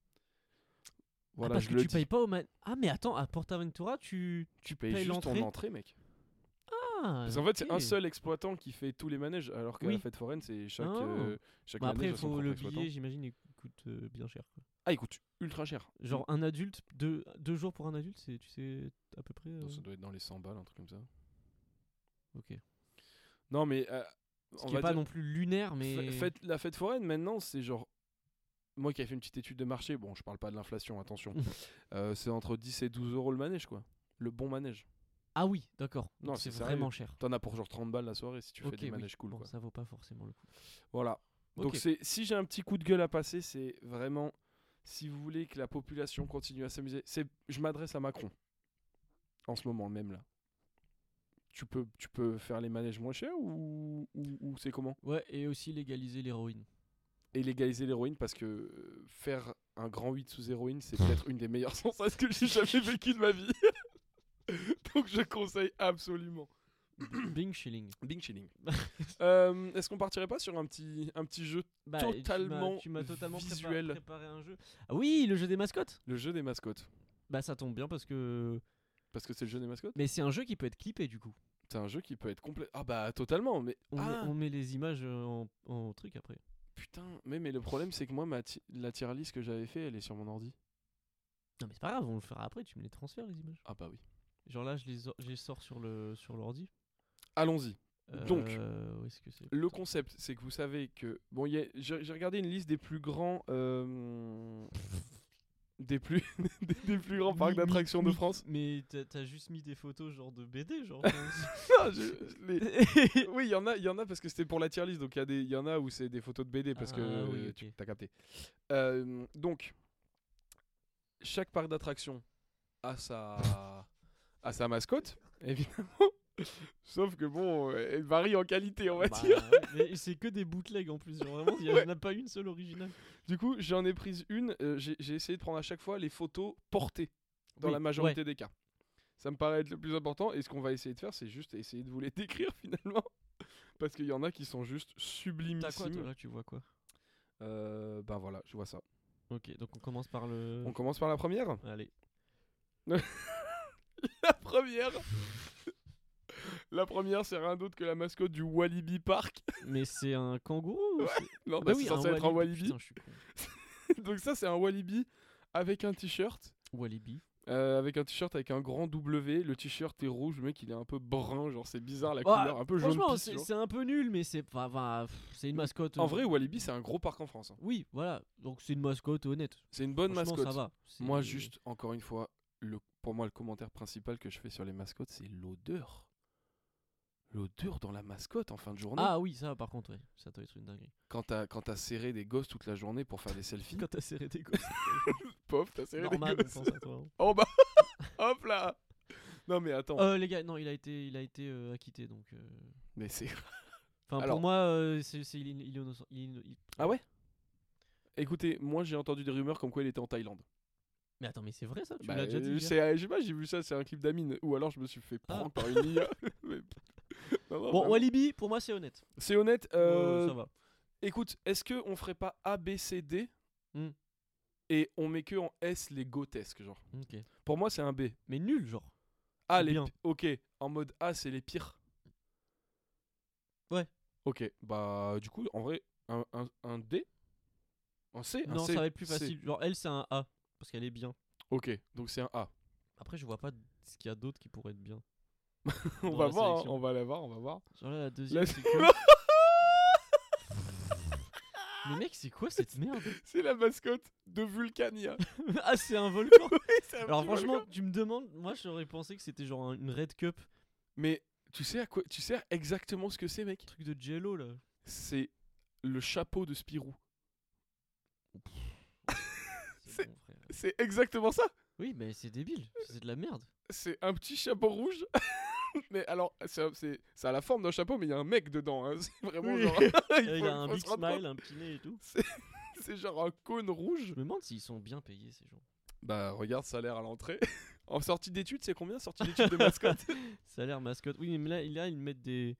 B: Voilà,
D: parce
B: je
D: que
B: le
D: tu
B: dis.
D: payes pas au Ah, mais attends, à Portaventura, tu
B: payes juste
D: l'entrée.
B: ton entrée, mec.
D: Ah,
B: Parce qu'en fait, c'est
D: ok.
B: un seul exploitant qui fait tous les manèges, alors que
D: Oui.
B: la fête foraine, c'est chaque
D: Bah après,
B: manège a son propre
D: le
B: exploitant.
D: billet, j'imagine, il coûte bien cher. Quoi.
B: Ah, il coûte ultra cher.
D: Genre un adulte, deux jours pour un adulte, c'est, tu sais, à peu près.
B: Non, ça doit être dans les 100 balles, un truc comme ça.
D: Ok.
B: Non, mais
D: Ce
B: on
D: qui
B: va
D: est pas
B: dire,
D: non plus lunaire, mais.
B: la fête foraine, maintenant, c'est genre. Moi qui ai fait une petite étude de marché, bon, je parle pas de l'inflation, attention. C'est entre 10 et 12 euros le manège, quoi. Le bon manège.
D: Ah oui, d'accord.
B: Non,
D: Donc, c'est
B: c'est
D: vraiment
B: sérieux.
D: cher.
B: T'en as pour genre 30 balles la soirée si tu fais
D: Ok,
B: des
D: oui.
B: manèges cool,
D: Bon,
B: quoi.
D: ça vaut pas forcément le coup.
B: Voilà. Donc
D: Ok.
B: si j'ai un petit coup de gueule à passer, c'est vraiment si vous voulez que la population continue à s'amuser, je m'adresse à Macron. En ce moment même là. Tu peux faire les manèges moins chers ou c'est comment?
D: Ouais, et aussi légaliser l'héroïne.
B: Et légaliser l'héroïne parce que faire un grand 8 sous héroïne, c'est peut-être une des meilleures sensations que j'ai jamais vécues de ma vie. Donc je conseille absolument.
D: Bing shilling.
B: Bing chilling. Est-ce qu'on partirait pas sur un petit jeu
D: Bah,
B: totalement
D: tu m'as totalement
B: visuel?
D: préparé un jeu. Ah oui, le jeu des mascottes.
B: Le jeu des mascottes.
D: Bah ça tombe bien parce que.
B: Parce que c'est le jeu des mascottes?
D: Mais c'est un jeu qui peut être clippé du coup.
B: C'est un jeu qui peut être complet. Ah bah totalement, mais
D: On met les images en truc après.
B: putain, mais le problème c'est que moi la tier list que j'avais fait, elle est sur mon ordi.
D: Non mais c'est pas grave, on le fera après, tu me les transfères les images.
B: Ah bah oui.
D: Genre là, je les sors sur l'ordi.
B: Allons-y. Donc,
D: où est-ce que c'est
B: Le concept, c'est que vous savez que bon, j'ai regardé une liste des plus grands des plus grands parcs d'attractions de France.
D: Mais t'as juste mis des photos genre de BD genre.
B: Non, oui, il y en a parce que c'était pour la tier list, donc il y en a où c'est des photos de BD parce que
D: oui, ok.
B: tu t'as capté. Donc chaque parc d'attraction a sa mascotte, évidemment. Sauf que bon, elle varie en qualité, on va
D: Bah,
B: dire.
D: ouais, mais c'est que des bootlegs en plus. Genre, vraiment, il n'y en a pas une seule originale.
B: Du coup, j'en ai prise une. J'ai essayé de prendre à chaque fois les photos portées dans
D: Oui,
B: la majorité des cas. Ça me paraît être le plus important. Et ce qu'on va essayer de faire, c'est juste essayer de vous les décrire finalement. Parce qu'il y en a qui sont juste
D: T'as quoi,
B: sublimissimes.
D: toi, là, tu vois quoi?
B: Ben voilà, je vois ça.
D: Ok, donc on commence par le.
B: On commence par la première.
D: Allez.
B: La première. La première, c'est rien d'autre que la mascotte du Walibi Park.
D: Mais c'est un kangourou ou
B: Ouais.
D: c'est-
B: Non,
D: Ah bah
B: c'est
D: oui,
B: censé être un Walibi.
D: Putain, je suis con.
B: Donc ça, c'est un Walibi avec un t-shirt.
D: Walibi.
B: Avec un t-shirt avec un grand W. Le t-shirt est rouge, le mec il est un peu brun, genre c'est bizarre la
D: Ah,
B: couleur, un peu jaune
D: Franchement,
B: pisse, genre.
D: c'est un peu nul, mais c'est pas. Enfin, c'est une mascotte.
B: En vrai, Walibi c'est un gros parc en France. Hein.
D: Oui, voilà. Donc c'est une mascotte honnête.
B: C'est une bonne
D: Franchement,
B: mascotte.
D: ça va.
B: Moi, juste, encore une fois, pour moi, le commentaire principal que je fais sur les mascottes, c'est l'odeur. L'odeur dans la mascotte en fin de journée.
D: Ah oui, ça par contre, ouais. Ça doit être une dinguerie.
B: Quand t'as serré des gosses toute la journée pour faire des selfies.
D: Quand t'as serré tes gosses.
B: Pof, t'as serré
D: Norman,
B: des
D: on
B: gosses.
D: pense à toi. Hein.
B: Oh bah, hop là. Non mais attends.
D: Les gars, non, il a été acquitté donc.
B: Mais c'est.
D: Enfin,
B: Alors-
D: pour moi, il est innocent.
B: Ah ouais. Écoutez, moi j'ai entendu des rumeurs comme quoi il était en Thaïlande.
D: Mais attends, mais c'est vrai ça? Tu
B: Bah,
D: l'as déjà dit? hier
B: je sais pas, j'ai vu ça, c'est un clip d'Amine. Ou alors je me suis fait prendre par une IA. Mais- Non, non,
D: Bon,
B: vraiment.
D: Walibi, pour moi, c'est honnête.
B: C'est honnête.
D: Ça va.
B: Écoute, est-ce qu'on ferait pas A, B, C, D
D: Hmm.
B: et on met que en S les grotesques, genre.
D: Ok.
B: Pour moi, c'est un B.
D: Mais nul, genre.
B: A,
D: Ou
B: les
D: bien.
B: ok. En mode A, c'est les pires.
D: Ouais.
B: Ok. Bah, du coup, en vrai, un D. Un C. Un
D: Non,
B: C,
D: ça va être plus
B: C.
D: facile. Genre, elle, c'est un A. Parce qu'elle est bien.
B: Ok, donc c'est un A.
D: Après, je vois pas ce qu'il y a d'autre qui pourrait être bien.
B: On
D: Dans
B: va
D: la
B: voir, hein,
D: sélection.
B: on va la voir, on va voir.
D: Genre là, la deuxième,
B: La-
D: c'est que. Mais mec, c'est quoi cette merde?
B: C'est la mascotte de Vulcania.
D: Ah, c'est un volcan.
B: Oui, c'est un
D: Alors
B: petit
D: franchement,
B: volcan.
D: tu me demandes, moi j'aurais pensé que c'était genre une Red Cup,
B: Mais tu sais à quoi, tu sais exactement ce que c'est, mec.
D: truc de Jello là.
B: C'est le chapeau de Spirou.
D: C'est bon, frère.
B: C'est exactement ça.
D: Oui, mais c'est débile, c'est de la merde.
B: C'est un petit chapeau rouge. Mais alors, ça a la forme d'un chapeau, mais il y a un mec dedans. Hein. C'est vraiment
D: Oui.
B: genre.
D: Il a un
B: faut
D: big
B: se rendre compte.
D: smile, un petit nez et tout.
B: C'est genre un cône rouge.
D: Je me demande s'ils sont bien payés ces gens.
B: Bah, regarde, salaire à l'entrée. En sortie d'études, c'est combien sortie d'études de mascotte?
D: Salaire mascotte. Oui, mais là ils mettent des.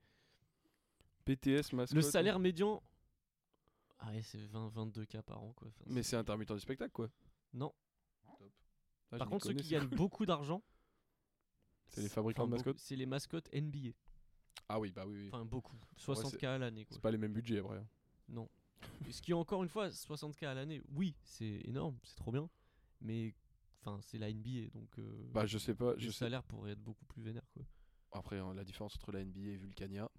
B: BTS, mascotte.
D: Le salaire médian. Ah ouais, c'est 22K par an quoi. Enfin,
B: Mais c'est intermittent du spectacle, quoi.
D: Non.
B: Ah, je
D: Par
B: m'y
D: contre, ceux
B: connais,
D: qui
B: c'est
D: gagnent beaucoup d'argent,
B: C'est les fabricants de mascottes.
D: c'est les mascottes NBA.
B: Ah oui, bah oui, oui.
D: Enfin, beaucoup. 60K à l'année quoi.
B: C'est pas les mêmes budgets, après.
D: Non. Et ce qui est encore une fois 60K à l'année, oui, c'est énorme, c'est trop bien. Mais enfin, c'est la NBA donc
B: Bah, je sais pas.
D: le
B: Je sais.
D: salaire pourrait être beaucoup plus vénère quoi.
B: Après, hein, la différence entre la NBA et Vulcania.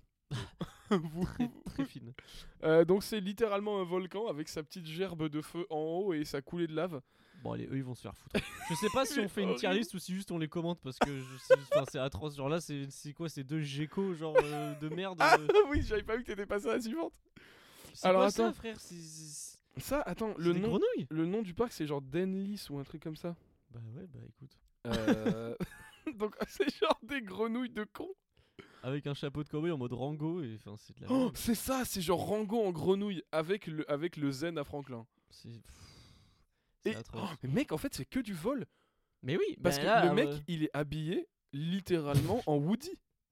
D: Très fine.
B: Donc, c'est littéralement un volcan avec sa petite gerbe de feu en haut et sa coulée de lave.
D: Bon allez, eux ils vont se faire foutre. Je sais pas si on fait une tier
B: Horrible.
D: list ou si juste on les commente parce que enfin, c'est atroce. Genre là, c'est quoi? C'est deux geckos genre de merde.
B: Ah oui, j'avais pas vu que t'étais passé à la suivante.
D: C'est
B: alors,
D: quoi ça,
B: attends.
D: frère? C'est
B: Ça, attends,
D: des grenouilles?
B: le nom du parc, c'est genre Denlis ou un truc comme ça.
D: Bah ouais, bah écoute.
B: Donc, c'est genre des grenouilles de con.
D: Avec un chapeau de cowboy en mode Rango et enfin c'est de la
B: Oh,
D: merde.
B: c'est ça, c'est genre Rango en grenouille avec le zen à Franklin.
D: C'est
B: Et,
D: atroce.
B: oh, mais mec, en fait, c'est que du vol.
D: Mais oui,
B: Parce
D: bah
B: que
D: là,
B: le mec, il est habillé littéralement en Woody.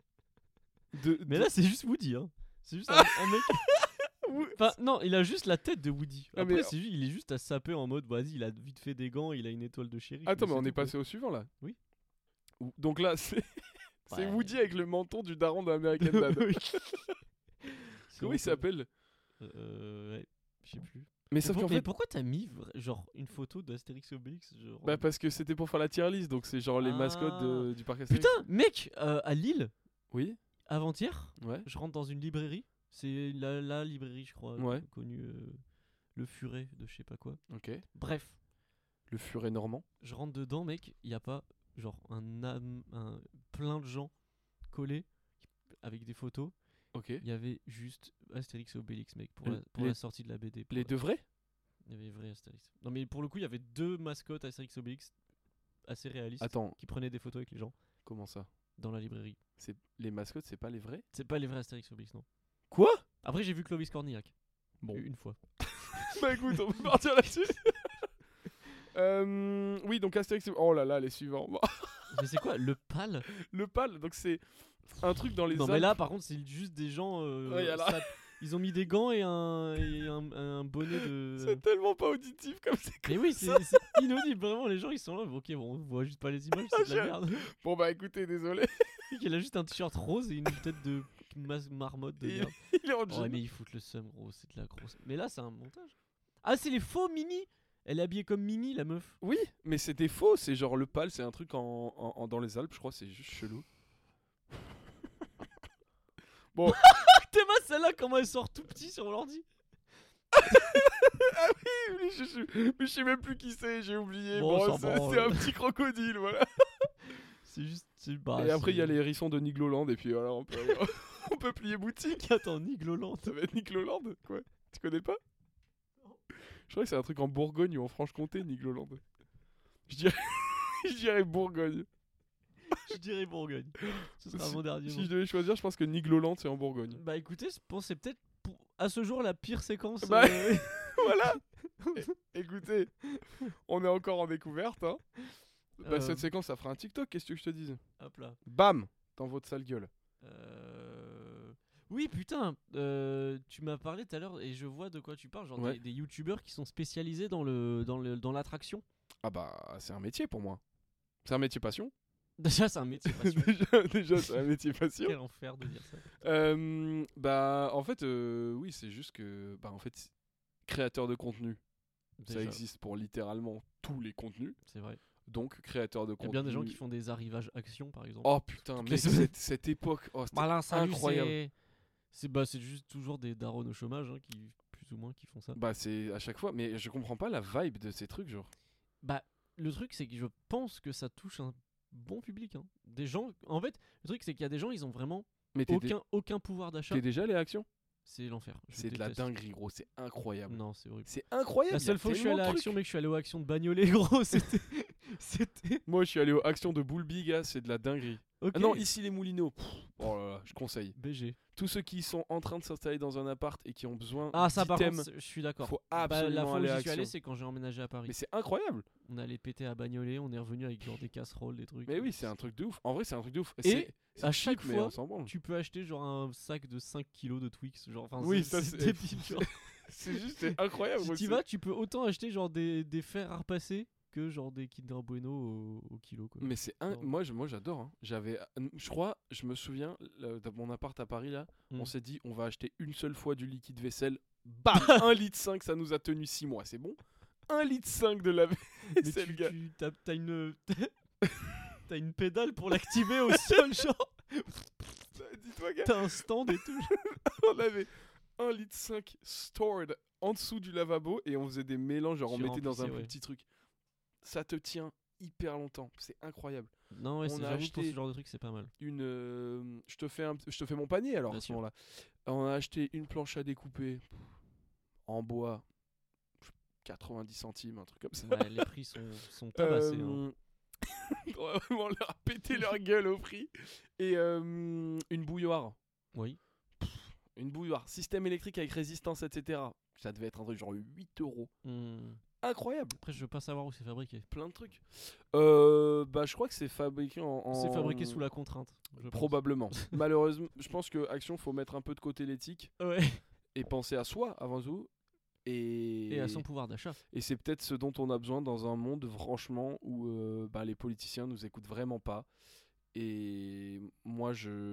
D: mais là c'est juste Woody hein. C'est juste un mec.
B: Oui.
D: Enfin non, il a juste la tête de Woody.
B: Ah,
D: Après
B: mais-
D: c'est juste, il est juste à saper en mode vas-y, il a vite fait des gants, il a une étoile de shérif.
B: Attends, mais
D: c'est
B: on est
D: tout, quoi.
B: passé au suivant là.
D: Oui.
B: Donc là, c'est c'est
D: Ouais.
B: Woody avec le menton du daron de American Dad.
D: Oui.
B: Comment il s'appelle?
D: Ouais, je sais plus.
B: Mais sauf qu'en
D: Mais
B: fait,
D: pourquoi t'as mis genre une photo d'Astérix et Obélix genre...
B: bah parce que c'était pour faire la tier list, donc c'est genre les mascottes du parc Astérix.
D: Putain, mec, à Lille,
B: Oui.
D: avant-hier,
B: Ouais.
D: je rentre dans une librairie. C'est la librairie, je crois,
B: Ouais.
D: connue, le Furet de je sais pas quoi.
B: Ok.
D: Bref,
B: Le furet normand.
D: je rentre dedans, mec, il y a pas genre plein de gens collés avec des photos.
B: Ok.
D: Il y avait juste Astérix et Obélix, mec, pour,
B: Les-
D: la sortie de la BD. pour
B: Les
D: la-
B: deux vrais?
D: Il y avait vrai Astérix. Non, mais pour le coup, il y avait deux mascottes Astérix et Obélix assez réalistes
B: Attends,
D: qui prenaient des photos avec les gens.
B: comment ça?
D: dans la librairie.
B: Les mascottes, c'est pas les vrais?
D: C'est pas les vrais Astérix Obélix, non.
B: Quoi?
D: Après, j'ai vu Clovis Cornillac.
B: Bon.
D: Une fois.
B: Bah écoute, on peut partir là-dessus. Oui, donc Astérix. Oh là là, les suivants. Bon.
D: Mais c'est quoi le pal?
B: Le PAL, donc c'est un truc dans les
D: Non,
B: Alpes.
D: mais là, par contre, c'est juste des gens.
B: Oui, alors-
D: Ils ont mis des gants et un bonnet de.
B: C'est tellement pas auditif comme c'est.
D: Mais oui, c'est inaudible, vraiment. Les gens ils sont là. Ok, bon, on voit juste pas les images, c'est de la merde.
B: Bon bah écoutez, désolé.
D: Il a juste un t-shirt rose et une tête de marmotte de
B: Il,
D: merde.
B: il est en
D: Ouais,
B: jean.
D: mais ils foutent le seum, gros, c'est de la grosse. Mais là, c'est un montage. Ah, c'est les faux Mini. Elle est habillée comme Mini, la meuf.
B: Oui, mais c'était faux. C'est genre le PAL, c'est un truc dans les Alpes, je crois. C'est juste chelou. Bon.
D: Théma, celle-là, comment elle sort tout petit sur l'ordi.
B: Mais je sais même plus qui c'est, j'ai oublié.
D: Bon,
B: Bon,
D: ça
B: c'est
D: va,
B: c'est un petit crocodile, voilà.
D: C'est juste. Bah,
B: Et après, il y a les hérissons de Nigloland, et puis voilà, on peut, on peut plier boutique.
D: Attends, Nigloland.
B: Ça va être Nigloland, quoi. Tu connais pas? Je crois que c'est un truc en Bourgogne ou en Franche-Comté, Nigloland. Je dirais, je dirais Bourgogne.
D: Je dirais Bourgogne. Ce sera mon dernier
B: Si
D: mot.
B: je devais choisir, je pense que Nigloland, c'est en Bourgogne.
D: Bah écoutez, je pense que c'est peut-être à ce jour la pire séquence.
B: Bah, Voilà. Écoutez, on est encore en découverte, hein. Bah, cette séquence, ça fera un TikTok, qu'est-ce que je te dise?
D: Hop là.
B: Bam, dans votre sale gueule.
D: Oui, putain, tu m'as parlé tout à l'heure et je vois de quoi tu parles, genre
B: Ouais.
D: des youtubeurs qui sont spécialisés dans l'attraction.
B: Ah bah, c'est un métier pour moi. C'est un métier passion.
D: Déjà, c'est un métier passion.
B: déjà c'est un métier passion.
D: Quel enfer de dire ça.
B: Bah, en fait, oui, c'est juste que, bah, en fait, créateur de contenu, ça
D: Déjà,
B: existe pour littéralement tous les contenus.
D: c'est vrai.
B: Donc, créateur de
D: Il y a
B: contenu.
D: bien des gens qui font des arrivages action, par exemple.
B: Oh putain,
D: Toutes
B: mais
D: les semaines.
B: cette époque, oh, c'était
D: Malin, salut,
B: incroyable.
D: c'est juste toujours des darons au chômage hein, qui plus ou moins qui font ça.
B: Bah, c'est à chaque fois, mais je comprends pas la vibe de ces trucs, genre.
D: Bah le truc c'est que je pense que ça touche un bon public hein. Des gens en fait, le truc c'est qu'il y a des gens ils ont vraiment
B: Mais
D: aucun pouvoir d'achat.
B: t'es déjà allé à Action?
D: C'est l'enfer. Je
B: C'est de la
D: déteste.
B: dinguerie, gros, c'est incroyable.
D: Non, c'est horrible.
B: C'est incroyable.
D: La
B: y a
D: seule fois où je suis allé
B: tellement
D: à
B: de
D: Action,
B: trucs.
D: mec, je suis allé aux Actions de Bagnolet, gros, c'était
B: Moi, je suis allé aux Actions de Boulbiga, c'est de la dinguerie.
D: OK.
B: Ah non, ici les Moulineaux. Pff, oh là là, je conseille.
D: BG.
B: Tous ceux qui sont en train de s'installer dans un appart et qui ont besoin
D: Ah ça par
B: d'items,
D: contre, je suis d'accord.
B: faut
D: Bah, la
B: absolument
D: fois où
B: aller à
D: j'y suis allé,
B: Action.
D: c'est quand j'ai emménagé à Paris.
B: Mais c'est incroyable.
D: On allait péter à Bagnolet, on est revenu avec genre des casseroles, des trucs.
B: Mais oui, c'est un truc de ouf. En vrai, c'est un truc de ouf.
D: Et
B: C'est
D: à
B: cheap,
D: chaque
B: mais
D: fois,
B: on s'en branle.
D: tu peux acheter genre un sac de 5 kilos de Twix, genre enfin
B: Oui,
D: c'est
B: ça, c'est-
D: débile, genre.
B: C'est juste c'est incroyable.
D: Si
B: gros,
D: tu
B: c'est-
D: vas, tu peux autant acheter genre des fers à repasser que genre des Kinder Bueno au kilo quoi.
B: Mais c'est
D: Non.
B: moi j'adore. Hein. J'avais, je crois, je me souviens dans mon appart à Paris là,
D: Mm.
B: on s'est dit on va acheter une seule fois du liquide vaisselle. Bam, 1,5 litre, ça nous a tenu 6 mois, c'est bon. 1,5 litre de la
D: Mais
B: vaisselle, gars.
D: t'as une t'as une pédale pour l'activer au sol genre.
B: Dis-toi, gars,
D: T'as un stand et tout.
B: on avait 1,5 litre stored en dessous du lavabo et on faisait des mélanges, genre on
D: Tu
B: mettait dans un
D: remplissais,
B: plus
D: ouais.
B: petit truc. Ça te tient hyper longtemps, c'est incroyable.
D: Non ouais,
B: On a
D: j'avoue que pour
B: acheté
D: ce genre de truc c'est pas mal.
B: Je te fais mon panier alors
D: Bien
B: à ce
D: sûr.
B: moment-là. On a acheté une planche à découper en bois, 90 centimes, un truc comme ça.
D: Ouais, les prix sont tabassés. Hein.
B: On va vraiment leur péter leur gueule au prix. Et une bouilloire.
D: Oui.
B: Une bouilloire. Système électrique avec résistance, etc. Ça devait être un truc genre 8 €. Incroyable.
D: Après je veux pas savoir où c'est fabriqué.
B: Plein de trucs. Bah je crois que c'est fabriqué en...
D: C'est fabriqué sous la contrainte. je pense.
B: Probablement. Malheureusement, je pense que Action, faut mettre un peu de côté l'éthique
D: Ouais.
B: et penser à soi avant tout.
D: Et à son pouvoir d'achat.
B: Et c'est peut-être ce dont on a besoin dans un monde, franchement, où bah, les politiciens nous écoutent vraiment pas. Et moi,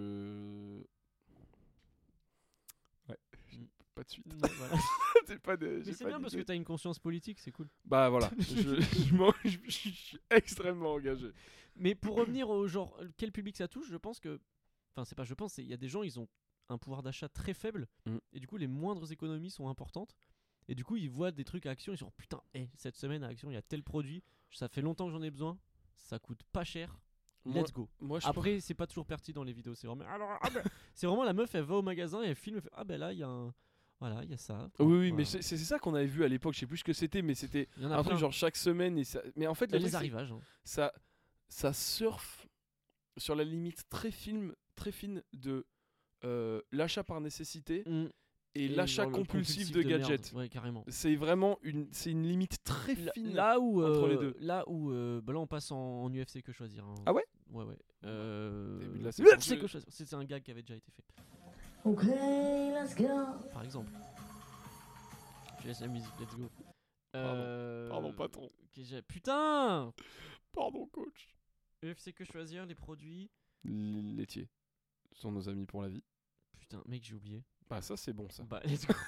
B: Ouais,
D: Mm.
B: pas de suite.
D: Non, voilà.
B: C'est pas de- j'ai
D: Mais c'est
B: pas
D: bien parce que
B: d'idée.
D: t'as une conscience politique, c'est cool.
B: Bah voilà, je suis extrêmement engagé.
D: Mais pour revenir au genre, quel public ça touche, je pense que. Enfin, c'est pas je pense, il y a des gens, ils ont un pouvoir d'achat très faible.
B: Mm.
D: Et du coup, les moindres économies sont importantes. Et du coup, ils voient des trucs à Action, ils sont putain, cette semaine à Action, il y a tel produit, ça fait longtemps que j'en ai besoin, ça coûte pas cher, let's go.
B: Moi, je
D: Après, c'est pas toujours pertinent dans les vidéos, c'est vraiment. Alors, c'est vraiment la meuf, elle va au magasin et elle filme, elle fait ah ben là, il y a un. Voilà, il y a ça.
B: Oui,
D: Voilà.
B: mais c'est ça qu'on avait vu à l'époque. Je sais plus ce que c'était, mais c'était
D: Il y en a
B: un truc
D: plein.
B: genre chaque semaine. Mais en fait,
D: Il y
B: le
D: a
B: truc,
D: les
B: c'est-
D: arrivages. Hein.
B: ça surfe sur la limite très fine de l'achat par nécessité et l'achat
D: genre le
B: compulsif de
D: merde.
B: gadgets.
D: Ouais, carrément.
B: C'est vraiment une limite très fine.
D: Là où,
B: entre les deux.
D: là on passe en UFC que choisir. Hein.
B: Ah ouais?
D: Ouais.
B: Début de la
D: UFC
B: séquence.
D: que choisir. C'est un gag qui avait déjà été fait.
C: Ok, let's go.
D: Par exemple. Je laisse la musique, let's go.
B: Pardon, patron.
D: Putain!
B: Pardon, coach.
D: UFC que choisir, les produits.
B: Laitiers sont nos amis pour la vie.
D: Putain, mec, j'ai oublié.
B: Bah ça c'est bon ça.
D: Bah, let's go.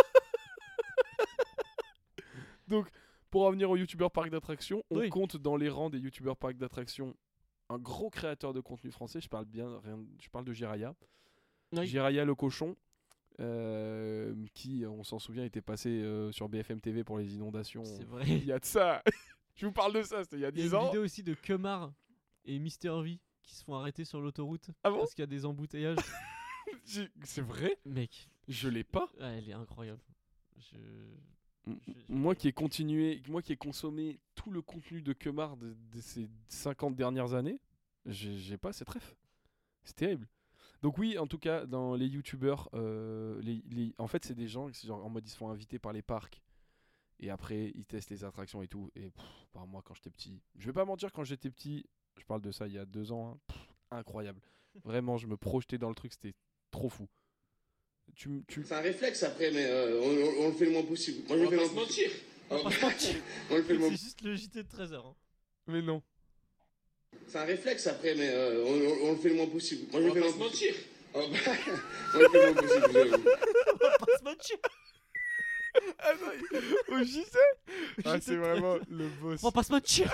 B: Donc pour revenir aux youtubeurs parcs d'attractions, on
D: Oui.
B: compte dans les rangs des youtubeurs parcs d'attractions un gros créateur de contenu français. Je parle de Jiraya.
D: Oui.
B: Jiraya le cochon, qui on s'en souvient était passé sur BFM TV pour les inondations.
D: C'est vrai.
B: Il y a de ça. Je vous parle de ça, c'était il y a
D: Il y a
B: 10
D: une
B: ans.
D: vidéo aussi de Kemar et Mister V qui se font arrêter sur l'autoroute
B: Ah bon?
D: parce qu'il y a des embouteillages.
B: C'est vrai?
D: Mec,
B: Je l'ai pas.
D: elle est incroyable.
B: Moi qui ai consommé tout le contenu de Kemar de ces 50 dernières années, j'ai pas cette ref. C'est terrible. Donc oui, en tout cas, dans les youtubeurs, en fait c'est des gens qui genre, en mode ils se font inviter par les parcs et après ils testent les attractions et tout. Et moi quand j'étais petit, je vais pas mentir, quand j'étais petit, je parle de ça il y a 2 ans, hein, incroyable. Vraiment, je me projetais dans le truc, c'était trop fou.
E: C'est un réflexe après, mais on le fait le moins possible. Moi, je le fais le moins possible.
D: On va pas se mentir.
E: On le fait le moins
D: C'est juste le JT de 13h. Hein.
B: Mais non.
E: C'est un réflexe après, mais on le fait le moins possible. Moi, je le fais le moins possible. On le fait le moins possible, j'avoue.
D: On va pas se mentir.
B: Au JC. Ah, c'est vraiment le boss.
D: On va pas se mentir.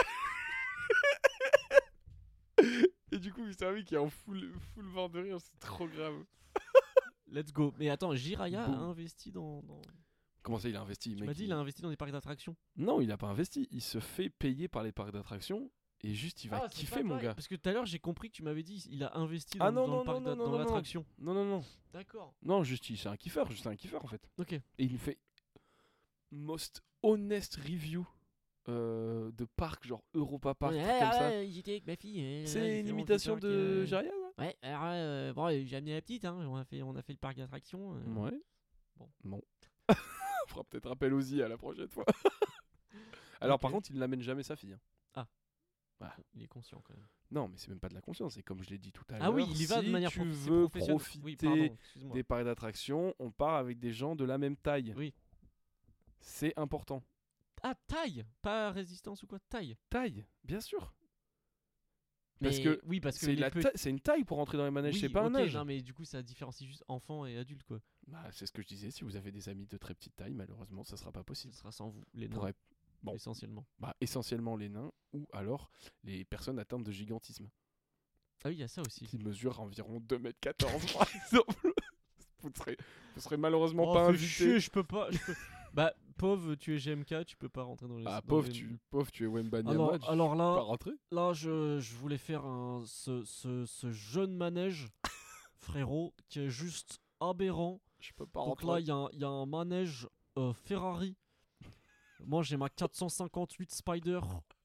B: Et du coup, Mister V qui est en full mort de rire, c'est trop grave.
D: Let's go. Mais attends, Jiraya a
B: Boum.
D: investi dans...
B: Comment ça, il a investi,
D: Tu
B: mec?
D: m'as dit il a investi dans des parcs d'attractions.
B: Non, il a pas investi. Il se fait payer par les parcs d'attractions et juste il va
D: c'est
B: kiffer,
D: pas
B: mon
D: pareil,
B: gars.
D: Parce que tout à l'heure j'ai compris que tu m'avais dit il a investi
B: Ah
D: dans
B: non,
D: le parc
B: non,
D: dans
B: non,
D: l'attraction.
B: Non.
D: D'accord.
B: Non, juste, c'est un kiffeur en fait.
D: Ok.
B: Et il nous fait most honest review de parcs, genre Europa Park, trucs comme ça.
D: J'étais avec ma fille.
B: C'est une imitation de Jaria,
D: Ouais, alors bon, j'ai amené la petite, hein. On a fait le parc d'attractions.
B: Ouais.
D: Bon.
B: On fera peut-être appel aux I à la prochaine fois. Alors, par contre, il n'amène jamais sa fille. Hein.
D: Il est conscient quand même.
B: Non, mais c'est même pas de la conscience. C'est comme je l'ai dit tout à l'heure.
D: Ah oui, il y va de
B: si
D: manière
B: tu
D: c'est
B: veux
D: professionnel.
B: profiter
D: Oui, pardon, excuse-moi.
B: des parcs d'attractions, on part avec des gens de la même taille.
D: Oui.
B: C'est important.
D: Ah, taille, pas résistance ou quoi, taille.
B: Taille, bien sûr.
D: Mais
B: Parce que
D: oui, parce que
B: c'est une taille pour entrer dans les manèges,
D: oui,
B: c'est pas un
D: ok,
B: âge.
D: Non, mais du coup, ça différencie juste enfant et adulte, quoi.
B: Bah, c'est ce que je disais. Si vous avez des amis de très petite taille, malheureusement, ça sera pas
D: Ce
B: possible.
D: sera sans vous, les nains,
B: Pourrait- bon.
D: essentiellement.
B: Bah, essentiellement les nains ou alors les personnes atteintes de gigantisme
D: Ah oui, il y a ça aussi.
B: qui mesurent environ 2m14 par exemple. Vous serez malheureusement
D: Oh,
B: pas
D: fais
B: invité.
D: chier, je peux pas. Bah, pauvre, tu es GMK, tu peux pas rentrer dans les.
B: Ah,
D: dans
B: pauvre,
D: les-
B: tu es Wembanyama.
D: Alors
B: pas
D: là,
B: rentrer.
D: je voulais faire ce jeune manège, frérot, qui est juste aberrant.
B: Je peux pas
D: Donc
B: rentrer.
D: là, il y a un manège Ferrari. Moi, j'ai ma 458 Spider,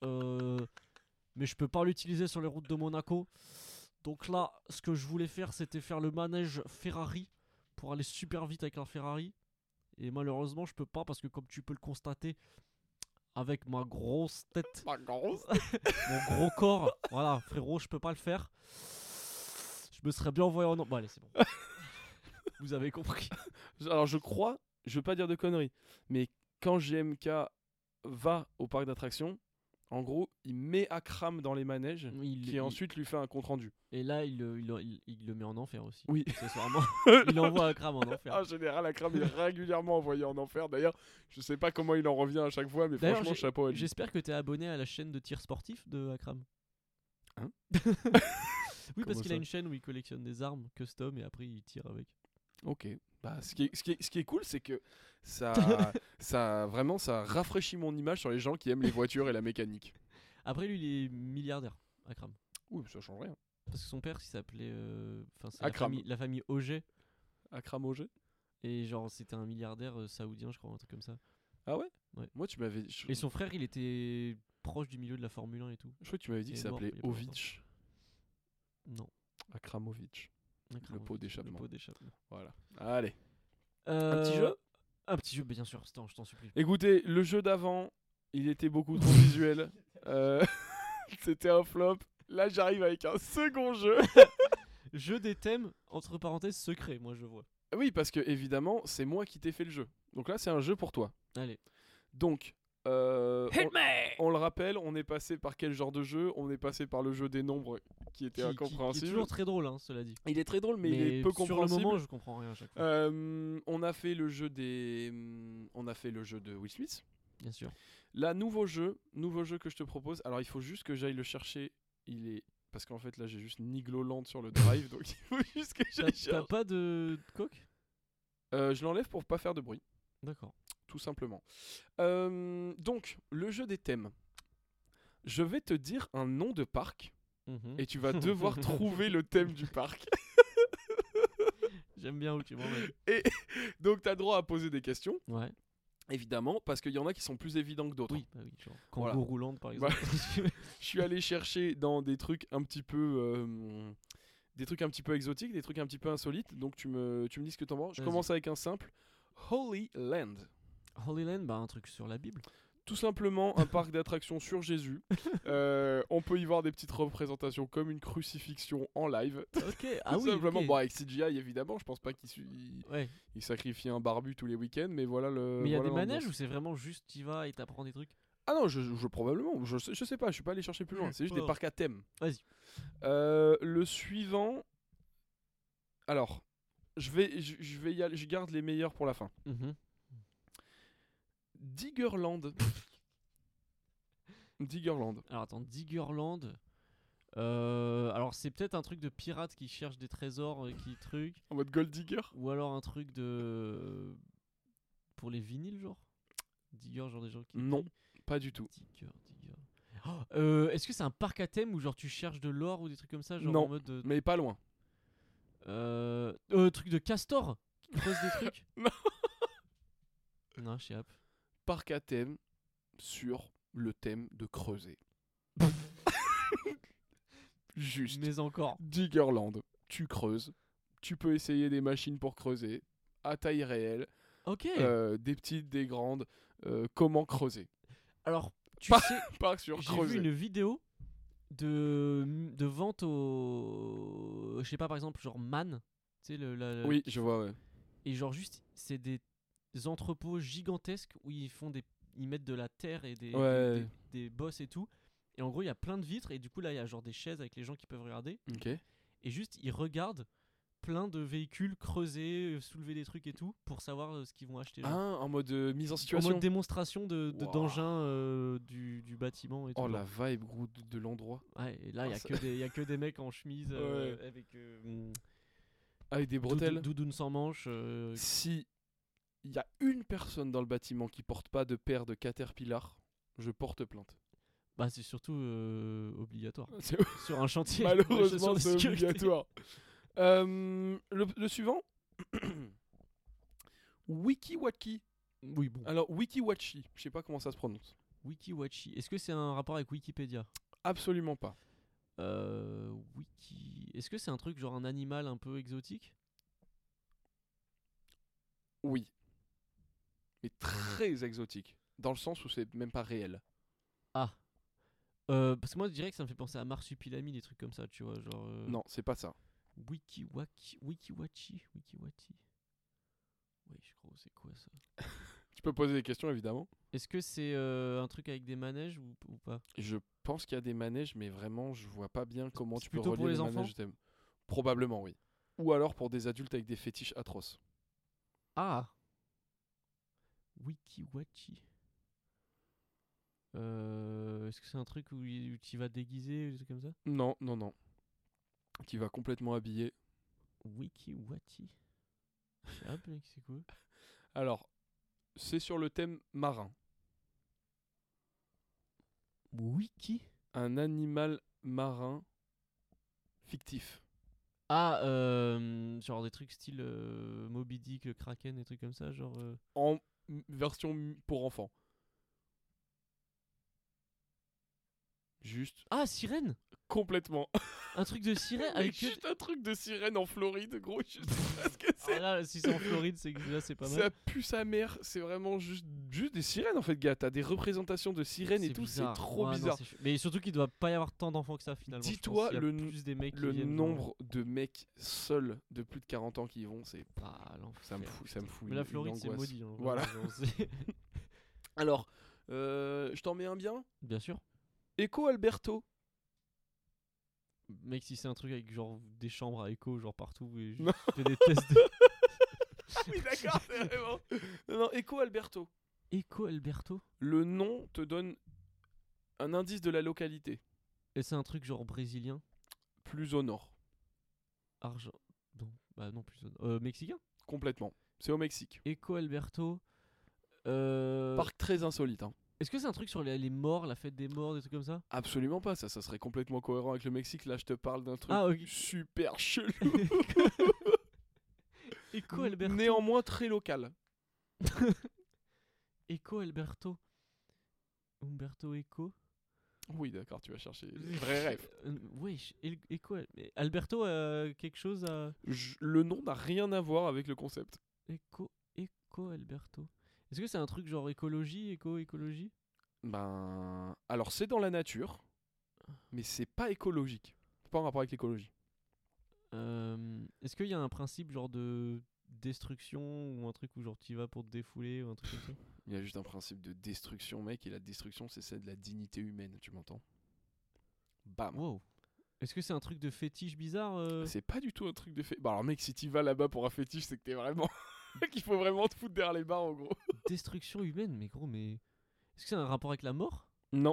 D: mais je peux pas l'utiliser sur les routes de Monaco. Donc là, ce que je voulais faire, c'était faire le manège Ferrari pour aller super vite avec la Ferrari. Et malheureusement, je peux pas parce que comme tu peux le constater, avec ma grosse tête,
B: Pas grosse.
D: mon gros corps, voilà, frérot, je peux pas le faire. Je me serais bien envoyé en... Bon, allez, c'est bon. Vous avez compris.
B: Alors je crois, je veux pas dire de conneries, mais quand GMK va au parc d'attractions, en gros, il met Akram dans les manèges, qui ensuite lui fait un compte rendu.
D: Et là, il le met en enfer aussi.
B: Oui.
D: Accessoirement. Il envoie Akram en enfer.
B: En général, Akram est régulièrement envoyé en enfer. D'ailleurs, je sais pas comment il en revient à chaque fois, mais
D: D'ailleurs,
B: franchement, chapeau à lui.
D: J'espère que t'es abonné à la chaîne de tir sportif de Akram.
B: Hein
D: Oui, parce
B: Comment
D: qu'il
B: ça
D: a une chaîne où il collectionne des armes custom et après il tire avec.
B: Ok. Bah, ce qui est cool, c'est que ça rafraîchit mon image sur les gens qui aiment les voitures et la mécanique.
D: Après, lui, il est milliardaire, Akram.
B: Ouh, ça change rien.
D: Parce que son père, il s'appelait. Enfin, c'est
B: Akram.
D: la famille Auger.
B: Akram Auger.
D: Et genre, c'était un milliardaire saoudien, je crois, un truc comme ça.
B: Ah ouais.
D: Ouais.
B: Moi, tu m'avais.
D: Et son frère, il était proche du milieu de la Formule 1 et tout.
B: Je crois que tu m'avais dit
D: Il
B: qu'il
D: est mort
B: s'appelait
D: il y a pas longtemps.
B: Ovitch.
D: Non.
B: Akramovic. Le pot d'échappement.
D: Le pot d'échappement.
B: Voilà. Allez.
D: Un
B: petit jeu
D: Un petit jeu, bien sûr. Je t'en supplie.
B: Écoutez, le jeu d'avant, il était beaucoup trop visuel. C'était un flop. Là, j'arrive avec un second jeu.
D: Jeu des thèmes, entre parenthèses, secret, moi je vois.
B: Oui, parce que évidemment, c'est moi qui t'ai fait le jeu. Donc là, c'est un jeu pour toi.
D: Allez.
B: Donc, on le rappelle, on est passé par quel genre de jeu? On est passé par le jeu des nombres qui était
D: Qui
B: incompréhensible.
D: est toujours très drôle, hein, cela dit.
B: Il est très drôle, mais il est peu
D: sur
B: compréhensible.
D: le moment, je comprends rien à chaque fois.
B: On a fait le jeu on a fait le jeu de Will Smith.
D: Bien sûr.
B: Là, nouveau jeu que je te propose. Alors, il faut juste que j'aille le chercher. Parce qu'en fait, là, j'ai juste Nigloland sur le drive, donc il faut juste que j'aille
D: T'as
B: chercher.
D: pas de coque?
B: Je l'enlève pour pas faire de bruit.
D: D'accord.
B: Tout simplement. Donc, le jeu des thèmes. Je vais te dire un nom de parc et tu vas devoir trouver le thème du parc.
D: J'aime bien où tu m'emmènes.
B: Et donc, tu as droit à poser des questions,
D: Ouais.
B: évidemment, parce qu'il y en a qui sont plus évidents que d'autres.
D: Oui, bah oui, genre
B: Voilà.
D: Kangourou roulante par exemple.
B: Je suis allé chercher dans des trucs un petit peu exotiques, des trucs un petit peu insolites. Donc tu me dis ce que t'en penses. Je
D: Vas-y.
B: commence avec un simple Holy Land.
D: Holy Land, bah un truc sur la Bible.
B: Tout simplement un parc d'attractions sur Jésus. On peut y voir des petites représentations comme une crucifixion en live.
D: Ok, ah
B: Tout
D: oui.
B: simplement.
D: ok.
B: Bon, avec CGI évidemment, je pense pas
D: Ouais.
B: il sacrifie un barbu tous les week-ends, mais voilà le.
D: Mais il y a
B: voilà
D: des manèges
B: l'ambiance.
D: ou c'est vraiment juste t'y vas et t'apprends des trucs?
B: Ah non, probablement, je sais pas, je suis pas allé chercher plus loin, c'est juste des
D: Oh.
B: parcs à thème.
D: Vas-y.
B: Le suivant, alors, je vais y aller, je garde les meilleurs pour la fin.
D: Mhm.
B: Diggerland. Diggerland.
D: Alors attends, Diggerland. Alors c'est peut-être un truc de pirate qui cherche des trésors, qui truc.
B: En mode Gold Digger.
D: Ou alors un truc de. Pour les vinyles, genre? Digger, genre des gens qui.
B: Non, pas du tout.
D: Digger. Est-ce que c'est un parc à thème où genre tu cherches de l'or ou des trucs comme ça? Genre
B: Non.
D: en mode.
B: Mais pas loin.
D: Truc de castor qui creuse des trucs?
B: Non.
D: Non, je sais pas.
B: Parc à thème sur le thème de creuser. Juste.
D: Mais encore.
B: Diggerland. Tu creuses. Tu peux essayer des machines pour creuser. À taille réelle.
D: Ok.
B: Des petites, des grandes. Comment creuser.
D: Alors, tu
B: Pas-
D: sais,
B: Pas sur
D: j'ai vu
B: creuser.
D: une vidéo de vente au. Je sais pas, par exemple, genre Man. Tu sais,
B: Oui, je vois, ouais.
D: Et genre, juste, c'est des entrepôts gigantesques où ils mettent de la terre et
B: Ouais.
D: des bosses et tout. Et en gros, il y a plein de vitres. Et du coup, là, il y a genre des chaises avec les gens qui peuvent regarder.
B: Ok.
D: Et juste, ils regardent plein de véhicules creuser, soulever des trucs et tout pour savoir ce qu'ils vont acheter.
B: Ah,
D: genre.
B: en mode mise en
D: En
B: situation.
D: mode démonstration
B: Wow.
D: d'engins du bâtiment et tout.
B: Oh,
D: genre.
B: la vibe, gros, de l'endroit.
D: Ouais, et là, il
B: Oh,
D: y a
B: ça-
D: que y a que des mecs en chemise
B: Ouais.
D: avec
B: Avec des bretelles.
D: doudoune sans manches.
B: Si il y a une personne dans le bâtiment qui porte pas de paire de Caterpillar, je porte plainte.
D: Bah, c'est surtout obligatoire.
B: C'est-
D: Sur un chantier.
B: Malheureusement,
D: de
B: c'est
D: sécurité.
B: obligatoire. Le suivant. Wikiwaki.
D: Oui, bon.
B: Alors, Wikiwachi, je sais pas comment ça se prononce.
D: Wikiwachi. Est-ce que c'est un rapport avec Wikipédia?
B: Absolument pas.
D: Est-ce que c'est un truc genre un animal un peu exotique?
B: Oui. Mais très exotique. Dans le sens où c'est même pas réel.
D: Ah. Parce que moi, je dirais que ça me fait penser à Marsupilami, des trucs comme ça, tu vois. Genre.
B: Non, c'est pas ça.
D: Wikiwachi. Oui, je crois. C'est quoi ça?
B: Tu peux poser des questions, évidemment.
D: Est-ce que c'est un truc avec des manèges ou pas?
B: Je pense qu'il y a des manèges, mais vraiment, je vois pas bien comment
D: C'est
B: tu peux
D: plutôt pour
B: relier
D: les
B: les
D: enfants
B: manèges. Probablement, oui. Ou alors pour des adultes avec des fétiches atroces.
D: Ah. Wikiwachi. Est-ce que c'est un truc où tu vas déguiser ou des trucs comme ça?
B: Non, non, non. Qui va complètement habillé.
D: Wikiwachi. Je sais pas, mec, c'est quoi?
B: Alors, c'est sur le thème marin.
D: Wiki?
B: Un animal marin fictif.
D: Ah, genre des trucs style Moby Dick, le Kraken, des trucs comme ça, genre.
B: En version pour enfants. Juste
D: Ah, sirène.
B: complètement.
D: Un truc de sirène
B: Mec,
D: avec.
B: juste un truc de sirène en Floride, gros. Je sais pas ce que
D: Ah,
B: c'est.
D: là, si c'est en Floride, c'est que là, c'est pas mal.
B: Ça pue sa mère. C'est vraiment juste des sirènes en fait, gars. T'as des représentations de sirènes et tout.
D: bizarre.
B: C'est trop
D: Ouais, non,
B: bizarre.
D: mais surtout qu'il doit pas y avoir tant d'enfants que ça finalement. je pense.
B: Dis-toi
D: Il y a
B: le
D: plus des mecs qui
B: Le
D: viennent,
B: nombre de mecs seuls de plus de 40 ans qui y vont, c'est.
D: Ah, l'enfer.
B: Ça me fout, ça me fout.
D: Mais la
B: une
D: Floride, c'est
B: angoisse.
D: maudit. Hein,
B: Voilà.
D: vraiment, genre, c'est-
B: Alors, je t'en mets un bien.
D: Bien sûr.
B: Eco Alberto.
D: Mec, si c'est un truc avec genre des chambres à écho, genre partout, et
B: Non.
D: je fais des tests de.
B: Oui, d'accord, c'est vraiment. Non, Eco Alberto.
D: Eco Alberto.
B: Le nom te donne un indice de la localité.
D: Et c'est un truc genre brésilien.
B: Plus au nord.
D: Argent. Non, bah non, plus. Mexicain.
B: Complètement. C'est au Mexique.
D: Eco Alberto.
B: Parc très insolite. Hein.
D: Est-ce que c'est un truc sur les morts, la fête des morts, des trucs comme ça?
B: Absolument pas, ça serait complètement cohérent avec le Mexique. Là, je te parle d'un truc
D: Ah, ok.
B: super chelou.
D: Eco Alberto.
B: Néanmoins très local.
D: Eco Alberto. Umberto Eco.
B: Oui, d'accord, tu vas chercher les vrais rêves.
D: Oui, Eco. Mais Alberto quelque chose à.
B: Le nom n'a rien à voir avec le concept.
D: Eco Alberto. Est-ce que c'est un truc genre écologie, écologie?
B: Ben, alors c'est dans la nature, mais c'est pas écologique. C'est pas en rapport avec l'écologie.
D: Est-ce qu'il y a un principe genre de destruction ou un truc où genre tu vas pour te défouler ou un truc comme ça?
B: Il y a juste un principe de destruction, mec, et la destruction, c'est celle de la dignité humaine, tu m'entends? Bam.
D: Wow. Est-ce que c'est un truc de fétiche bizarre
B: C'est pas du tout un truc de fait. Bah alors, mec, si tu vas là-bas pour un fétiche, c'est que t'es vraiment. qu'il faut vraiment te foutre derrière les barres, en gros.
D: Destruction humaine, mais gros, mais. Est-ce que c'est un rapport avec la mort?
B: Non.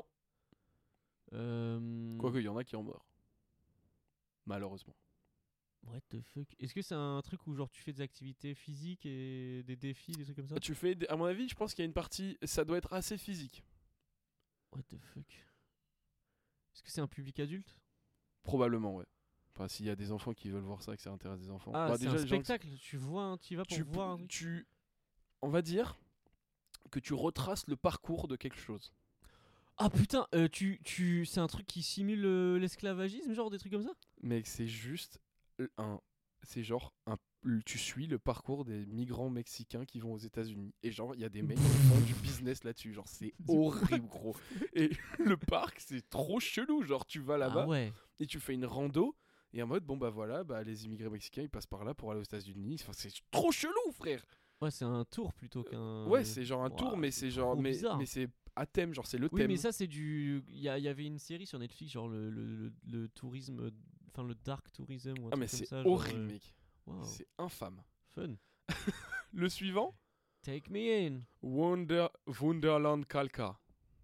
D: Euh...
B: Quoique, il y en a qui en meurent. Malheureusement.
D: What the fuck? Est-ce que c'est un truc où genre tu fais des activités physiques et des défis, des trucs comme ça?
B: Tu fais. À mon avis, je pense qu'il y a une partie. Ça doit être assez physique.
D: What the fuck? Est-ce que c'est un public adulte?
B: Probablement, ouais. Enfin, s'il y a des enfants qui veulent voir ça, que ça intéresse des enfants.
D: Ah,
B: Bah,
D: c'est
B: déjà,
D: un
B: les gens qui-
D: spectacle. Tu vois, tu y vas pour voir un truc.
B: On va dire que tu retraces le parcours de quelque chose.
D: Ah putain, c'est un truc qui simule l'esclavagisme, genre des trucs comme ça?
B: Mec, c'est juste c'est genre tu suis le parcours des migrants mexicains qui vont aux États-Unis et genre il y a des mecs qui font du business là-dessus, genre c'est horrible gros. Et le parc c'est trop chelou, genre tu vas là-bas
D: Ah ouais.
B: et tu fais une rando et en mode bon bah voilà, bah les immigrés mexicains ils passent par là pour aller aux États-Unis. Enfin, c'est trop chelou frère.
D: Ouais, c'est un tour plutôt qu'un.
B: Ouais, c'est genre un
D: Ouah,
B: tour mais c'est genre
D: trop bizarre.
B: mais c'est à thème, genre c'est le
D: Oui,
B: thème.
D: mais ça c'est du. Il y avait une série sur Netflix, genre le tourisme. Enfin, le dark tourism ou un
B: Ah mais
D: truc comme
B: c'est
D: ça. genre,
B: horrible mec.
D: Wow,
B: C'est infâme.
D: fun.
B: Le suivant,
D: Take me in.
B: Wunderland Kalkar.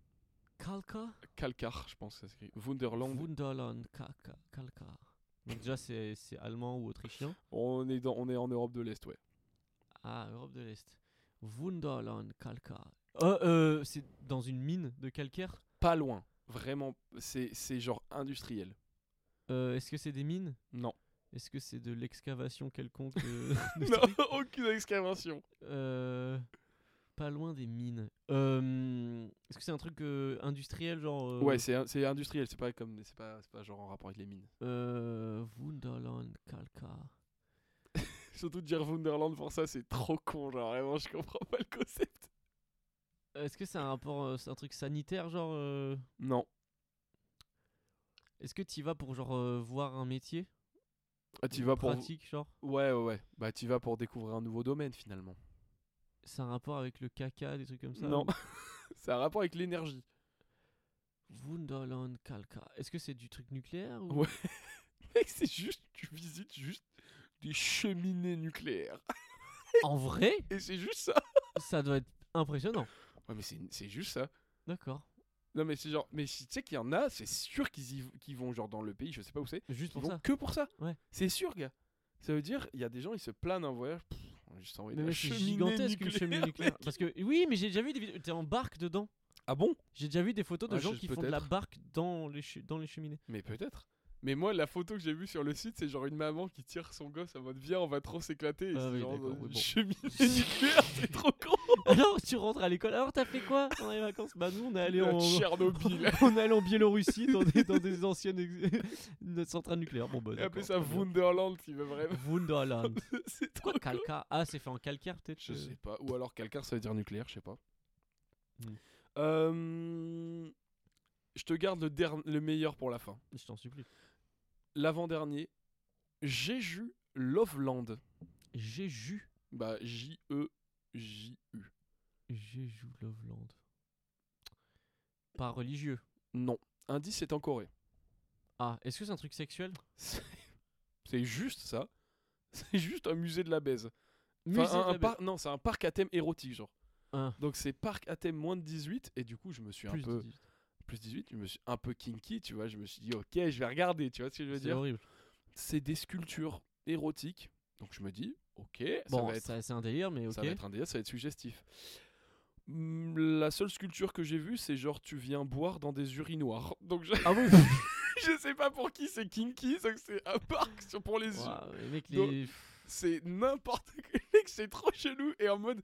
D: Kalka?
B: Je pense que ça s'écrit. Wunderland.
D: Wunderland Kalka. Donc déjà c'est allemand ou autrichien.
B: On est en Europe de l'Est, ouais.
D: Ah, Europe de l'Est. Wunderland Kalka. C'est dans une mine de calcaire.
B: Pas loin. Vraiment, c'est genre industriel.
D: Est-ce que c'est des mines?
B: Non.
D: Est-ce que c'est de l'excavation quelconque de
B: Non,
D: trucs
B: aucune excavation.
D: Pas loin des mines. Est-ce que c'est un truc industriel genre
B: Ouais, c'est industriel, c'est pas genre en rapport avec les mines.
D: Wunderland Kalka.
B: Surtout dire Wunderland pour ça, c'est trop con, genre vraiment, je comprends pas le concept.
D: Est-ce que c'est un rapport, c'est un truc sanitaire genre
B: Non.
D: Est-ce que tu vas pour genre voir un métier
B: Ah, tu vas pour.
D: pratique genre?
B: Ouais. Bah, tu vas pour découvrir un nouveau domaine finalement.
D: C'est un rapport avec le caca, des trucs comme ça?
B: Non. C'est un rapport avec l'énergie.
D: Wunderland Kalka. Est-ce que c'est du truc nucléaire ou...
B: Ouais. Mec, c'est juste, tu visites juste des cheminées nucléaires.
D: En vrai?
B: Et c'est juste ça.
D: Ça doit être impressionnant.
B: Ouais, mais c'est juste ça.
D: D'accord.
B: Non, mais c'est genre, mais tu sais qu'il y en a, c'est sûr qu'ils vont genre dans le pays, je sais pas où c'est.
D: Juste
B: Ils
D: pour
B: vont
D: ça.
B: que pour ça.
D: Ouais.
B: C'est sûr, gars. Ça veut dire, il y a des gens, ils se planent un voyage. On va juste envoyer
D: Mais
B: de la
D: mec, c'est
B: cheminée
D: gigantesque une
B: nucléaire,
D: cheminée nucléaire.
B: mec.
D: Parce que oui, mais j'ai déjà vu des vidéos. T'es en barque dedans.
B: Ah bon?
D: J'ai déjà vu des photos de
B: Ah,
D: gens qui font de la
B: peut-être.
D: barque dans les cheminées.
B: Mais peut-être. Mais moi, la photo que j'ai vue sur le site, c'est genre une maman qui tire son gosse en mode viens, on va trop s'éclater. Et
D: Ah
B: c'est
D: oui,
B: genre
D: d'accord,
B: dans
D: oui,
B: une
D: bon.
B: cheminée nucléaire, c'est trop con.
D: Alors tu rentres à l'école, alors t'as fait quoi pendant les vacances? Bah nous on est allé en
B: Tchernobyl.
D: on est allé en Biélorussie dans des anciennes centrales nucléaires. Bon bah
B: Et après
D: d'accord,
B: ça,
D: très bien.
B: Wunderland, qui veut vraiment.
D: Wunderland.
B: C'est trop
D: Quoi,
B: cool.
D: calcaire? Ah, c'est fait en calcaire peut-être.
B: Je sais pas. Ou alors calcaire, ça veut dire nucléaire, je sais pas.
D: Hmm.
B: Je te garde le meilleur pour la fin.
D: Je t'en supplie.
B: L'avant-dernier, Jeju Loveland.
D: Jeju.
B: Bah, J-E-J-U.
D: Jeju Loveland. Pas religieux.
B: Non. Indice, c'est en Corée.
D: Ah, est-ce que c'est un truc sexuel?
B: C'est juste ça. C'est juste un musée de la baise.
D: Musée
B: Enfin,
D: de la baise.
B: non, c'est un parc à thème érotique, genre.
D: Ah,
B: Donc c'est parc à thème moins de 18, et du coup, je me suis
D: plus
B: un peu...
D: de 18.
B: Plus 18, je me suis un peu kinky, tu vois. Je me suis dit, ok, je vais regarder, tu vois ce que je veux
D: C'est
B: dire.
D: horrible.
B: C'est des sculptures érotiques. Donc je me dis, ok,
D: Bon,
B: ça va être...
D: c'est un délire, mais ok.
B: Ça va être un délire, ça va être suggestif. La seule sculpture que j'ai vue, c'est genre tu viens boire dans des urinoirs. Donc je,
D: Ah oui.
B: je sais pas pour qui c'est kinky, c'est que c'est un parc pour les yeux.
D: Ouah, les mecs,
B: Donc,
D: les...
B: C'est n'importe quoi, mec, c'est trop chelou. Et en mode,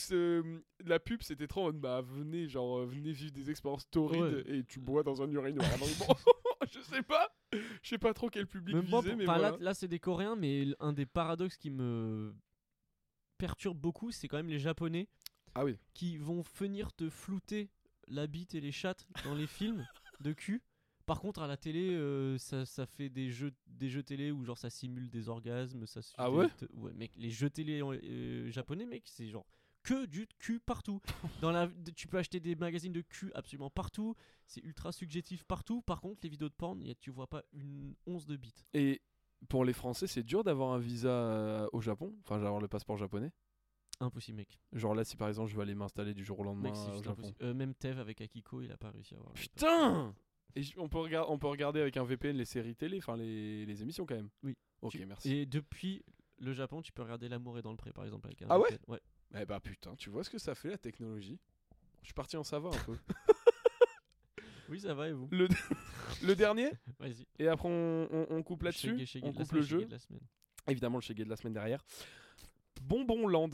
B: la pub c'était trop en mode, bah venez, genre, venez vivre des expériences torrides et tu bois dans un urinoir. Donc bon, je sais pas trop quel public
D: Même pas
B: viser, mais
D: enfin,
B: voilà.
D: là c'est des Coréens, mais un des paradoxes qui me perturbe beaucoup, c'est quand même les Japonais
B: Ah oui.
D: qui vont venir te flouter la bite et les chattes dans les films de cul. Par contre, à la télé, ça fait des jeux télé où genre ça simule des orgasmes, ça suit
B: Ah
D: des-
B: ouais
D: ouais, mec, les jeux télé japonais, mec, c'est genre que du cul partout. Tu peux acheter des magazines de cul absolument partout. C'est ultra subjectif partout. Par contre, les vidéos de porn, tu vois pas une once de bite.
B: Et pour les Français, c'est dur d'avoir un visa au Japon, enfin d'avoir le passeport japonais.
D: Impossible, mec.
B: Genre là, si par exemple je veux aller m'installer du jour au lendemain
D: Mec, c'est
B: au
D: juste
B: Japon.
D: impossible. Même Tev avec Akiko, il a pas réussi à avoir. le
B: Putain. Et on peut regarder avec un VPN les séries télé, enfin les émissions quand même.
D: Oui.
B: Ok,
D: Tu-
B: merci.
D: Et depuis le Japon, tu peux regarder L'amour est dans le pré, par exemple, avec un
B: Ah ouais
D: VPN. Ouais.
B: Eh bah putain, tu vois ce que ça fait la technologie. Je suis parti en savoir un peu.
D: Oui, ça va et vous?
B: Le dernier,
D: Vas-y.
B: et après on coupe là-dessus.
D: Shaggy
B: On
D: de la
B: coupe
D: semaine,
B: le jeu.
D: Shaggy de la semaine.
B: Évidemment le Shaggy de la semaine derrière. Bonbon Land.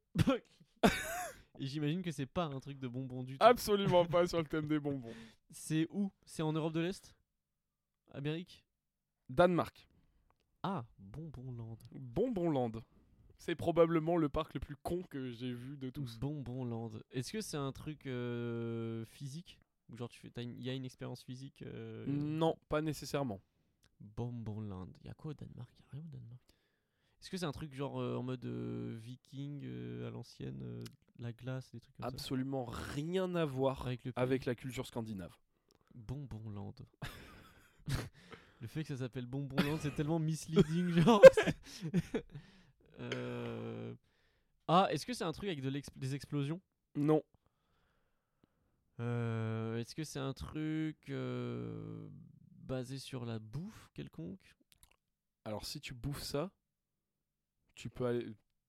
D: Et j'imagine que c'est pas un truc de bonbon du tout.
B: Absolument pas sur le thème des bonbons.
D: C'est où? C'est en Europe de l'Est? Amérique?
B: Danemark.
D: Ah, Bonbonland.
B: Bonbonland. C'est probablement le parc le plus con que j'ai vu de tous.
D: Bonbonland. Est-ce que c'est un truc physique? Ou genre il y a une expérience physique
B: Non, pas nécessairement.
D: Bonbonland. Il y a quoi au Danemark? Il y a rien au Danemark. Est-ce que c'est un truc genre en mode viking à l'ancienne, la glace, des trucs comme
B: Absolument rien à voir
D: ça? Avec le pays.
B: avec la culture scandinave.
D: Bonbonland. Le fait que ça s'appelle Bonbonland, c'est tellement misleading, genre. Ah, est-ce que c'est un truc avec des explosions?
B: Non.
D: Est-ce que c'est un truc basé sur la bouffe quelconque?
B: Alors si tu bouffes ça, tu peux aller...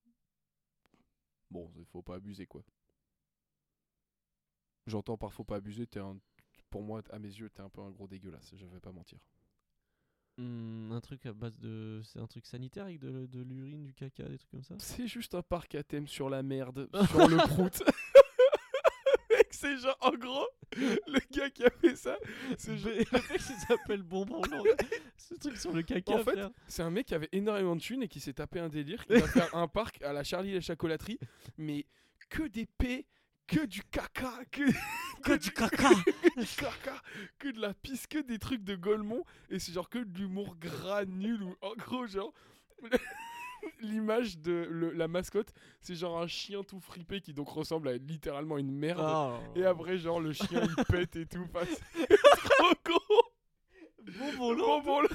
B: Bon, il faut pas abuser quoi. J'entends par faut pas abuser, pour moi, à mes yeux, t'es un peu un gros dégueulasse, je vais pas mentir.
D: Un truc à base de... C'est un truc sanitaire avec de l'urine, du caca, des trucs comme ça?
B: C'est juste un parc à thème sur la merde, sur le prout. Mec, c'est genre, en gros, le gars qui a fait ça, c'est genre...
D: Le fait qu'il s'appelle Bonbonland. Ce truc sur le caca,
B: En fait,
D: frère.
B: c'est un mec qui avait énormément de thunes et qui s'est tapé un délire, qui va faire un parc à la Charlie et la chocolaterie, mais que des P, que du caca, que
D: du caca.
B: du caca, que de la pisse, que des trucs de Golemont, et c'est genre que de l'humour gras nul, ou en gros genre... L'image de la mascotte, c'est genre un chien tout fripé qui donc ressemble à littéralement une merde.
D: Oh.
B: Et après genre le chien il pète et tout. Enfin, c'est trop con.
D: Bonbonland.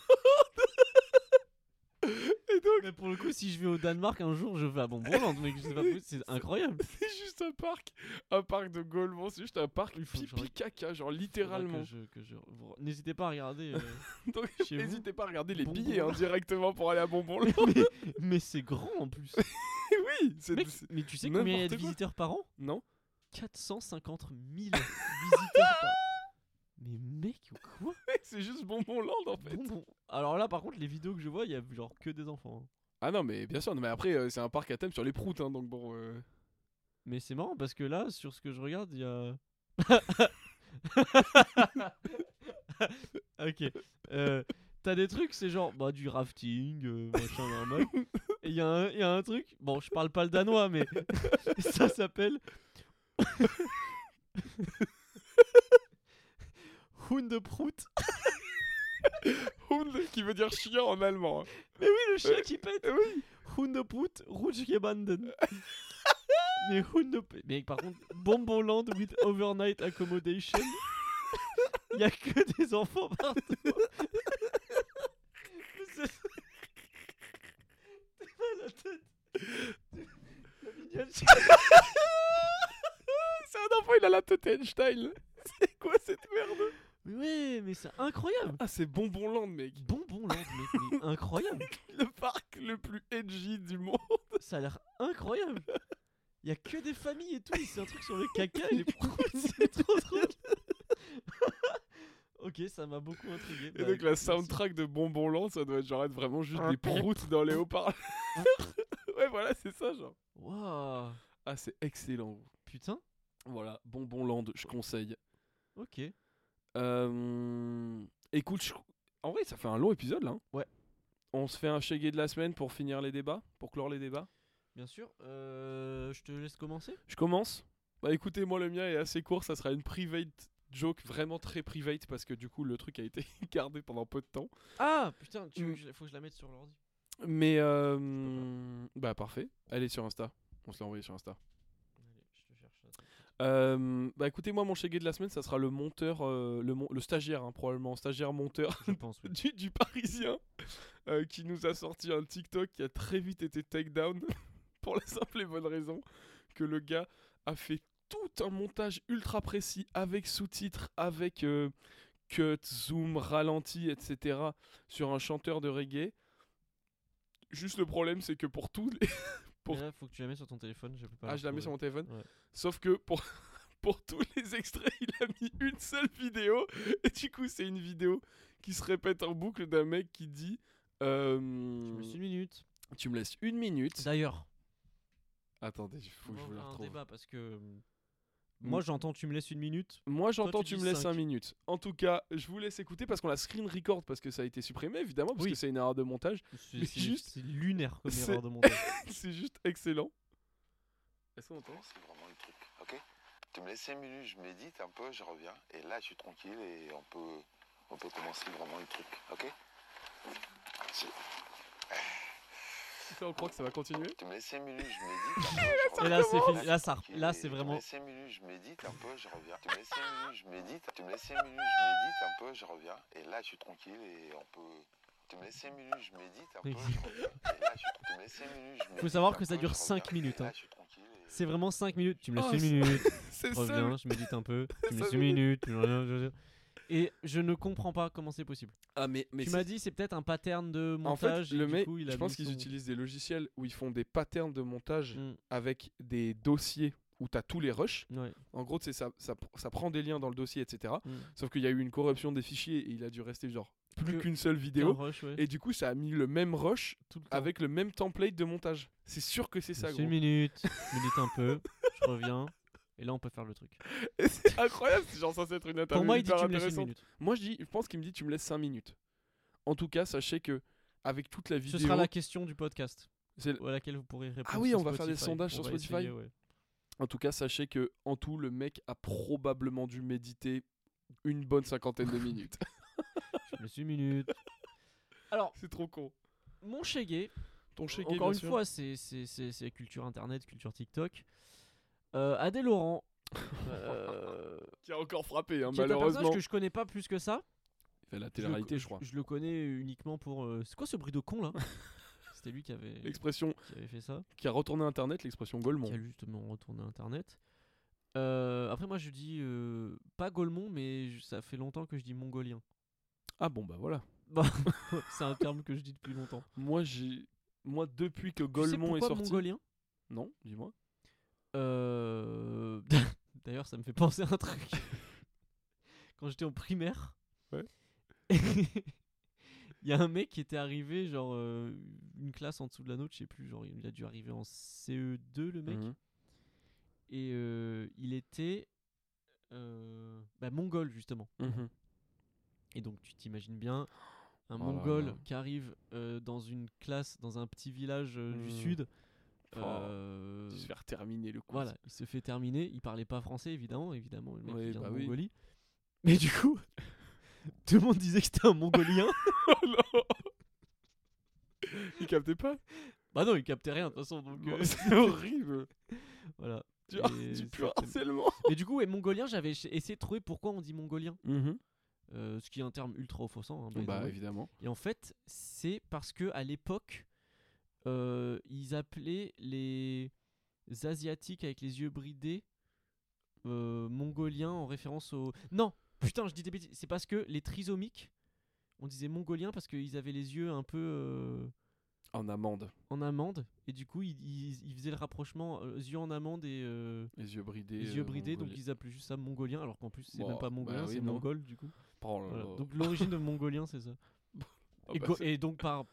B: Et donc
D: Mais pour le coup, si je vais au Danemark un jour, je vais à Bonbonland, mec. C'est pas possible, c'est incroyable.
B: c'est juste un parc de Golemont, c'est juste un parc
D: Il faut que je
B: pipi caca, genre littéralement.
D: N'hésitez pas à regarder.
B: Donc
D: chez vous.
B: n'hésitez pas à regarder les
D: Bonbon.
B: billets directement pour aller à Bonbonland.
D: mais c'est grand en plus.
B: Oui, c'est
D: Mec, mais tu sais combien il y a de
B: n'importe quoi.
D: visiteurs par an?
B: Non.
D: 450 000 visiteurs par an. Mais mec, quoi?
B: C'est juste Bonbonland en fait.
D: Bonbon. Alors là, par contre, les vidéos que je vois, il y a genre que des enfants. Hein.
B: Ah non mais bien sûr, mais après c'est un parc à thème sur les proutes, hein, donc bon.
D: Mais c'est marrant parce que là, sur ce que je regarde, il y a. Ok. T'as des trucs, c'est genre du rafting, machin normal. Et il y a un truc. Bon, je parle pas le danois, mais ça s'appelle. Hundebrut.
B: Hund qui veut dire chien en allemand. Hein.
D: Mais oui, le chien qui pète.
B: Oui.
D: Hundebrut, Rutschgebanden. Mais par contre, Bonbonland with overnight accommodation. Il y a que des enfants partout. C'est pas la tête. La mignonne.
B: C'est un enfant, il a la tête Einstein. C'est quoi cette merde?
D: Ouais, mais c'est incroyable.
B: Ah, c'est Bonbonland, mec.
D: Bonbonland, mec, mais incroyable.
B: Le parc le plus edgy du monde.
D: Ça a l'air incroyable. Il y a que des familles et tout. C'est un truc sur le caca et les proutes. C'est trop drôle. Ok, ça m'a beaucoup intrigué.
B: Et donc la soundtrack de Bonbonland, ça doit être vraiment juste des proutes dans les haut-parleurs. Ouais, voilà, c'est ça, genre.
D: Waouh.
B: Ah, c'est excellent.
D: Putain.
B: Voilà, Bonbonland, je conseille.
D: Ok.
B: Écoute, en vrai, ça fait un long épisode là. Hein.
D: Ouais.
B: On se fait un shaggy de la semaine pour finir les débats, pour clore les débats.
D: Bien sûr. Je te laisse commencer.
B: Je commence. Bah écoutez, moi le mien est assez court, ça sera une private joke, vraiment très private, parce que du coup le truc a été gardé pendant peu de temps.
D: Ah putain, faut que je la mette sur l'ordi.
B: Mais bah parfait, elle est sur Insta. On se l'a envoyé sur Insta.
D: Allez, je te cherche ça.
B: Bah écoutez, moi mon shaggy de la semaine, ça sera le monteur, le stagiaire, hein, probablement, stagiaire monteur
D: Je pense. Oui.
B: du Parisien, qui nous a sorti un TikTok qui a très vite été take down pour la simple et bonne raison que le gars a fait tout un montage ultra précis avec sous-titres, avec cut, zoom, ralenti, etc. sur un chanteur de reggae. Juste le problème, c'est que pour tous les...
D: Mais là, faut que tu la mettes sur ton téléphone. Je peux pas.
B: Ah, je la mets sur mon téléphone.
D: Ouais.
B: Sauf que pour tous les extraits, il a mis une seule vidéo. Et du coup, c'est une vidéo qui se répète en boucle d'un mec qui dit...
D: Je me suis une minute.
B: Tu me laisses une minute.
D: D'ailleurs.
B: Attendez, il faut que je vous la
D: un
B: retrouve.
D: débat parce que moi j'entends tu me laisses une minute.
B: Moi j'entends
D: tu
B: tu
D: dis
B: me laisses
D: 5.
B: 5 minutes. En tout cas, je vous laisse écouter parce qu'on l'a screen record parce que ça a été supprimé évidemment parce
D: Oui.
B: que c'est une erreur de montage. Mais juste-
D: C'est lunaire comme
B: c'est-
D: erreur de montage.
B: C'est juste excellent. Est-ce qu'on entend?
F: C'est vraiment le truc, ok? Tu me laisses 5 minutes, je médite un peu, je reviens. Et là, je suis tranquille et on peut commencer vraiment le truc, ok? C'est-
B: On croit que ça va continuer.
F: Tu me laisses 5 minutes, je médite un peu, je
D: Et là
F: reviens.
D: c'est fini. Là
F: Tranquille,
D: là
F: et
D: c'est
F: Tu me
D: vraiment.
F: laisses 5 minutes, je médite un peu, je reviens. Tu me laisses 5 minutes, je médite. Tu me laisses 5 minutes, je médite un peu, je reviens. Et là, je suis tranquille et on peut... Tu me laisses 5 minutes, je médite un peu, je reviens. Et là, tu me laisses 5 minutes, je médite
D: savoir
F: un
D: que ça
F: peu,
D: dure
F: je
D: 5
F: reviens.
D: minutes,
F: Et là,
D: hein.
F: je suis tranquille et-
D: C'est vraiment 5 minutes. Tu me laisses
B: Oh,
D: une
B: c'est-
D: minute.
B: C'est
D: Je
B: ça.
D: reviens, je médite un peu. Tu me
B: Ça
D: laisses une minute. Et je ne comprends pas comment c'est possible.
B: Ah mais
D: Tu m'as dit c'est peut-être un pattern de
B: en fait,
D: montage.
B: le
D: et du
B: mec,
D: coup, il a
B: je pense
D: mis
B: qu'ils
D: son-
B: utilisent des logiciels où ils font des patterns de montage
D: Mm.
B: avec des dossiers où t'as tous les rushs.
D: Ouais.
B: En gros, c'est ça prend des liens dans le dossier, etc.
D: Mm.
B: Sauf qu'il y a eu une corruption des fichiers et il a dû rester genre plus
D: Que-
B: qu'une seule
D: Un
B: vidéo.
D: rush, ouais.
B: Et du coup, ça a mis le même rush
D: Tout le temps.
B: avec le même template de montage. C'est sûr que c'est ça,
D: C'est
B: gros.
D: une minute. Je médite un peu. Je reviens. Et là on peut faire le truc.
B: Et c'est incroyable, c'est genre censé être une interview
D: Pour moi il dit
B: hyper
D: tu me laisses une
B: intéressante.
D: minute.
B: Moi, je pense qu'il me dit tu me laisses 5 minutes. En tout cas, sachez que avec toute la vidéo,
D: Ce sera la question du podcast.
B: c'est-
D: À laquelle vous pourrez répondre.
B: Ah oui,
D: sur
B: on va faire des
D: Spotify.
B: sondages
D: On
B: sur
D: va
B: Spotify.
D: essayer, ouais.
B: en tout cas, sachez que en tout, le mec a probablement dû méditer une bonne cinquantaine de minutes.
D: Je me laisse une minute. Alors,
B: C'est trop con.
D: mon shaggy,
B: Ton shaggy,
D: encore
B: bien
D: une
B: sûr.
D: fois, c'est culture internet, culture TikTok. Adèle Laurent,
B: Qui a encore frappé, hein,
D: qui est un personnage
B: malheureusement.
D: que je connais pas plus que ça.
B: Il fait la télé-réalité, je crois.
D: Je le connais uniquement pour. C'est quoi ce bruit de con là? C'était lui qui avait
B: L'expression
D: fait ça.
B: qui a retourné Internet, l'expression Golemon.
D: Qui a justement retourné Internet. Après, moi je dis pas Golemon, mais ça fait longtemps que je dis mongolien.
B: Ah bon, bah voilà.
D: C'est un terme que je dis depuis longtemps.
B: Moi, depuis que
D: Tu sais
B: Golemon est
D: pourquoi
B: sorti.
D: mongolien?
B: Non, dis-moi.
D: D'ailleurs, ça me fait penser à un truc. Quand j'étais en primaire,
B: Ouais.
D: il y a un mec qui était arrivé, genre une classe en dessous de la nôtre, je sais plus, genre il a dû arriver en CE2 le mec.
B: Mhm.
D: il était mongol justement.
B: Mhm.
D: Et donc tu t'imagines bien un
B: Oh là
D: mongol
B: là.
D: qui arrive dans une classe dans un petit village du
B: Mhm.
D: sud.
B: Oh, Se faire terminer le coup.
D: Voilà, il se fait terminer. Il parlait pas français évidemment, le mec
B: Oui,
D: il vient
B: bah
D: de
B: oui.
D: Mongolie. Mais du coup, tout le monde disait que c'était un mongolien.
B: Oh non. Il captait pas.
D: Bah non, il captait rien de toute façon. Donc
B: C'est horrible.
D: voilà.
B: Du,
D: Et
B: du pur
D: c'était-
B: harcèlement.
D: Mais du coup, mongolien, j'avais essayé de trouver pourquoi on dit mongolien. Ce qui est un terme ultra offensant. Hein, by the
B: Bah
D: way.
B: évidemment.
D: Et en fait, c'est parce que à l'époque, ils appelaient les Asiatiques avec les yeux bridés mongoliens en référence au. Non, putain, je dis des bêtises. C'est parce que les trisomiques, on disait mongoliens parce qu'ils avaient les yeux un peu
B: En amande.
D: en amande. Et du coup, ils faisaient le rapprochement yeux en amande et
B: Les yeux bridés.
D: les yeux bridés. Donc
B: mongoliens.
D: ils appelaient juste ça mongolien, alors qu'en plus, c'est
B: Bon,
D: même pas mongolien,
B: bah oui,
D: c'est
B: non.
D: mongol du coup.
B: Oh là
D: Voilà.
B: là.
D: Donc l'origine de mongolien, c'est ça.
B: Ah
D: Et,
B: bah, c'est-
D: et donc par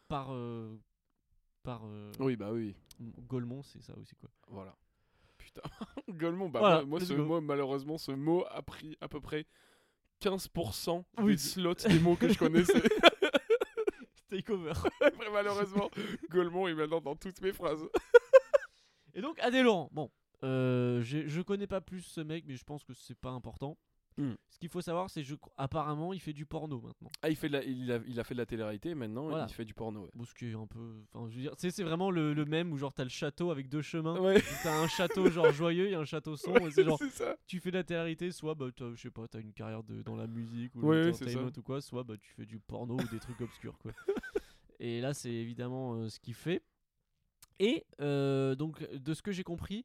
B: Oui, bah oui.
D: Golemont, c'est ça aussi quoi.
B: Voilà. Putain. Golemont, bah
D: Voilà,
B: moi
D: let's
B: ce
D: go.
B: mot, malheureusement, ce mot a pris à peu près 15%
D: Oui.
B: des slots des mots que je connaissais.
D: Takeover.
B: Après, malheureusement, Golemont est maintenant dans toutes mes phrases.
D: Et donc Adé Laurent, bon, je connais pas plus ce mec, mais je pense que c'est pas important.
B: Hmm.
D: Ce qu'il faut savoir, c'est apparemment il fait du porno maintenant.
B: Ah, il a fait de la télé-réalité et maintenant
D: Voilà.
B: il fait du porno. Ouais.
D: Bon, ce qui est un peu, enfin, je veux dire, c'est vraiment le même où genre t'as le château avec deux chemins.
B: Ouais.
D: Où t'as un château genre joyeux et un château sombre. Et c'est genre
B: C'est ça.
D: tu fais de la télé-réalité, soit bah je sais pas, t'as une carrière dans la musique ou
B: Ouais,
D: l'entertainment
B: c'est ça.
D: ou quoi, soit bah tu fais du porno ou des trucs obscurs quoi. Et là c'est évidemment ce qu'il fait. Et donc de ce que j'ai compris,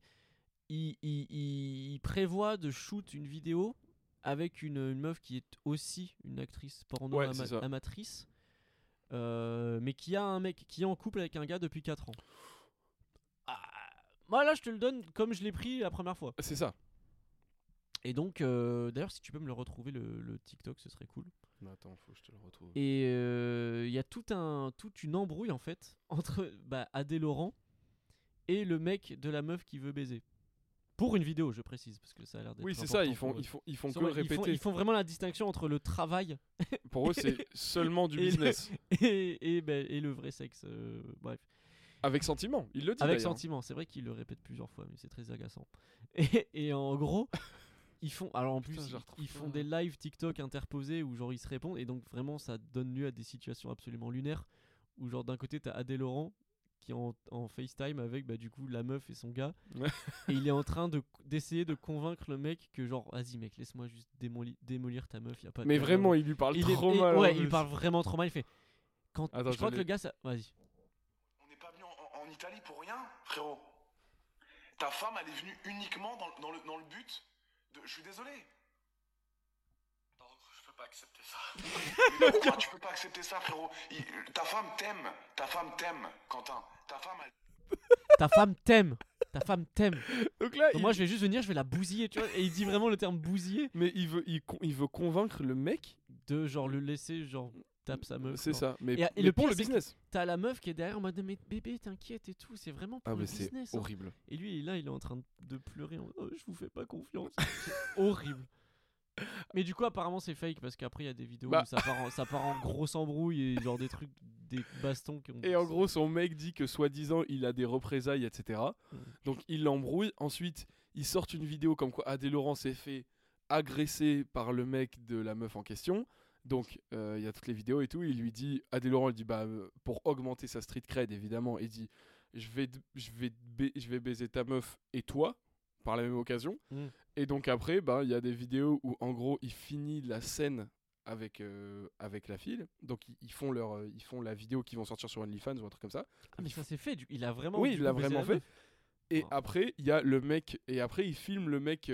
D: il prévoit de shoot une vidéo avec une meuf qui est aussi une actrice porno
B: Ouais, c'est ça.
D: amatrice, mais qui a un mec qui est en couple avec un gars depuis 4 ans. Ah, moi là je te le donne comme je l'ai pris la première fois.
B: C'est ça.
D: Et donc d'ailleurs si tu peux me le retrouver le TikTok ce serait cool.
B: Attends, faut que je te le retrouve.
D: Et il y a toute une embrouille en fait entre Adé Laurent et le mec de la meuf qui veut baiser. Pour une vidéo, je précise, parce que ça a l'air d'être
B: Oui, c'est ça,
D: important
B: ils
D: pour eux.
B: font que le répéter.
D: Ils font vraiment la distinction entre le travail
B: Pour eux, c'est seulement du
D: et le-
B: business.
D: et le vrai sexe. Bref.
B: Avec sentiment, il le dit
D: Avec
B: d'ailleurs.
D: sentiment, c'est vrai qu'il le répète plusieurs fois, mais c'est très agaçant. Et en gros, ils font. Alors en
B: Putain,
D: plus,
B: je retrouve
D: ils
B: pas.
D: font des lives TikTok interposés où genre ils se répondent, et donc vraiment ça donne lieu à des situations absolument lunaires. Où genre d'un côté t'as Adé Laurent qui est en FaceTime avec du coup la meuf et son gars.
B: Ouais.
D: Et il est en train d'essayer de convaincre le mec que genre vas-y mec laisse-moi juste démolir ta meuf, y a pas de
B: Mais
D: problème.
B: vraiment, il lui parle
D: Il
B: trop
D: est-
B: mal.
D: ouais
B: en
D: il
B: plus.
D: parle vraiment trop mal, il fait
B: Attends,
D: je crois
B: je
D: que le gars ça vas-y.
F: On n'est pas venu en Italie pour rien, frérot. Ta femme, elle est venue uniquement dans le but de... Je suis désolé. Non, je peux pas accepter ça. Mais pourquoi tu peux pas accepter ça, frérot? Ta femme t'aime, Quentin. Ta femme, elle...
D: Ta femme t'aime. Ta femme t'aime.
B: Donc là,
D: Donc moi je vais juste venir, je vais la bousiller, tu vois. Et il dit vraiment le terme bousiller
B: mais il veut convaincre le mec.
D: de genre le laisser genre tape sa meuf.
B: C'est
D: genre.
B: ça. Mais,
D: Et
B: mais
D: le
B: pour
D: pire,
B: le
D: c'est que
B: business.
D: T'as la meuf qui est derrière en mode mais bébé t'inquiète et tout, c'est vraiment pour
B: Ah,
D: le
B: mais c'est
D: business. hein.
B: horrible.
D: Et lui là il est en train de pleurer en mode, oh, je vous fais pas confiance. C'est horrible. Mais du coup apparemment c'est fake parce qu'après il y a des vidéos
B: Bah.
D: où ça part en grosse embrouille et genre des trucs, des bastons qui ont...
B: Et en gros, son mec dit que soi-disant, il a des représailles, etc.
D: Mm.
B: Donc il l'embrouille. Ensuite, ils sortent une vidéo comme quoi Adé Laurent s'est fait agresser par le mec de la meuf en question. Donc il y a toutes les vidéos et tout. Il lui dit, Adé Laurent, il dit, pour augmenter sa street cred, évidemment, il dit, je vais baiser ta meuf et toi par la même occasion.
D: Mm.
B: Et donc après, il y a des vidéos où en gros, il finit la scène avec la fille. Donc ils font la vidéo qui vont sortir sur OnlyFans ou un truc comme ça.
D: Ah mais ça c'est fait, il a vraiment...
B: Oui,
D: du
B: il l'a
D: coup, baisé
B: vraiment
D: la
B: fait.
D: meuf.
B: Et
D: Oh.
B: après, il y a le mec. Et après, il filme le mec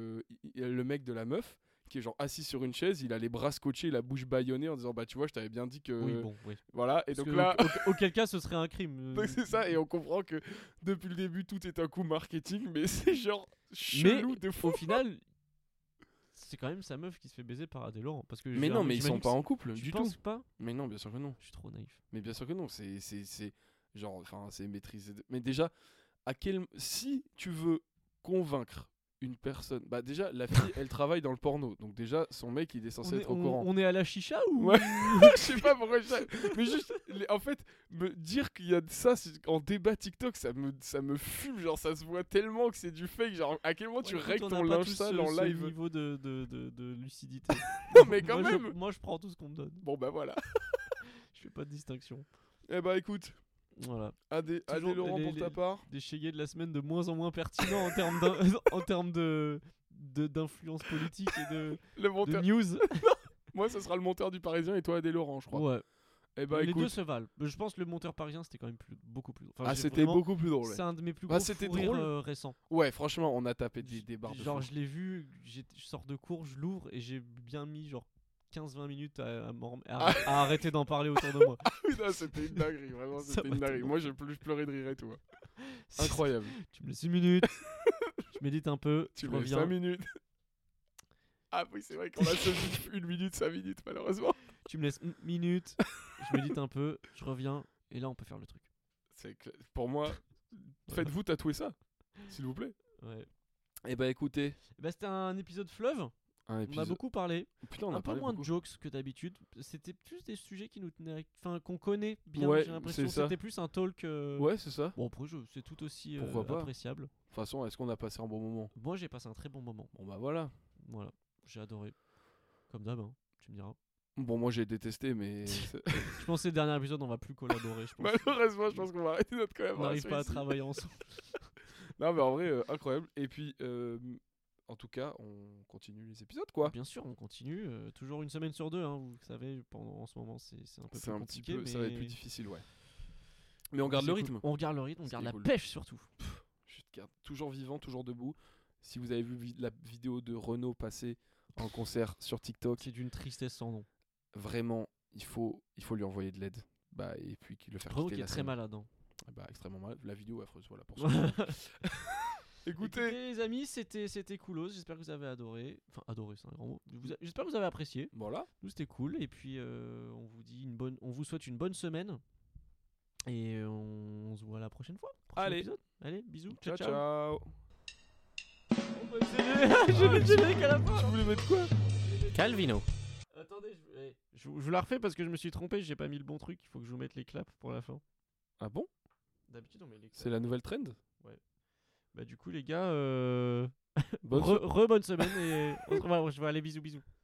B: de la meuf qui est genre assis sur une chaise. Il a les bras scotchés, la bouche bâillonnée en disant tu vois, je t'avais bien dit que.
D: Oui bon, oui.
B: Voilà. Et
D: Parce
B: donc
D: que
B: là.
D: auquel cas ce serait un crime.
B: donc c'est ça. Et on comprend que depuis le début, tout est un coup marketing. Mais c'est genre chelou de fou.
D: Au final, c'est quand même sa meuf qui se fait baiser par Adé Laurent. Parce que
B: Mais non, mais ils sont pas en couple
D: Tu
B: du tout.
D: penses pas?
B: Mais non, bien sûr que non.
D: Je suis trop naïf.
B: Mais bien sûr que non. C'est genre. Enfin, c'est maîtrisé. Mais déjà, si tu veux convaincre une personne. Bah déjà, la fille, elle travaille dans le porno. Donc déjà, son mec, il est censé être au courant.
D: On est à la chicha ou
B: Ouais. Je sais pas pourquoi mais juste, en fait, me dire qu'il y a de ça en débat TikTok, ça me fume. Genre, ça se voit tellement que c'est du fake. Genre, à quel moment tu règles ton linge sale en live.
D: Ce niveau de lucidité.
B: Non, mais quand même.
D: Moi, je prends tout ce qu'on me donne.
B: Bon, bah voilà.
D: Je fais pas de distinction.
B: Eh bah écoute,
D: Voilà.
B: Adé Laurent pour ta part.
D: Des shayés de la semaine de moins en moins pertinents en termes d'influence politique et
B: Le
D: de
B: monteur.
D: news.
B: Moi, ça sera le monteur du Parisien et toi, Adé Laurent, je crois.
D: Ouais.
B: Eh bah
D: Les
B: écoute.
D: deux se valent. Je pense que le monteur parisien c'était quand même beaucoup plus. Enfin,
B: C'était beaucoup plus drôle. Ouais.
D: C'est un de mes plus
B: Bah,
D: gros
B: c'était
D: fous rires,
B: drôle.
D: récents.
B: Ouais, franchement, on a tapé des barres de
D: Genre
B: fou.
D: je l'ai vu, je sors de cours, je l'ouvre et j'ai bien mis genre 15-20 minutes à arrêter d'en parler autour de moi.
B: Putain, c'était une dinguerie, vraiment,
D: Ça
B: c'était
D: m'a
B: une dinguerie.
D: tellement
B: Moi, je pleurais de rire et tout. Incroyable.
D: Tu me laisses 1 minute, je médite un peu,
B: Tu
D: je
B: mets
D: reviens.
B: 5 minutes. Ah oui, c'est vrai qu'on a ce 1 minute, 5 minutes, malheureusement.
D: Tu me laisses 1 minute, je médite un peu, je reviens et là on peut faire le truc.
B: Pour moi, faites-vous tatouer ça, s'il vous plaît.
D: Ouais.
B: Eh bah écoutez,
D: Bah c'était un épisode fleuve.
B: un
D: On a
B: épisode.
D: beaucoup parlé.
B: Putain, on a
D: Un peu
B: parlé
D: moins
B: beaucoup.
D: de jokes que d'habitude. C'était plus des sujets qui nous tenaient, enfin qu'on connaît bien.
B: Ouais,
D: J'ai l'impression
B: c'est ça.
D: c'était plus un talk.
B: Ouais, c'est ça. De
D: Bon après c'est tout aussi
B: Pourquoi pas.
D: appréciable.
B: toute façon, est-ce qu'on a passé un bon moment?
D: Moi j'ai passé un très bon moment.
B: Bon bah voilà.
D: Voilà, j'ai adoré. Comme d'hab, hein, tu me diras.
B: Bon, moi j'ai détesté, mais
D: Je pense que ces derniers épisodes on va plus collaborer. Je pense.
B: malheureusement, je pense qu'on va arrêter notre
D: On n'arrive
B: collaboration.
D: pas à
B: ici.
D: travailler ensemble.
B: Non, mais en vrai, incroyable. Et puis, en tout cas, on continue les épisodes, quoi.
D: Bien sûr, on continue. Toujours une semaine sur deux. Hein, vous savez, en ce moment c'est un peu
B: C'est
D: plus
B: un petit
D: compliqué.
B: peu, ça va être
D: mais
B: plus difficile, ouais. Mais on garde le
D: c'est cool.
B: rythme.
D: On garde le rythme, on
B: Ce
D: garde
B: qui est
D: la
B: cool.
D: pêche surtout.
B: Je te garde toujours vivant, toujours debout. Si vous avez vu la vidéo de Renaud passer en concert sur TikTok,
D: C'est d'une tristesse sans nom.
B: vraiment, il faut lui envoyer de l'aide. Bah, et puis le faire
D: Renaud
B: quitter
D: qui est
B: la
D: très
B: scène.
D: malade. Hein.
B: Bah, extrêmement malade. La vidéo est affreuse, voilà, pour ça. Écoutez,
D: les amis, c'était coolos. J'espère que vous avez adoré. Enfin, adoré, c'est un grand mot. J'espère que vous avez apprécié.
B: voilà.
D: Nous, c'était cool. Et puis, on vous souhaite une bonne semaine. Et on se voit la prochaine fois. Prochain
B: Allez.
D: épisode. Allez, bisous.
B: Ciao,
D: ciao.
B: ciao.
D: J'ai mis le générique à la fin.
B: Tu voulais mettre quoi?
D: Calvino. Attendez, je vous la refais parce que je me suis trompé. J'ai pas mis le bon truc. Il faut que je vous mette les claps pour la fin.
B: Ah bon?
D: D'habitude, on met les claps.
B: C'est la nouvelle trend?
D: Bah, du coup, les gars,
B: Bonne
D: bonne semaine et on se revoit. Je vais aller bisous.